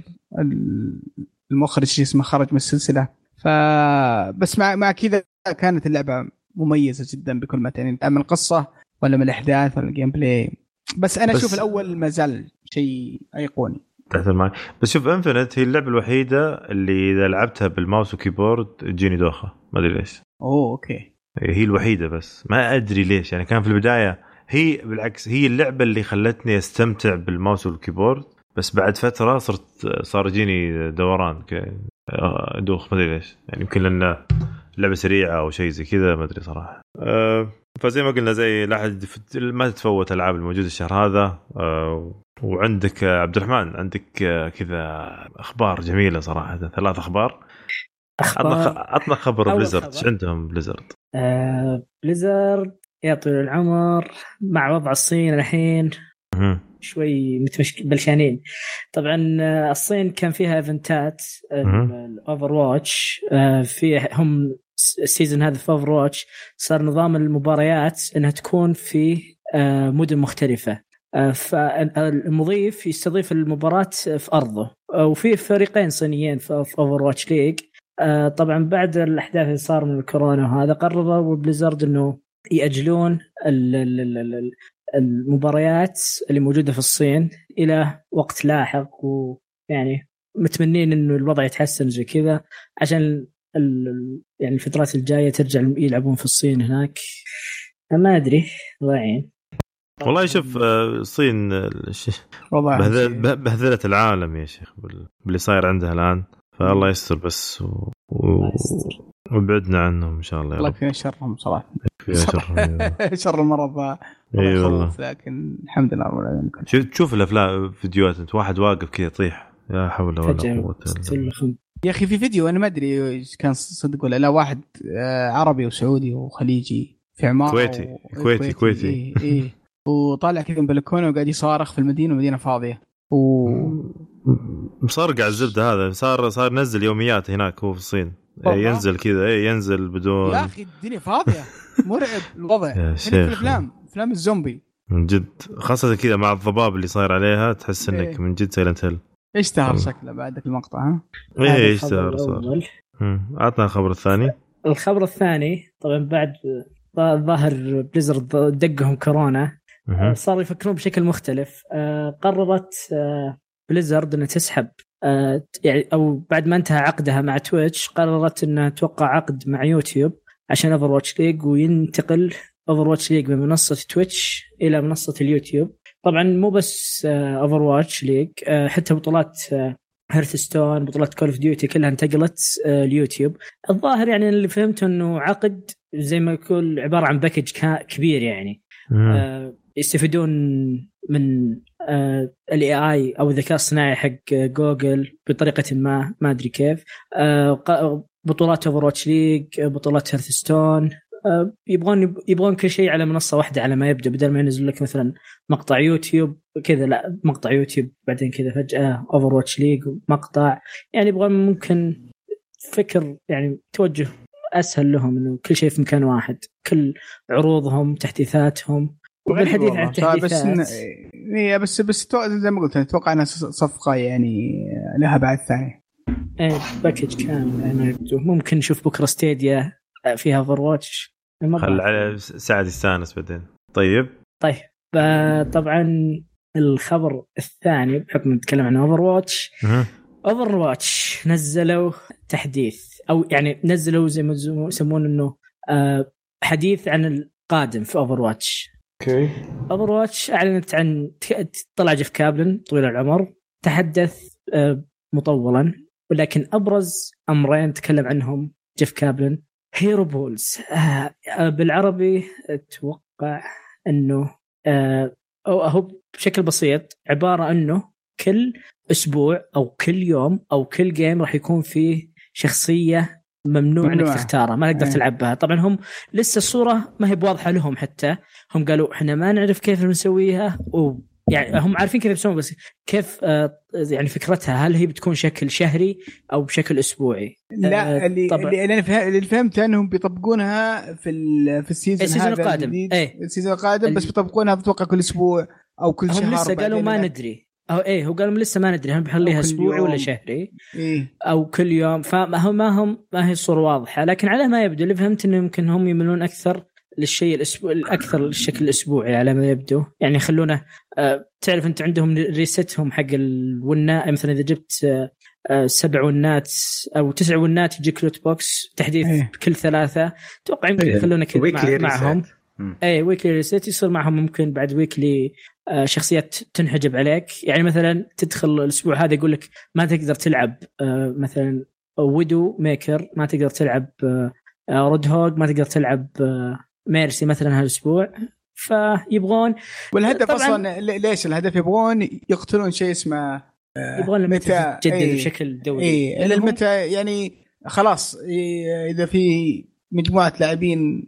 Speaker 2: المخرج اسمه خرج من السلسلة، فبس مع كذا كانت اللعبة مميزة جدا بكل ما تعني، من القصة ولا من الأحداث ولا الجيم بلاي. بس أنا أشوف الأول ما زال شيء أيقوني.
Speaker 1: تحت الماء. بس شوف انفينيت هي اللعبة الوحيدة اللي إذا لعبتها بالماوس وكيبورد تجيني دوخة، ما أدري ليش.
Speaker 2: أوكي.
Speaker 1: هي الوحيدة، بس ما أدري ليش. يعني كان في البداية هي بالعكس هي اللعبة اللي خلتني أستمتع بالماوس والكيبورد، بس بعد فترة صار يجيني دوران دوخ، ما أدري ليش. يعني يمكن لأن اللعبة سريعة أو شيء زي كذا، ما أدري صراحة. فزي ما قلنا زي لا أحد ما تتفوت الألعاب الموجودة الشهر هذا. وعندك عبد الرحمن عندك كذا أخبار جميلة صراحة، 3 أخبار. عطنا خبر بليزرد، ايش عندهم بليزرد؟
Speaker 4: بليزرد يا طويل العمر مع وضع الصين الحين شوي بلشانين. طبعا الصين كان فيها ايفنتات الاوفر واتش، فيهم السيزون هذا في اوفر واتش صار نظام المباريات انها تكون في مدن مختلفة، فالمضيف يستضيف المباراة في أرضه، وفي فريقين صينيين في اوفر واتش ليج. طبعا بعد الأحداث اللي صار من الكورونا وهذا قرروا بليزرد انه يأجلون المباريات اللي موجودة في الصين إلى وقت لاحق، ويعني متمنين إنه الوضع يتحسن زي كذا عشان يعني الفترات الجاية ترجع يلعبون في الصين هناك. ما أدري ضايعين
Speaker 1: والله. شوف الصين بهذلت العالم يا شيخ باللي صاير عندها الآن، فالله يستر بس وبعدنا عنهم إن شاء الله.
Speaker 2: الله يكفينا شرهم صراحة.
Speaker 1: شر
Speaker 2: المرض.
Speaker 1: اي والله.
Speaker 2: لكن الحمد لله ولا
Speaker 1: تشوف الافلام فيديوهات انت واحد واقف كذا يطيح، يا حول ولا قوه الا بالله.
Speaker 2: يا اخي في فيديو انا ما ادري ايش كان صدق ولا لا، واحد عربي وسعودي وخليجي في عماره
Speaker 1: كويتي
Speaker 2: ايه وطالع كذا من بلكونه وقاعد يصارخ في المدينه فاضيه
Speaker 1: مصرقع الزبده. هذا صار نزل يوميات هناك هو في الصين، ينزل كذا ينزل بدون.
Speaker 2: يا اخي الدنيا فاضيه مرعب الوضع. في افلام الزومبي
Speaker 1: من جد، خاصه كذا مع الضباب اللي صاير عليها تحس انك من جد سايلنت هيل.
Speaker 2: اشتهر شكله بعد المقطع. ها
Speaker 1: ايه اشتهر صار. عطنا الخبر الثاني.
Speaker 4: الخبر الثاني طبعا بعد ظاهر بليزرد دقهم كورونا صاروا يفكرون بشكل مختلف. قررت بليزرد انها تسحب يعني او بعد ما انتهى عقدها مع تويتش قررت انها توقع عقد مع يوتيوب عشان اوفرواتش ليج، وينتقل اوفرواتش ليج من منصة تويتش الى منصة اليوتيوب. طبعا مو بس اوفرواتش ليج، حتى بطولات هيرثستون، بطولات كول اوف ديوتي كلها انتقلت اليوتيوب. الظاهر يعني اللي فهمته انه عقد زي ما يقول عباره عن باكج كبير يعني يستفيدون من الاي اي او الذكاء الصناعي حق جوجل بطريقه ما ادري كيف. بطولات اوفرواتش ليج، بطولات هيرثستون، يبغون كل شيء على منصه واحده على ما يبدا، بدل ما ينزل لك مثلا مقطع يوتيوب كذا، لا مقطع يوتيوب بعدين كذا فجاه اوفرواتش ليج مقطع. يعني يبغون ممكن فكر يعني توجه اسهل لهم انه كل شيء في مكان واحد، كل عروضهم تحديثاتهم. وبالحديث عن التحديثات
Speaker 5: بس زي ما قلت اتوقع انها صفقه يعني لها بعد ثاني
Speaker 4: باكج كامل. انا يبدو ممكن نشوف بكره ستيديا فيها اوفرواتش،
Speaker 1: خل على سعد يستانس بعدين. طيب
Speaker 4: طبعا الخبر الثاني بحكم نتكلم عن اوفرواتش نزلوا تحديث، او يعني نزلوا زي ما يسمون انه حديث عن القادم في اوفرواتش.
Speaker 6: اوكي.
Speaker 4: اوفرواتش اعلنت عن طلع جيف كابلن طويل العمر، تحدث مطولا، ولكن ابرز امرين تكلم عنهم جيف كابلن هيرو بولز. بالعربي اتوقع انه هو بشكل بسيط عباره انه كل اسبوع او كل يوم او كل جيم راح يكون فيه شخصيه ممنوع انك تختارها، ما تقدر تلعبها. طبعا هم لسه الصوره ما هي بواضحه لهم، حتى هم قالوا احنا ما نعرف كيف نسويها، يعني هم عارفين كيف يسوون بس كيف يعني فكرتها، هل هي بتكون شكل شهري او بشكل اسبوعي؟
Speaker 5: لا اللي فهمته انهم بيطبقونها في السيزون هذا
Speaker 4: القادم.
Speaker 5: السيزون القادم بس بيطبقونها اتوقع كل اسبوع او كل شهر.
Speaker 4: هم لسه قالوا ما ندري هو قالوا لسه ما ندري هل بيخليها اسبوعي ولا شهري او كل يوم. ما هي الصوره واضحه، لكن على ما يبدو اللي فهمت انه يمكن هم يملون اكثر للشيء اكثر الشكل الاسبوعي على ما يبدو. يعني يخلونه تعرف انت عندهم ريستهم حق الونات، مثلا اذا جبت 7 ونات او 9 ونات يجيك لوت بوكس تحديث كل 3. اتوقع يمكن يخلونه كذا معهم ويكلي ريست يصير معهم. ممكن بعد ويكلي شخصيات تنحجب عليك، يعني مثلا تدخل الاسبوع هذا يقول لك ما تقدر تلعب مثلا ويدو ميكر، ما تقدر تلعب رود هوج، ما تقدر تلعب ميرسي مثلا هالاسبوع. فيبغون
Speaker 5: والهدف اصلا ليش الهدف يبغون يقتلون شيء اسمه
Speaker 4: يبغون المتى تجدد بشكل دوري
Speaker 5: الى المتى، يعني خلاص اذا في مجموعه لاعبين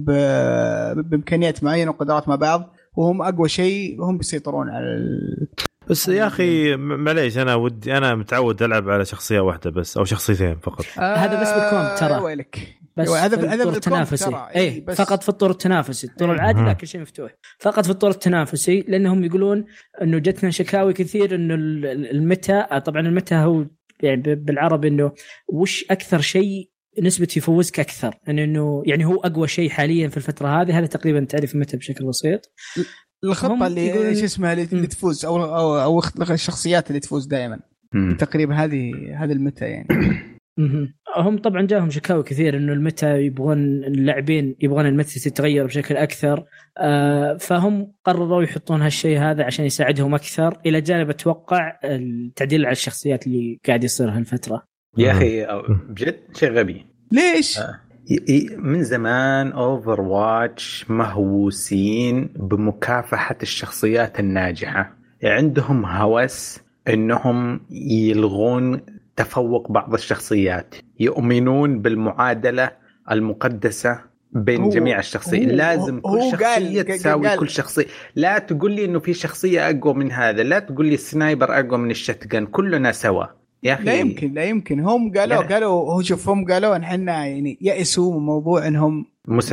Speaker 5: بامكانيات معينه وقدرات مع بعض وهم اقوى شيء هم بيسيطرون على
Speaker 1: بس يا اخي معليش انا متعود العب على شخصيه واحده بس او شخصيتين فقط.
Speaker 4: هذا بس بالكوم ترى
Speaker 5: ويلك.
Speaker 4: بس هذا الطور التنافسي فقط في الطور التنافسي. الطور العادي لا كل شيء مفتوح، فقط في الطور التنافسي. لانهم يقولون انه جتنا شكاوي كثير انه المتى، طبعا المتى هو يعني بالعربي انه وش اكثر شيء نسبة يفوزك أكثر، إنه يعني هو أقوى شيء حاليا في الفترة هذه. هذا تقريبا تعرف متى بشكل بسيط.
Speaker 5: الخطة اللي إيش اسمها اللي تفوز أو الشخصيات اللي تفوز دائما تقريبا هذه المتى يعني.
Speaker 4: هم طبعا جاهم شكاوي كثير إنه المتى يبغون اللاعبين يبغون المتى تتغير بشكل أكثر، فهم قرروا يحطون هالشيء هذا عشان يساعدهم أكثر، إلى جانب أتوقع التعديل على الشخصيات اللي قاعد يصير هالفترة.
Speaker 3: يا أخي بجد شيء غبي.
Speaker 5: ليش؟
Speaker 3: من زمان Overwatch مهووسين بمكافحة الشخصيات الناجحة، عندهم هوس إنهم يلغون تفوق بعض الشخصيات، يؤمنون بالمعادلة المقدسة بين جميع الشخصيات. لازم كل شخصية تساوي كل شخصية. لا تقول لي إنه في شخصية أقوى من هذا، لا تقول لي السنايبر أقوى من الشتجن، ككلنا سوا.
Speaker 5: لا يمكن هم قالوا هو شوف هم قالوا ان احنا يعني يأسوا من موضوع انهم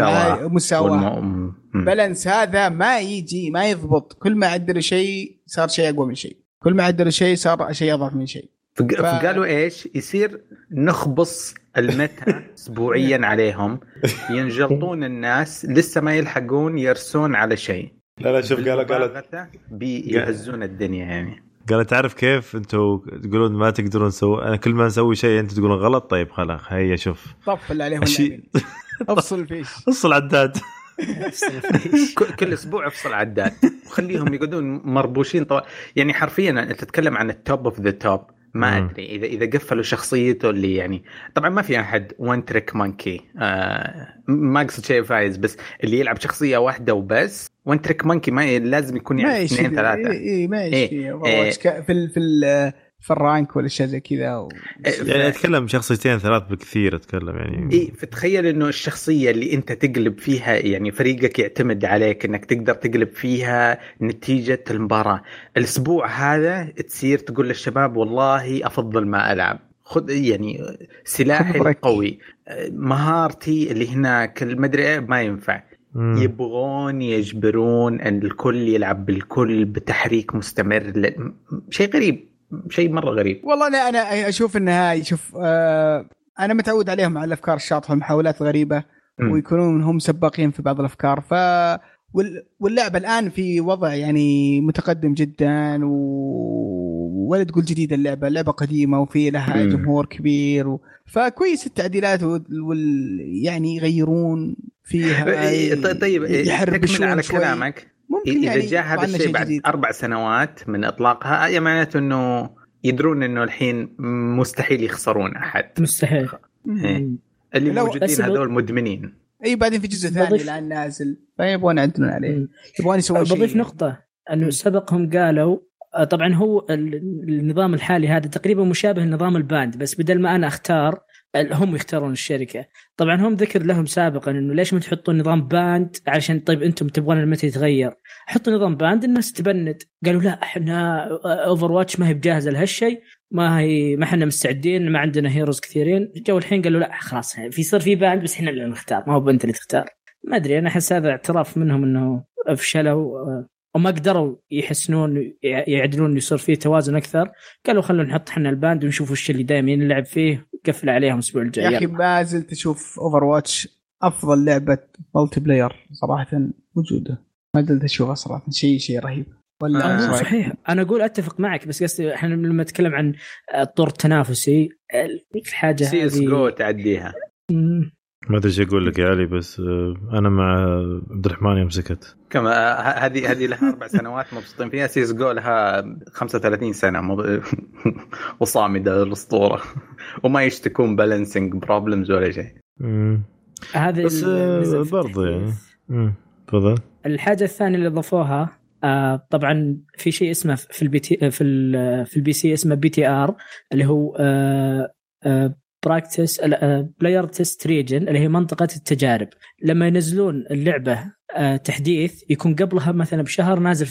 Speaker 5: مساواة بالانس. هذا ما يجي ما يضبط. كل ما عدلوا شيء صار شيء اقوى من شيء، كل ما عدلوا شيء صار شيء اضعف من شيء.
Speaker 3: فقالوا ايش يصير؟ نخبص المتى اسبوعيا عليهم، ينجلطون الناس لسه ما يلحقون يرسون على شيء.
Speaker 1: لا شوف قالوا
Speaker 3: بيهزون الدنيا يعني.
Speaker 1: قال تعرف كيف انتوا تقولون ما تقدرون تسوي، انا كل ما نسوي شيء انتوا تقولون غلط. طيب خلاص هيا شوف
Speaker 5: طفل عليهم افصل فيش
Speaker 1: افصل عداد
Speaker 3: كل اسبوع افصل عداد وخليهم يقعدون مربوشين يعني حرفيا انت تتكلم عن التوب اوف ذا توب. ما ادري اذا قفلوا شخصيته اللي يعني طبعا ما في احد وان تريك مانكي، ما اقصد شيء فايز، بس اللي يلعب شخصيه واحده وبس وان تريك مانكي ما لازم يكون يعني 2 3.
Speaker 5: في الرانك ولا شيء زي كذا
Speaker 1: يعني اتكلم شخصيتين 3 بكثير اتكلم يعني
Speaker 3: فتخيل انه الشخصيه اللي انت تقلب فيها يعني فريقك يعتمد عليك انك تقدر تقلب فيها نتيجه المباراه. الاسبوع هذا تصير تقول للشباب والله افضل ما العب، خذ يعني سلاحي القوي مهارتي اللي هناك المدري ما ينفع. يبغون يجبرون أن الكل يلعب بالكل بتحريك مستمر. شيء غريب، شيء مرة غريب
Speaker 5: والله. أنا أشوف إنها أنا متعود عليهم على الأفكار الشاطحة والمحاولات الغريبة ويكونون هم سباقين في بعض الأفكار. واللعبة الآن في وضع يعني متقدم جدا ولا تقول جديدة، اللعبة قديمة وفي لها جمهور كبير فكويس التعديلات يعني يغيرون فيها.
Speaker 3: طيب تكمل على كلامك، إذا
Speaker 5: يعني
Speaker 3: جاء هذا الشيء بعد جديد. 4 سنوات من إطلاقها أي معناته أنه يدرون أنه الحين مستحيل يخسرون أحد،
Speaker 4: مستحيل.
Speaker 3: اللي موجودين هذول مدمنين.
Speaker 5: أي بعدين في جزء ثاني الآن نازل فيبغون يعدلون عليه، يبغون يسوون شيء.
Speaker 4: بضيف نقطة أنه سبقهم قالوا طبعا هو النظام الحالي هذا تقريبا مشابه لنظام الباند، بس بدل ما أنا أختار هم يختارون الشركة. طبعا هم ذكر لهم سابقا انه ليش ما تحطوا نظام باند علشان طيب انتم تبغون متى يتغير، حطوا نظام باند الناس تبند. قالوا لا احنا اوفر واتش ما هي بجاهزه لهالشيء، ما احنا مستعدين، ما عندنا هيروز كثيرين. جو الحين قالوا لا خلاص صار في باند بس احنا اللي نختار، ما هو انت اللي تختار. ما ادري، انا احس هذا اعتراف منهم انه فشلوا وما قدروا يحسنون يعدلون يصير فيه توازن اكثر. قالوا خلونا نحط احنا الباند ونشوف وش اللي دائما نلعب فيه، قفل عليهم الاسبوع الجاي.
Speaker 5: يا اخي ما زلت اشوف اوفر واتش افضل لعبه ملتي بلاير صراحه موجوده، ما زلت اشوفها صراحه شيء رهيب.
Speaker 4: ولا صحيح انا اقول اتفق معك، بس قصدي احنا لما نتكلم عن الطور التنافسي الحاجه
Speaker 3: هذه سي اس جو تعديها.
Speaker 1: ما ادري ايش اقول لك يا علي، بس انا مع عبد الرحمن يوم سكت.
Speaker 3: كما هذه لها 4 سنوات مبسوطين فيها، سي اس جو لها 35 سنه وصامده الاسطوره وما يشتكون بالانسنج بروبلمز ولا شيء.
Speaker 4: هذا
Speaker 1: بس برضه يعني تفضل.
Speaker 4: الحاجه الثانيه اللي ضافوها طبعا في شيء اسمه في البي سي اسمه بي تي ار، اللي هو براكتس بلاير تيست ريجن، اللي هي منطقة التجارب. لما ينزلون اللعبة تحديث يكون قبلها مثلا بشهر نازل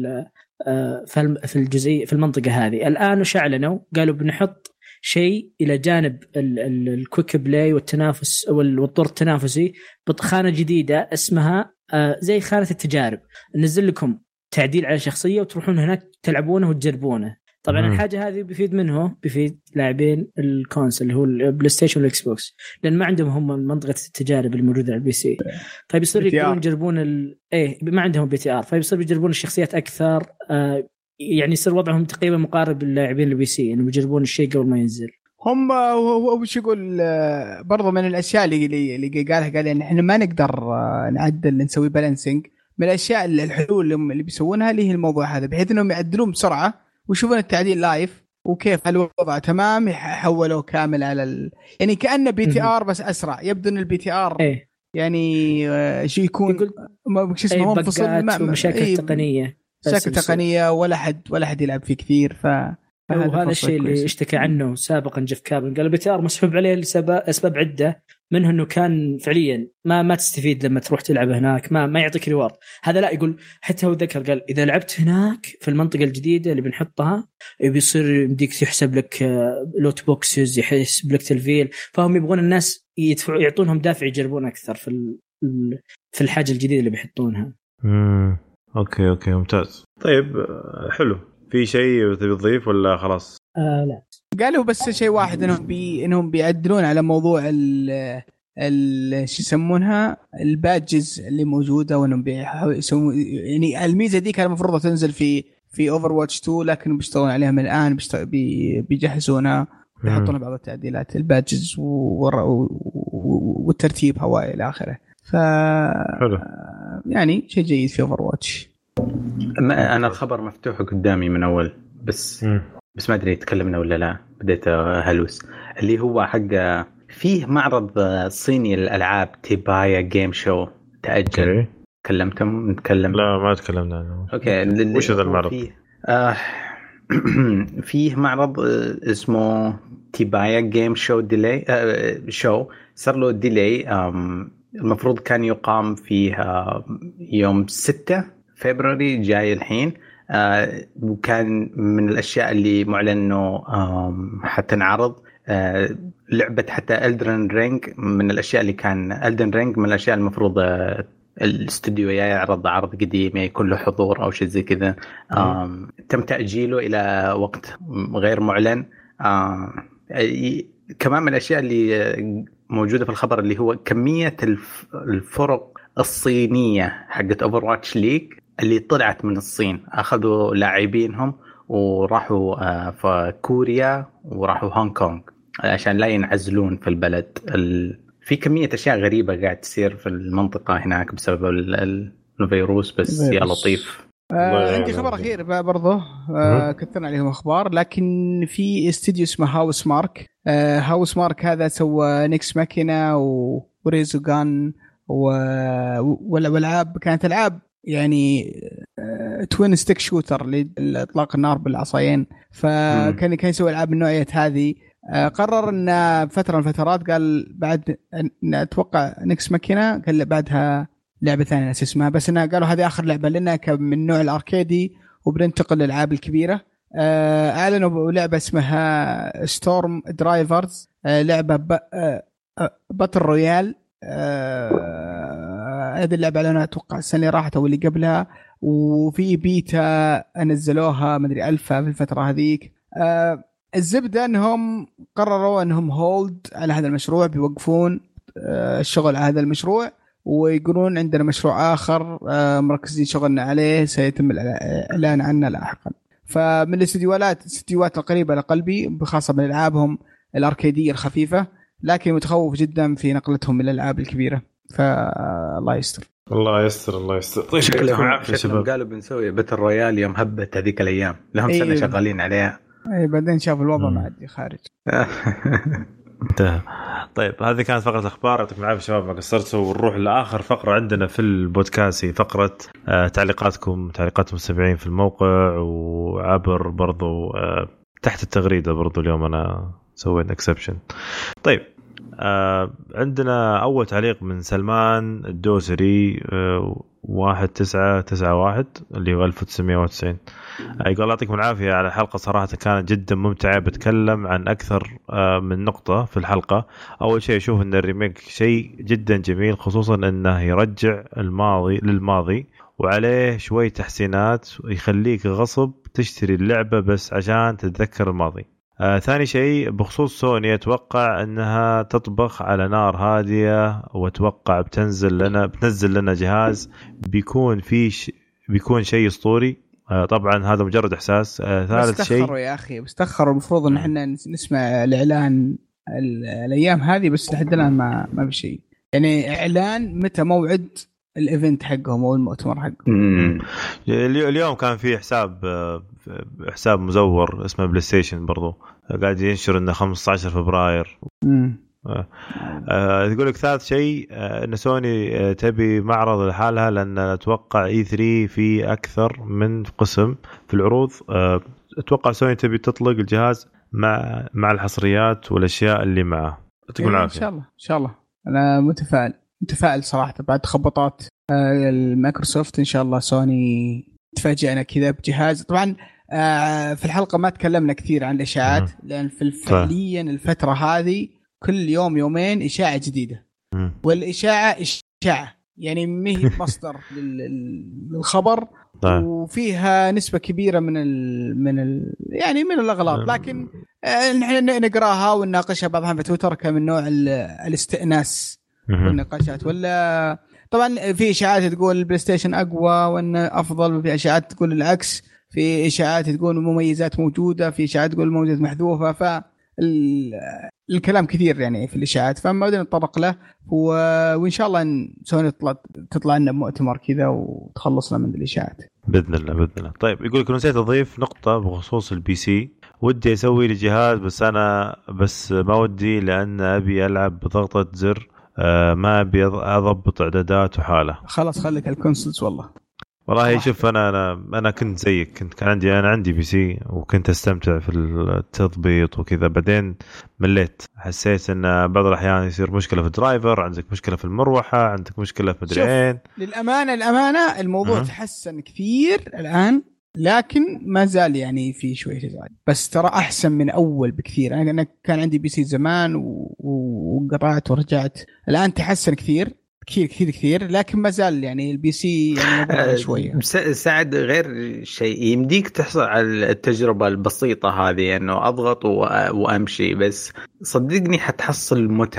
Speaker 4: في الجزئية في المنطقة هذه. الآن وش أعلنوا؟ قالوا بنحط شيء إلى جانب الكويك بلاي والتنافس والطور التنافسي بخانة جديدة اسمها زي خانة التجارب. ننزل لكم تعديل على شخصية وتروحون هناك تلعبونه وتجربونه. طبعا الحاجة هذه بيفيد لاعبين الكونسول اللي هو البلاي ستيشن والاكس بوكس، لأن ما عندهم هم منطقة التجارب اللي موجودة على البي سي، فبيصير يقدرون يجربون ما عندهم بي تي ار، فبيصير يجربون الشخصيات أكثر. يعني يصير وضعهم تقريبا مقارب للاعبين البي سي، إنه يجربون الشيء قبل ما ينزل.
Speaker 5: هم وش يقول برضو من الأشياء اللي قال إن إحنا ما نقدر نعدل نسوي بالانسنج. من الأشياء الحلول اللي بيسوونها اللي هي الموضوع هذا، بحيث إنهم يعدلون بسرعة ويشوفون التعديل لايف وكيف الوضع تمام يحولوه كامل على يعني كأنه بي تي ار بس أسرع. يبدو إن البي تي ار يعني شيء يكون اسمه منفصل،
Speaker 4: مشاكل تقنية
Speaker 5: ولا حد يلعب فيه كثير.
Speaker 4: وهذا الشيء اللي اشتكى عنه سابقا جيف كابن، قال البي تي ار مسحوب عليه لأسباب عدة، منه انه كان فعليا ما تستفيد لما تروح تلعب هناك، ما يعطيك ريوارد. هذا لا، يقول حتى هو ذكر قال اذا لعبت هناك في المنطقه الجديده اللي بنحطها بيصير يمديك يحسب لك لوت بوكسز، يحسب لك تلفيل. فهم يبغون الناس يعطونهم دافع يجربون اكثر في الحاجه الجديده اللي بيحطونها.
Speaker 1: اوكي ممتاز. طيب حلو، في شيء تبي تضيف ولا خلاص؟
Speaker 4: لا،
Speaker 5: قالوا بس شيء واحد انهم بيعدلون على موضوع شو يسمونها البادجز اللي موجوده، وانهم بيسوون يعني الميزه دي كان المفروض تنزل في اوفر واتش 2، لكن بيشتغلون عليها من الان، بيجهزونها، بيحطون بعض التعديلات البادجز والترتيب هواي الى اخره. ف يعني شيء جيد في اوفر واتش.
Speaker 3: انا الخبر مفتوح قدامي من اول، بس بس ما ادري تكلمنا ولا لا، بديت هلوس. اللي هو حق فيه معرض صيني للالعاب تيبايا جيم شو تاجل. كلمتم نتكلم؟
Speaker 1: لا ما تكلمنا عنه.
Speaker 3: اوكي
Speaker 1: وش هذا المعرض؟
Speaker 3: فيه معرض اسمه تيبايا جيم شو ديلي شو، صار له ديلي. المفروض كان يقام فيه يوم 6 فبراير جاي الحين. وكان من الأشياء اللي معلن إنه حتنعرض لعبة حتى Elden Ring. من الأشياء اللي كان Elden Ring من الأشياء المفروض الاستوديو يعرض عرض قديم يكون له حضور أو شيء زي كذا. تم تأجيله إلى وقت غير معلن. كمان من الأشياء اللي موجودة في الخبر اللي هو كمية الفرق الصينية حقت Overwatch League اللي طلعت من الصين. أخذوا لاعبينهم وراحوا في كوريا وراحوا هونغ كونغ عشان لا ينعزلون في البلد. في كمية أشياء غريبة قاعد تصير في المنطقة هناك بسبب الفيروس. بس يا لطيف.
Speaker 2: عندي خبر أخير برضه كثرنا عليهم أخبار، لكن في استديو اسمه هاوس مارك. هاوس مارك هذا سوى نيكس ماكينة وريزوغان والألعاب كانت ألعاب يعني توين ستيك شوتر لإطلاق النار بالعصايين. فكان يسوي ألعاب النوعية هذه. قرر أن فترة من الفترات قال بعد أتوقع نيكس ماكينة قال بعدها لعبة ثانية اسمها، بس أنا قالوا هذه آخر لعبة لنا من نوع الأركيدي وبننتقل للألعاب الكبيرة. أعلنوا لعبة اسمها ستورم درايفرز، لعبة باتل رويال. هذه اللعبة أنا أتوقع السنة اللي راحت أو اللي قبلها، وفي بيتا نزلوها مدري ألفا في الفترة هذيك. الزبدة أنهم قرروا أنهم هولد على هذا المشروع، بيوقفون الشغل على هذا المشروع ويقولون عندنا مشروع آخر مركزين شغلنا عليه سيتم الإعلان عنه لاحقا. فمن الاستديوهات القريبة لقلبي بخاصة من ألعابهم الأركيدية الخفيفة، لكن متخوف جدا في نقلتهم إلى الألعاب الكبيرة. فالله يستر.
Speaker 1: الله يستر الله يستر. طيب
Speaker 3: شكلهم قالوا بنسوي باتل رويال يوم هبت هذيك الأيام، لهم سنة شغالين عليها.
Speaker 2: أي بعدين شافوا الوضع معدي خارج.
Speaker 1: طيب هذه كانت فقرة الأخبار. يعطيكم العافية شباب ما قصرتوا. ونروح لآخر فقرة عندنا في البودكاست، فقرة تعليقات المستمعين في الموقع وعبر برضو تحت التغريدة. برضو اليوم أنا سويت اكسبشن. طيب عندنا أول تعليق من سلمان الدوسري 1991 اللي هو 1990. يقول يعطيكم العافية على الحلقة، صراحة كانت جدا ممتعة. بتكلم عن أكثر من نقطة في الحلقة. أول شيء أشوف أن الريميك شيء جدا جميل، خصوصا أنه يرجع الماضي للماضي وعليه شوي تحسينات ويخليك غصب تشتري اللعبة بس عشان تتذكر الماضي. ثاني شيء بخصوص سوني، أتوقع أنها تطبخ على نار هادية، وأتوقع بتنزل لنا جهاز بيكون شيء أسطوري. طبعا هذا مجرد إحساس. ثالث شيء
Speaker 2: يا أخي بستخروا، المفروض أن احنا نسمع الإعلان الأيام هذه، بس لحد الآن ما بشيء. يعني إعلان متى موعد الإيفنت حقهم أو المؤتمر حقهم.
Speaker 1: اليوم كان في حساب مزور اسمه بلاي ستيشن برضو قاعد ينشر انه 15 فبراير. تقول لك ثالث شيء ان سوني تبي معرض لحالها، لان اتوقع E3 في اكثر من قسم في العروض. اتوقع سوني تبي تطلق الجهاز مع الحصريات والاشياء اللي معه. تقول عافية
Speaker 2: ان شاء الله انا متفائل صراحه بعد خبطات المايكروسوفت. ان شاء الله سوني تفاجئنا كذا بجهاز. طبعا في الحلقه ما تكلمنا كثير عن الاشاعات، لان فعليا الفتره هذه كل يوم يومين اشاعه جديده، والاشاعه يعني ما هي مصدر للخبر. وفيها نسبه كبيره من الاغلاط، لكن نحن نقراها ونناقشها بعضها في تويتر كمن نوع الاستئناس والنقاشات. ولا طبعا في اشاعات تقول البلاي ستيشن اقوى وان افضل، وفي اشاعات تقول العكس، في اشاعات تقول المميزات موجوده، في اشاعات تقول المميزات محذوفه. الكلام كثير يعني في الاشاعات، فما بدنا نتطرق له. وان شاء الله سوني تطلع لنا مؤتمر كذا وتخلصنا من الاشاعات
Speaker 1: باذن الله. طيب يقول لك نسيت اضيف نقطه بخصوص البي سي. ودي اسوي لي جهاز بس ما ودي، لان ابي العب بضغطه زر، ما ابي اضبط اعدادات وحاله.
Speaker 2: خلاص خليك الكونسولز.
Speaker 1: والله شوف انا كنت زيك، كان عندي بي سي وكنت استمتع في التضبيط وكذا. بعدين مليت، حسيت ان بعض الاحيان يصير مشكله في الدرايفر، عندك مشكله في المروحه، عندك مشكله في مدري.
Speaker 2: للامانه الموضوع تحسن كثير الان، لكن ما زال يعني في شويه زاد، بس ترى احسن من اول بكثير. انا كان عندي بي سي زمان وقطعت ورجعت، الان تحسن كثير كثير كثير كثير، لكن ما زال يعني البي سي يعني شويه.
Speaker 3: سعد غير شيء يمديك تحصل على التجربه البسيطه هذه، انه اضغط وامشي، بس صدقني حتحصل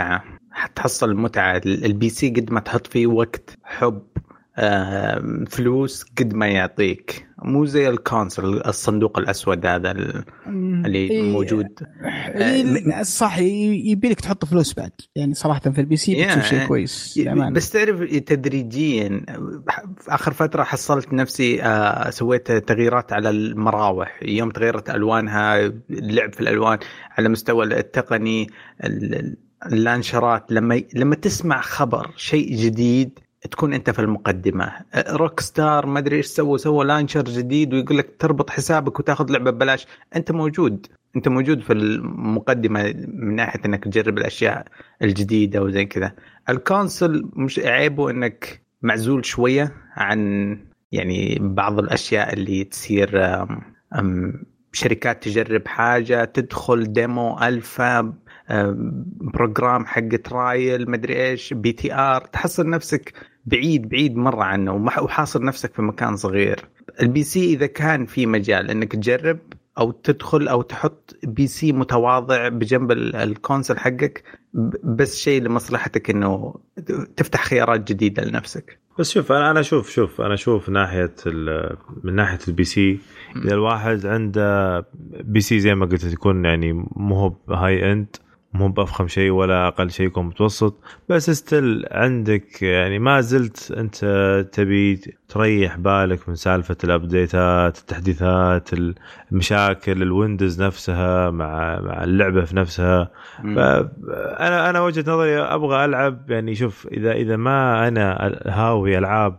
Speaker 3: المتعه. البي سي قد ما تحط فيه وقت، حب، فلوس، قد ما يعطيك. مو زي الكونسول الصندوق الأسود هذا اللي موجود.
Speaker 2: صح، يبيلك تحط فلوس بعد يعني صراحة في البي سي بتشوف شيء كويس.
Speaker 3: بس تعرف تدريجيا في آخر فترة حصلت نفسي سويت تغييرات على المراوح، يوم تغيرت ألوانها، اللعب في الألوان على مستوى التقني، اللانشرات. لما تسمع خبر شيء جديد تكون انت في المقدمه. روك ستار ما ادري ايش سووا لانشر جديد ويقول لك تربط حسابك وتاخذ لعبه ببلاش. انت موجود في المقدمه من ناحيه انك تجرب الاشياء الجديده وزي كذا. الكونسول مش عيبه انك معزول شويه عن يعني بعض الاشياء اللي تصير. شركات تجرب حاجه، تدخل ديمو الفا، بروجرام حق ترايل مدري ايش، بي تي ار، تحصل نفسك بعيد مرة عنه وحاصل نفسك في مكان صغير. البي سي إذا كان في مجال أنك تجرب أو تدخل أو تحط بي سي متواضع بجنب الكونسول حقك، بس شيء لمصلحتك أنه تفتح خيارات جديدة لنفسك.
Speaker 1: بس شوف أنا أشوف من ناحية البي سي، إذا الواحد عنده بي سي زي ما قلت تكون يعني مو هاي اند، مو بأفخم شيء ولا أقل شيء، يكون متوسط، بس استل عندك يعني ما زلت أنت تبي تريح بالك من سالفة الأبديتات، التحديثات، المشاكل، الويندوز نفسها مع اللعبة في نفسها. فأنا وجهة نظري أبغى ألعب يعني. شوف إذا ما أنا هاوي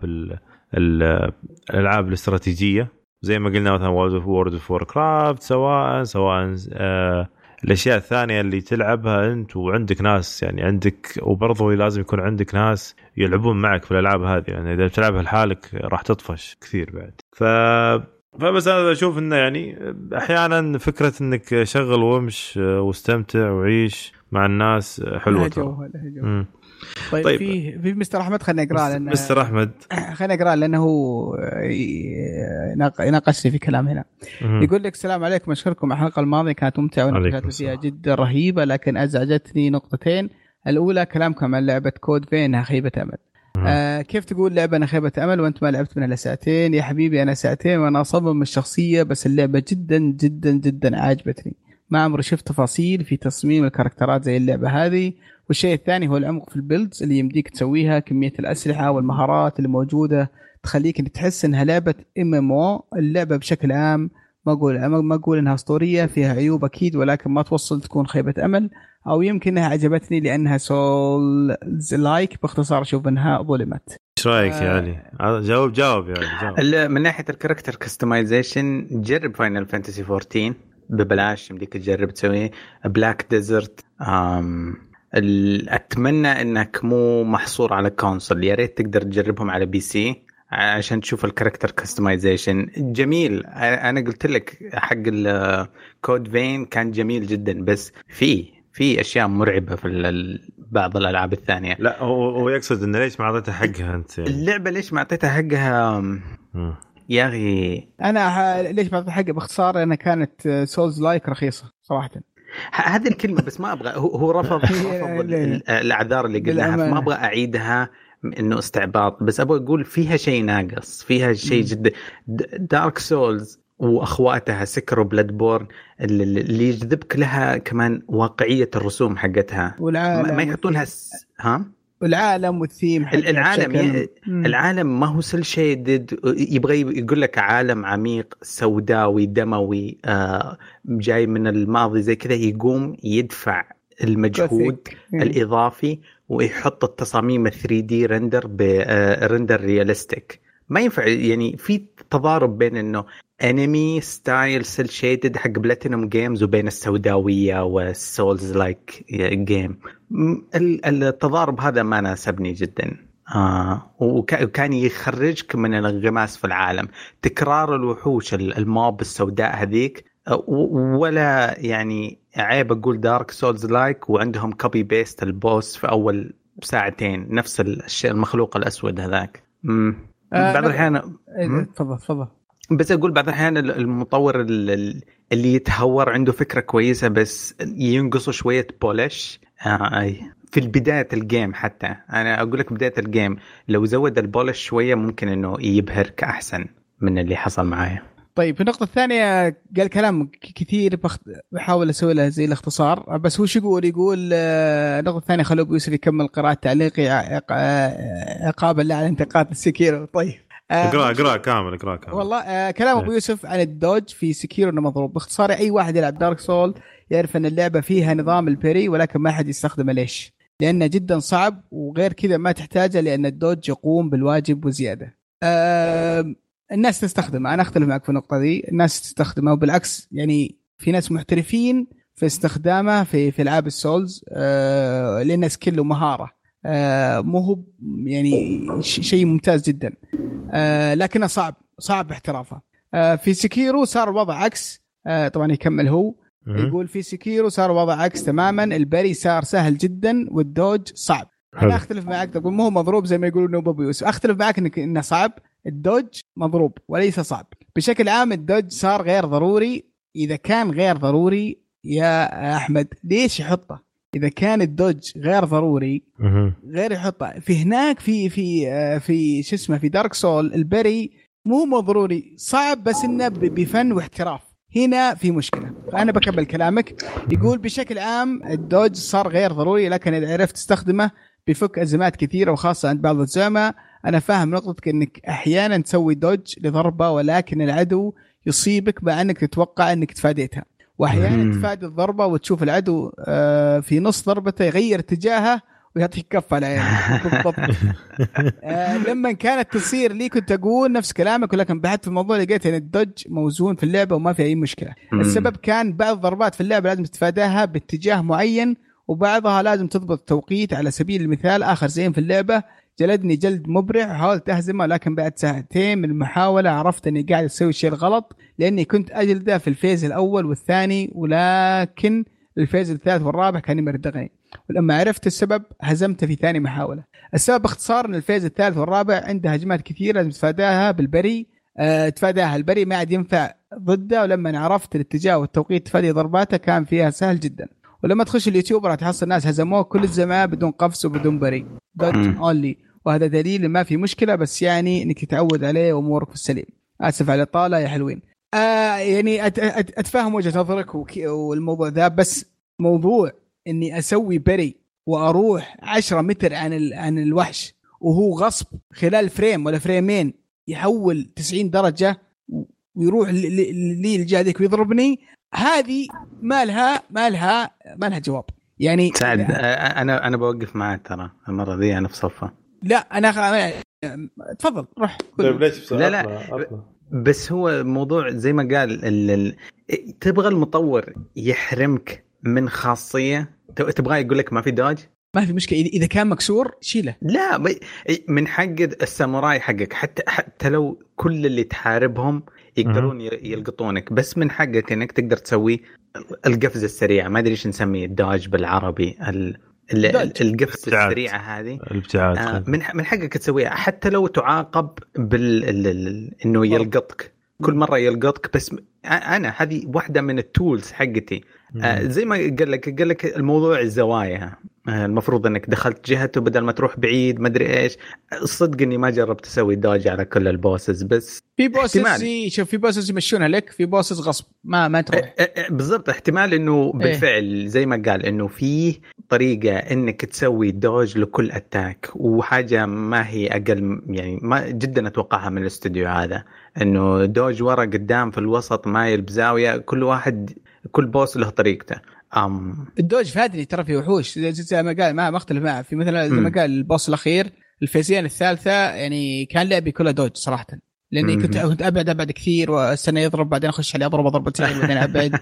Speaker 1: الألعاب الاستراتيجية زي ما قلنا مثلا وورد اوف ووركرافت، سواء الاشياء الثانيه اللي تلعبها انت وعندك ناس يعني عندك، وبرضه لازم يكون عندك ناس يلعبون معك في الالعاب هذه، يعني اذا بتلعبها لحالك راح تطفش كثير بعد. فبس انا اشوف انه يعني احيانا فكره انك شغل وامش واستمتع وعيش مع الناس حلوه.
Speaker 2: طيب في مستر احمد، خلينا نقرا لانه
Speaker 1: مستر احمد
Speaker 2: خلينا نقرا لانه هو يناقشني في كلام هنا. يقول لك السلام عليكم، اشكركم على الحلقه الماضيه كانت ممتعه ونقاشات فيها جدا رهيبه، لكن ازعجتني نقطتين. الاولى كلامكم عن لعبه كود فين خيبه امل. كيف تقول لعبه خيبه امل وانت ما لعبت منها الا ساعتين؟ يا حبيبي انا ساعتين وانا اصمم الشخصيه، بس اللعبه جدا جدا جدا عجبتني، ما عمري شفت تفاصيل في تصميم الكاركترات زي اللعبه هذه. والشيء الثاني هو العمق في البيلدز اللي يمديك تسويها، كمية الأسلحة والمهارات اللي موجودة تخليك إنك تحس إنها لعبة MMO. اللعبة بشكل عام ما أقول إنها أسطورية، فيها عيوب أكيد، ولكن ما توصل تكون خيبة أمل، أو يمكن إنها عجبتني لأنها سولز لايك. باختصار أشوف إنها ظلمت.
Speaker 1: إيش رأيك يعني؟ جاوب يعني.
Speaker 3: من ناحية الكاركتر كستمايزيشن، جرب فاينل فانتسي 14 ببلاش، يمديك تجرب تسويه. بلاك ديزرت أتمنى أنك مو محصور على كونسول، يا ريت تقدر تجربهم على بي سي عشان تشوف الكاركتر كستمايزيشن جميل. أنا قلت لك حق الكود فين كان جميل جدا، بس في أشياء مرعبة في بعض الألعاب الثانية.
Speaker 1: لا هو يقصد إن ليش ما أعطيتها حقها أنت يعني.
Speaker 3: اللعبة ليش ما أعطيتها حقها يا أخي؟
Speaker 2: أنا ليش ما أعطيتها حقها باختصار أنا كانت سولز لايك رخيصة صراحة.
Speaker 3: هذه الكلمة بس ما أبغى، هو رفض الأعذار اللي قلناها، ما أبغى أعيدها إنه استعباط، بس أبغى أقول فيها شيء ناقص، فيها شيء جدا. دارك سولز وأخواتها سكر وبلاد بورن اللي يجذبك لها كمان واقعية الرسوم حقتها، ما يحطونها
Speaker 5: العالم والثيم
Speaker 3: العالم ما هو سيل شيدد، يبغى يقول لك عالم عميق سوداوي دموي جاي من الماضي زي كذا، يقوم يدفع المجهود الإضافي ويحط التصاميم 3D رندر برندر رياليستيك. ما ينفع يعني في تضارب بين انه انمي ستايل سيل شيدد حق بلاتينوم جيمز وبين السوداوية والسولز لايك جيم. التضارب هذا ما ناسبني جدا. وكان يخرجك من الانغماس في العالم، تكرار الوحوش الموب السوداء هذيك، ولا يعني عيب أقول دارك سولز لايك وعندهم كوبي بيست البوس في أول ساعتين نفس الشيء المخلوق الأسود هذاك. بعض الأحيان
Speaker 5: تفضل
Speaker 3: بس أقول بعض الأحيان المطور اللي يتهور عنده فكرة كويسة بس ينقصه شوية بولش في بداية الجيم. حتى أنا أقول لك بداية الجيم لو زود البولش شوية ممكن إنه يبهرك أحسن من اللي حصل معايا.
Speaker 5: طيب في النقطة الثانية قال كلام كثير بحاول أسوي له زي الاختصار، بس هو شو يقول النقطة الثانية خلوا أبو يوسف يكمل قراءة تعليقي عقابا لا على انتقاد السكيرو. طيب
Speaker 1: اقرأ كامل
Speaker 5: والله كلام أبو يوسف عن الدوج في سكيرو إنه مضروب. باختصار أي واحد يلعب دارك سول يعرف أن اللعبة فيها نظام البري ولكن ما حد يستخدمه. ليش؟ لأنه جدا صعب، وغير كذا ما تحتاجه لأن الدوج يقوم بالواجب وزيادة. الناس تستخدمه، أنا أختلف معك في النقطة دي، الناس تستخدمه وبالعكس يعني في ناس محترفين في استخدامه في ألعاب السولز لأنه سكيل ومهارة، مو هو يعني شيء ممتاز جدا، لكنه صعب احترافه. في سكيرو صار الوضع عكس. طبعا يكمل هو يقول في سكيرو صار الوضع عكس تماما، البري صار سهل جدا والدوج صعب. أنا أختلف معك، تقول مو مضروب زي ما يقولوا نوب أبو يوسف، أختلف معك إنه صعب. الدوج مضروب وليس صعب. بشكل عام الدوج صار غير ضروري. إذا كان غير ضروري يا أحمد ليش يحطه؟ إذا كان الدوج غير ضروري غير يحطه. في هناك في شو اسمه في دارك سول البري مو ضروري، صعب بس إنه بفن واحتراف. هنا في مشكلة. فأنا بكمل كلامك. يقول بشكل عام الدوج صار غير ضروري، لكن إذا عرفت تستخدمه بيفك أزمات كثيرة وخاصة عند بعض الزعماء. أنا فاهم نقطتك إنك أحيانا تسوي دوج لضربة ولكن العدو يصيبك مع أنك تتوقع أنك تفاديتها، وأحيانا تفادي الضربة وتشوف العدو في نص ضربته يغير اتجاهه ويعطيك كف على عينك. بالضبط. لما كانت تصير لي كنت أقول نفس كلامك، ولكن بحثت في الموضوع لقيت أن الدوج موزون في اللعبة وما في أي مشكلة. السبب كان بعض الضربات في اللعبة لازم تتفاداها باتجاه معين، وبعضها لازم تضبط توقيت. على سبيل المثال آخر زين في اللعبة جلدني جلد مبرع، حاولت أهزمه لكن بعد ساعتين من المحاولة عرفت أني قاعد أسوي الشيء الغلط، لأني كنت أجلده في الفيز الأول والثاني، ولكن الفيز الثالث والرابع كان يمردغني، ولما عرفت السبب هزمته في ثاني محاولة. السبب باختصار أن الفيز الثالث والرابع عنده هجمات كثيرة لازم تفاداها بالبري. تفاداها البري ما عاد ينفع ضده، ولما عرفت الاتجاه والتوقيت تفادي ضرباته كان فيها سهل جدا. ولما تخش اليوتيوب راح تحصل ناس هزموه كل الزمان بدون قفز وبدون بري، دوج اونلي، وهذا دليل ما في مشكله، بس يعني انك تتعود عليه وامورك في السليم. اسف على الاطاله يا حلوين. يعني اتفهم وجهه نظرك والموضوع ذا، بس موضوع اني اسوي بري واروح 10 متر عن الوحش وهو غصب خلال فريم ولا فريمين يحول 90 درجه ويروح لي الجهه ذيك ويضربني، هذه ما لها جواب. يعني
Speaker 3: سعد انا بوقف معك ترى المره دي انا في صفه.
Speaker 5: لا انا تفضل روح.
Speaker 3: لا بس هو موضوع زي ما قال تبغى المطور يحرمك من خاصيه، تبغى يقول لك ما في دوج،
Speaker 5: ما في مشكله، اذا كان مكسور شيله.
Speaker 3: لا من حق الساموراي حقك، حتى لو كل اللي تحاربهم يقدرون يلقطونك، بس من حقك انك تقدر تسوي القفزه السريعه، ما ادري ايش نسميه الداج بالعربي، القفزه السريعه هذه الابتعاد. من حقك تسويها حتى لو تعاقب انه يلقطك كل مره يلقطك. بس انا هذه واحده من التولز حقتي. زي ما قال لك الموضوع الزوايا، المفروض انك دخلت جهته بدل ما تروح بعيد ما ادري ايش. الصدق اني ما جربت اسوي دوج على كل البوسز، بس
Speaker 5: في بوسز شوف في بوسز يمشونها لك، في بوسز غصب ما تروح.
Speaker 3: بالضبط، احتمال انه بالفعل زي ما قال انه فيه طريقة انك تسوي دوج لكل اتاك، وحاجة ما هي اقل يعني ما جدا اتوقعها من الاستوديو هذا، انه دوج ورا قدام في الوسط مايل بزاوية، كل واحد كل بوس له طريقته.
Speaker 2: الدوج فادني ترى في وحوش زي ما قال، ما اختلف معه في مثلا زي ما قال البوس الاخير الفيزيان الثالثة، يعني كان لعبي كله دوج صراحة، لاني كنت ابعد كثير واستنى يضرب بعدين اخش عليه اضرب ضربتين بعدين ابعد.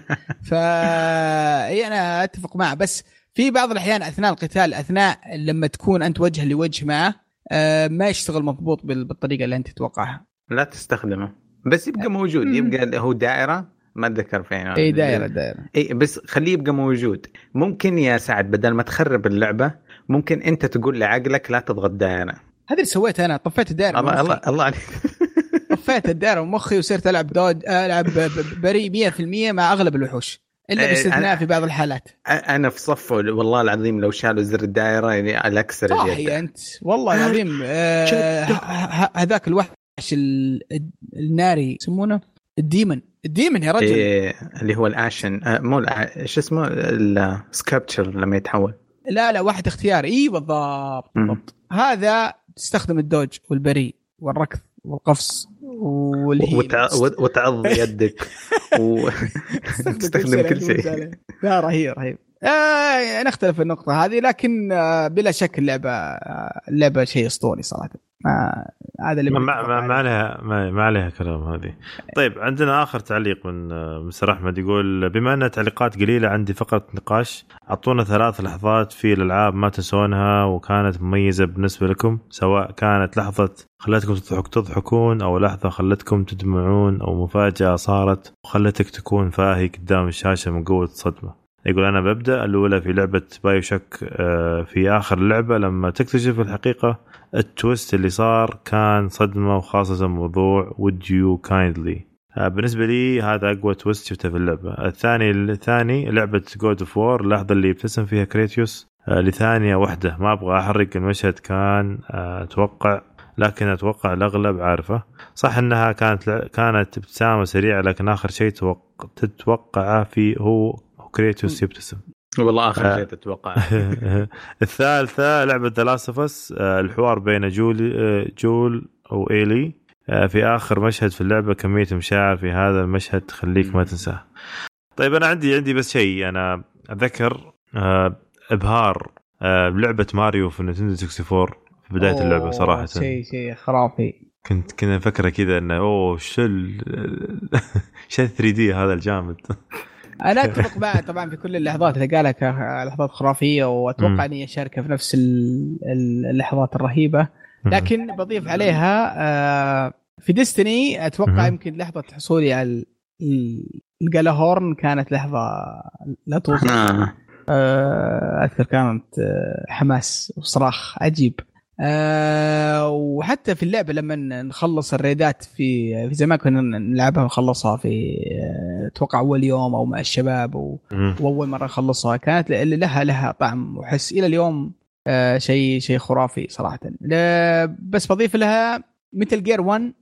Speaker 2: انا اتفق معه، بس في بعض الاحيان اثناء القتال، اثناء لما تكون انت وجه لوجه معه ما يشتغل مضبوط بالطريقه اللي انت تتوقعها.
Speaker 3: لا تستخدمه، بس يبقى موجود. يبقى هو دائره، ما اتذكر فين.
Speaker 2: اي دائره
Speaker 3: اي بس خليه يبقى موجود. ممكن يا سعد بدل ما تخرب اللعبه، ممكن انت تقول لعقلك لا تضغط دائره.
Speaker 2: هذا اللي سويته انا، طفيت الدائره.
Speaker 3: الله عليك.
Speaker 2: طفيت الدائره ومخي وصرت العب دوج، العب بري 100% مع اغلب الوحوش الا باستثناء في بعض الحالات.
Speaker 3: انا في صفه والله العظيم، لو شالوا زر الدائره يعني على اكسر اليد.
Speaker 2: صحيح انت والله العظيم. هذاك الوحش الناري يسمونه الديمن يا رجل.
Speaker 3: اللي هو الاشن، مو ايش اسمه، السكابتشر لما يتحول.
Speaker 2: لا واحد اختياري. بالضبط. هذا تستخدم الدوج والبري والركض والقفص
Speaker 3: وتعض يدك وتستخدم كل شيء.
Speaker 2: لا رهيب. نختلف في النقطة هذه، لكن بلا شك اللعبة شيء اسطوري صراحة. هذا اللي
Speaker 1: ما عليها كلام هذه. طيب عندنا آخر تعليق من مستر أحمد، يقول بما أن تعليقات قليلة عندي فقرة نقاش، أعطونا 3 لحظات في الألعاب ما تنسونها وكانت مميزة بالنسبة لكم، سواء كانت لحظة خلتكم تضحكون أو لحظة خلتكم تدمعون أو مفاجأة صارت وخلتك تكون فاهي قدام الشاشة من قوة الصدمة. يقول أنا ببدأ الأولى في لعبة بايوشوك، في آخر اللعبة لما تكتشف الحقيقة التويست اللي صار كان صدمة، وخاصة موضوع would you kindly. بالنسبة لي هذا أقوى تويست شفته في اللعبة. الثاني لعبة God of War، اللحظة اللي ابتسم فيها كريتيوس لثانية واحدة. ما أبغى أحرق المشهد، كان أتوقع، لكن أتوقع الأغلب عارفة صح أنها كانت ابتسامة سريعة، لكن آخر شيء تتوقع فيه هو كريتوس يبتسم.
Speaker 3: والله آخر شيء تتوقع.
Speaker 1: الثالثة لعبة The Last of Us، الحوار بين جول وإيلي في آخر مشهد في اللعبة، كمية مشاعر في هذا المشهد تخليك ما تنساه. طيب أنا عندي بس شيء، أنا أذكر إبهار لعبة ماريو في نينتندو 64 في بداية اللعبة صراحة.
Speaker 2: شيء خرافي.
Speaker 1: كنا نفكر كذا إنه شل 3D هذا الجامد.
Speaker 2: أنا أتفق معه طبعا في كل اللحظات اللي قالها، لحظات خرافية، وأتوقع أني أشاركها في نفس اللحظات الرهيبة. لكن بضيف عليها في ديستني أتوقع يمكن لحظة حصولي على الجالهورن كانت لحظة لا توصف. أذكر كانت حماس وصراخ عجيب. وحتى في اللعبة لما نخلص الريدات في زمان كنا نلعبها ونخلصها في اتوقع اول يوم او مع الشباب واول مره نخلصها، كانت لها طعم وحس الى اليوم. شيء خرافي صراحه. بس بضيف لها مثل جير 1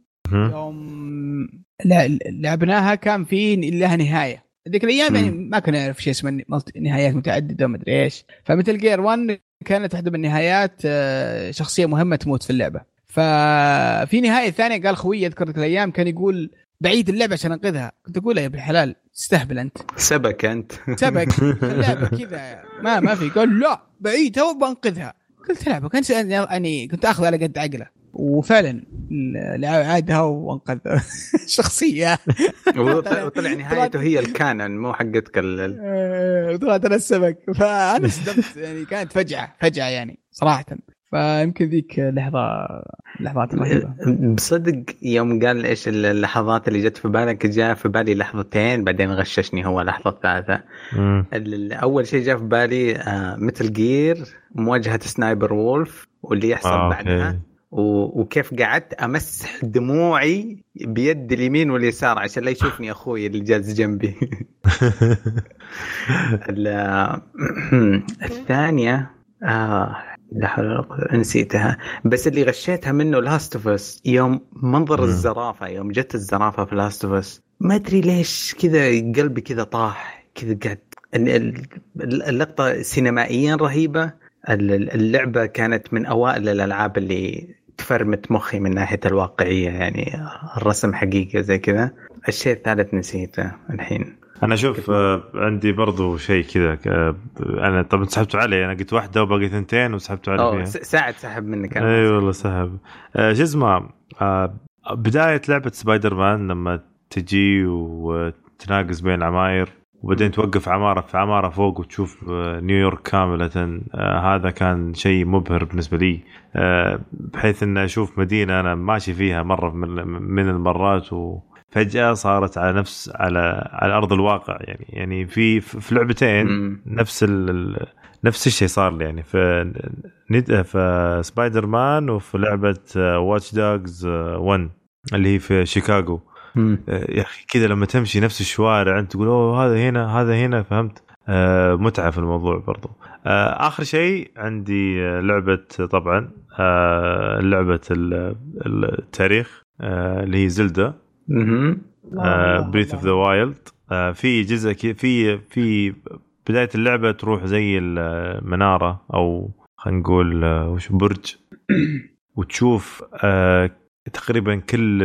Speaker 2: يوم لعبناها كان في لها نهايه. ذيك الايام يعني ما كنا نعرف شيء اسمه نهايات متعدده وما ادري ايش. فمثل جير 1 كانت واحده من النهايات شخصيه مهمه تموت في اللعبه. ففي نهايه ثانيه قال خوي يذكر الايام كان يقول بعيد اللعبه عشان انقذها. كنت اقول يا ابن الحلال تستهبل انت،
Speaker 3: سبك
Speaker 2: اللعبه كذا ما في. قال لا بعيدها وبنقذها. قلت لعبه كان يعني كنت اخذ على قد عقله، وفعلا عادها وانقذ شخصيه.
Speaker 3: وطلع نهايته هي الكانون مو حقتك
Speaker 2: طلعت انا السبك. فانا استمت يعني كانت فجعه يعني صراحه. فيمكن ذيك لحظات رهيبة
Speaker 3: بصدق. يوم قال إيش اللحظات اللي جت في بالك، جاء في بالي لحظتين بعدين غششني هو لحظة ثالثة. أول شيء جاء في بالي مثل جير مواجهة سنايبر وولف واللي يحصل بعدها، وكيف قعدت أمسح دموعي بيد اليمين واليسار عشان لا يشوفني أخوي اللي جالس جنبي. الثانية لا حول ولا قوة نسيتها، بس اللي غشيتها منه لاست اوف اس. يوم منظر الزرافة، يوم جت الزرافة في لاست اوف اس، ما ادري ليش كذا قلبي كذا طاح كذا، قاعد ان اللقطه سينمائيا رهيبه. اللعبه كانت من اوائل الالعاب اللي تفرمت مخي من ناحيه الواقعيه، يعني الرسم حقيقه زي كذا. الشيء الثالث نسيته الحين.
Speaker 1: انا شوف عندي برضو شيء كذا. انا طبعا سحبته علي، انا قلت واحده وباقي ثنتين وسحبته علي فيها.
Speaker 3: سحب منك.
Speaker 1: اي والله سحب. جزمه بدايه لعبه سبايدر مان لما تجي وتناقز بين عماير وبعدين توقف عماره في عماره فوق وتشوف نيويورك كامله. هذا كان شيء مبهر بالنسبه لي، بحيث ان اشوف مدينه انا ماشي فيها مره من المرات وفجاه صارت على ارض الواقع. يعني في لعبتين نفس الشيء صار لي، يعني في سبايدر مان وفي لعبه واتش دوغز 1 اللي هي في شيكاغو. يا اخي كذا لما تمشي نفس الشوارع انت تقول اوه هذا هنا فهمت. متعه في الموضوع برضو. اخر شيء عندي لعبه طبعا لعبه التاريخ اللي هي زلدا بريث اوف ذا وايلد. في جزء في بدايه اللعبه تروح زي المناره او خلينا نقول وش برج وتشوف تقريبا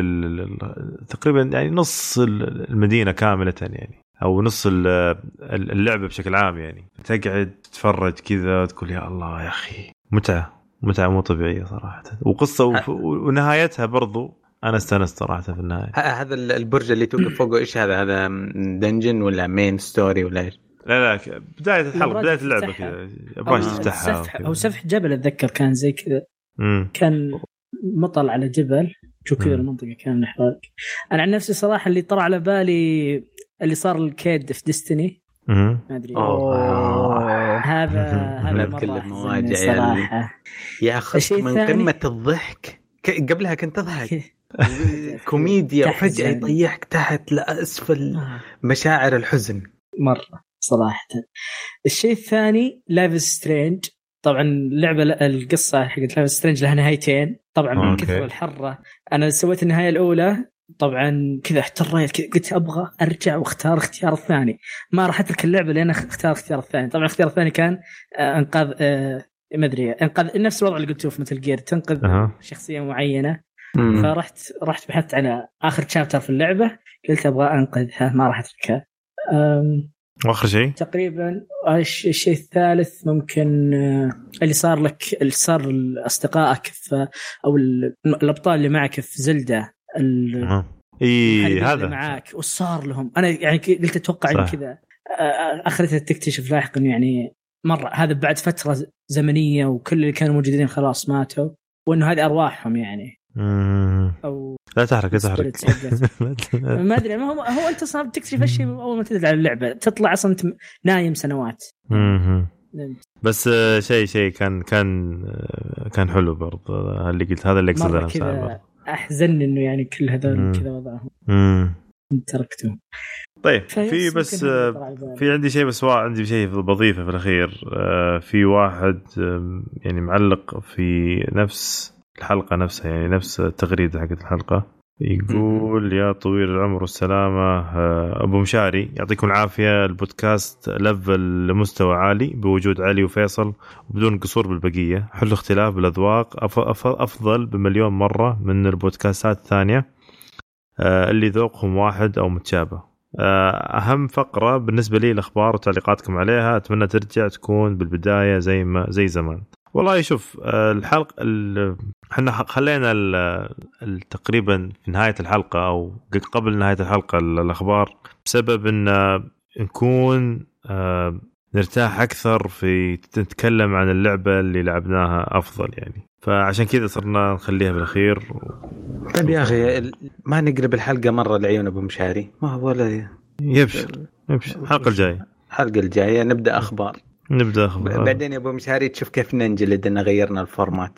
Speaker 1: تقريبا يعني نص المدينة كاملة يعني، أو نص اللعبة بشكل عام. يعني تقعد تتفرج كذا تقول يا الله يا أخي متعة مو طبيعية صراحة. وقصة ونهايتها برضو أنا استانست صراحة في النهاية.
Speaker 3: هذا البرج اللي توقف فوقه إيش هذا دنجن ولا مين ستوري ولا إيش؟
Speaker 1: لا بداية الحلقة بداية اللعبة كذا أبغاك تفتحها.
Speaker 4: أو سفح جبل أتذكر كان زي كذا. كان مطل على جبل شو كذا المنطقة كان نحرق. أنا عن نفسي صراحة اللي طرع على بالي اللي صار الكيد في ديستني ما أدري. هذا مرة صراحة
Speaker 3: يا أخي من قمة الضحك. قبلها كنت أضحك كوميديا وفجأة يطيحك تحت لأسفل مشاعر الحزن
Speaker 4: مرة صراحة. الشيء الثاني لايف سترينج. طبعا اللعبة القصة حقت لايف سترينج لها نهايتين طبعا. من كثر الحرة أنا سويت النهاية الأولى طبعا كذا احتريت قلت أبغى أرجع واختار اختيار الثاني. ما راح أترك اللعبة لأن اختار اختيار الثاني. طبعا اختيار الثاني كان انقاذ ما أدري انقاذ نفس الوضع اللي قلته في مثل جير تنقذ شخصية معينة. فرحت بحثت على آخر شابتر في اللعبة قلت أبغى أنقذها ما راح أتركها.
Speaker 1: واخر شيء
Speaker 4: تقريبا الشيء الثالث ممكن اللي صار اصدقائك او الابطال اللي معك في زلدة
Speaker 1: هذا
Speaker 4: معك وصار لهم. انا يعني قلت اتوقع ان كذا اخرتها تكتشف لاحقا يعني مره هذا بعد فتره زمنيه وكل اللي كانوا موجودين خلاص ماتوا وانه هذه ارواحهم يعني.
Speaker 1: او لا تحرك
Speaker 4: ما ادري هو انت صار تكتشف الشيء اول ما تدخل على اللعبه تطلع اصلا نايم سنوات.
Speaker 1: بس شيء كان حلو برضه اللي قلت هذا اللي اقصده.
Speaker 4: احزن انه يعني كل هذول كذا وضعهم تركتهم.
Speaker 1: طيب في بس في عندي شيء بس عندي شيء بضيفه في الاخير. في واحد يعني معلق في نفس الحلقة نفسها يعني نفس التغريدة حقت الحلقة يقول يا طويل العمر والسلامة أبو مشاري يعطيكم العافية. البودكاست ليفل لمستوى عالي بوجود علي وفيصل وبدون قصور بالبقية. حلو اختلاف بالأذواق أفضل بمليون مرة من البودكاستات الثانية اللي ذوقهم واحد أو متشابه. أهم فقرة بالنسبة لي الأخبار وتعليقاتكم عليها أتمنى ترجع تكون بالبداية زي زمان. والله شوف الحلقة احنا خلينا تقريبا في نهاية الحلقة أو قبل نهاية الحلقة الأخبار بسبب أن نكون نرتاح أكثر في نتكلم عن اللعبة اللي لعبناها أفضل يعني. فعشان كذا صرنا نخليها بالأخير.
Speaker 3: طيب يا أخي ما نقرب الحلقة مرة لعيون أبو مشاري ما هو ولا
Speaker 1: يبشر الحلقة الجاية
Speaker 3: نبدأ أخبار بعدين يا ابو مشاري تشوف كيف ننجلد ان غيرنا الفورمات.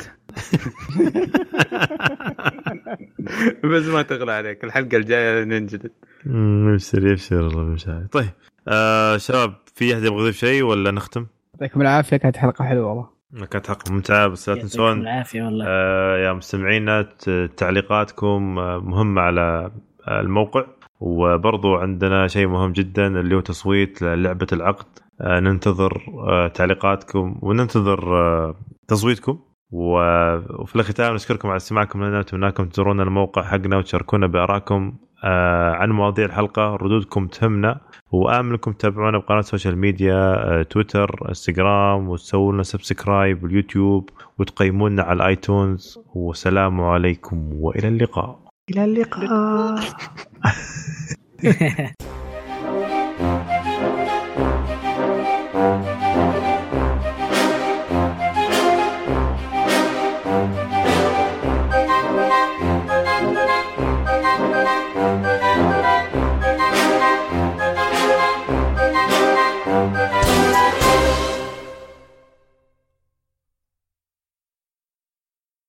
Speaker 3: بس ما تغلى عليك الحلقه الجايه ننجلد.
Speaker 1: يبشر الله مشاري. طيب شباب في احد يبغى يضيف شيء ولا نختم؟
Speaker 2: يعطيكم العافيه كانت حلقه حلوه والله.
Speaker 1: كانت حلقه ممتعه بس لا تنسون
Speaker 4: العافيه والله
Speaker 1: يا مستمعينا تعليقاتكم مهمه على الموقع وبرضو عندنا شيء مهم جدا اللي هو تصويت للعبة العقد. ننتظر تعليقاتكم وننتظر تصويتكم. وفي الختام نشكركم على استماعكم لنا، ونتمنىكم تزورونا الموقع حقنا وتشاركونا بآرائكم عن مواضيع الحلقة. ردودكم تهمنا، وآملكم تتابعونا بقناة السوشيال ميديا تويتر انستغرام، وتسووا لنا سبسكرايب باليوتيوب، وتقيمونا على الايتونز. والسلام عليكم وإلى اللقاء.
Speaker 5: إلى اللقاء.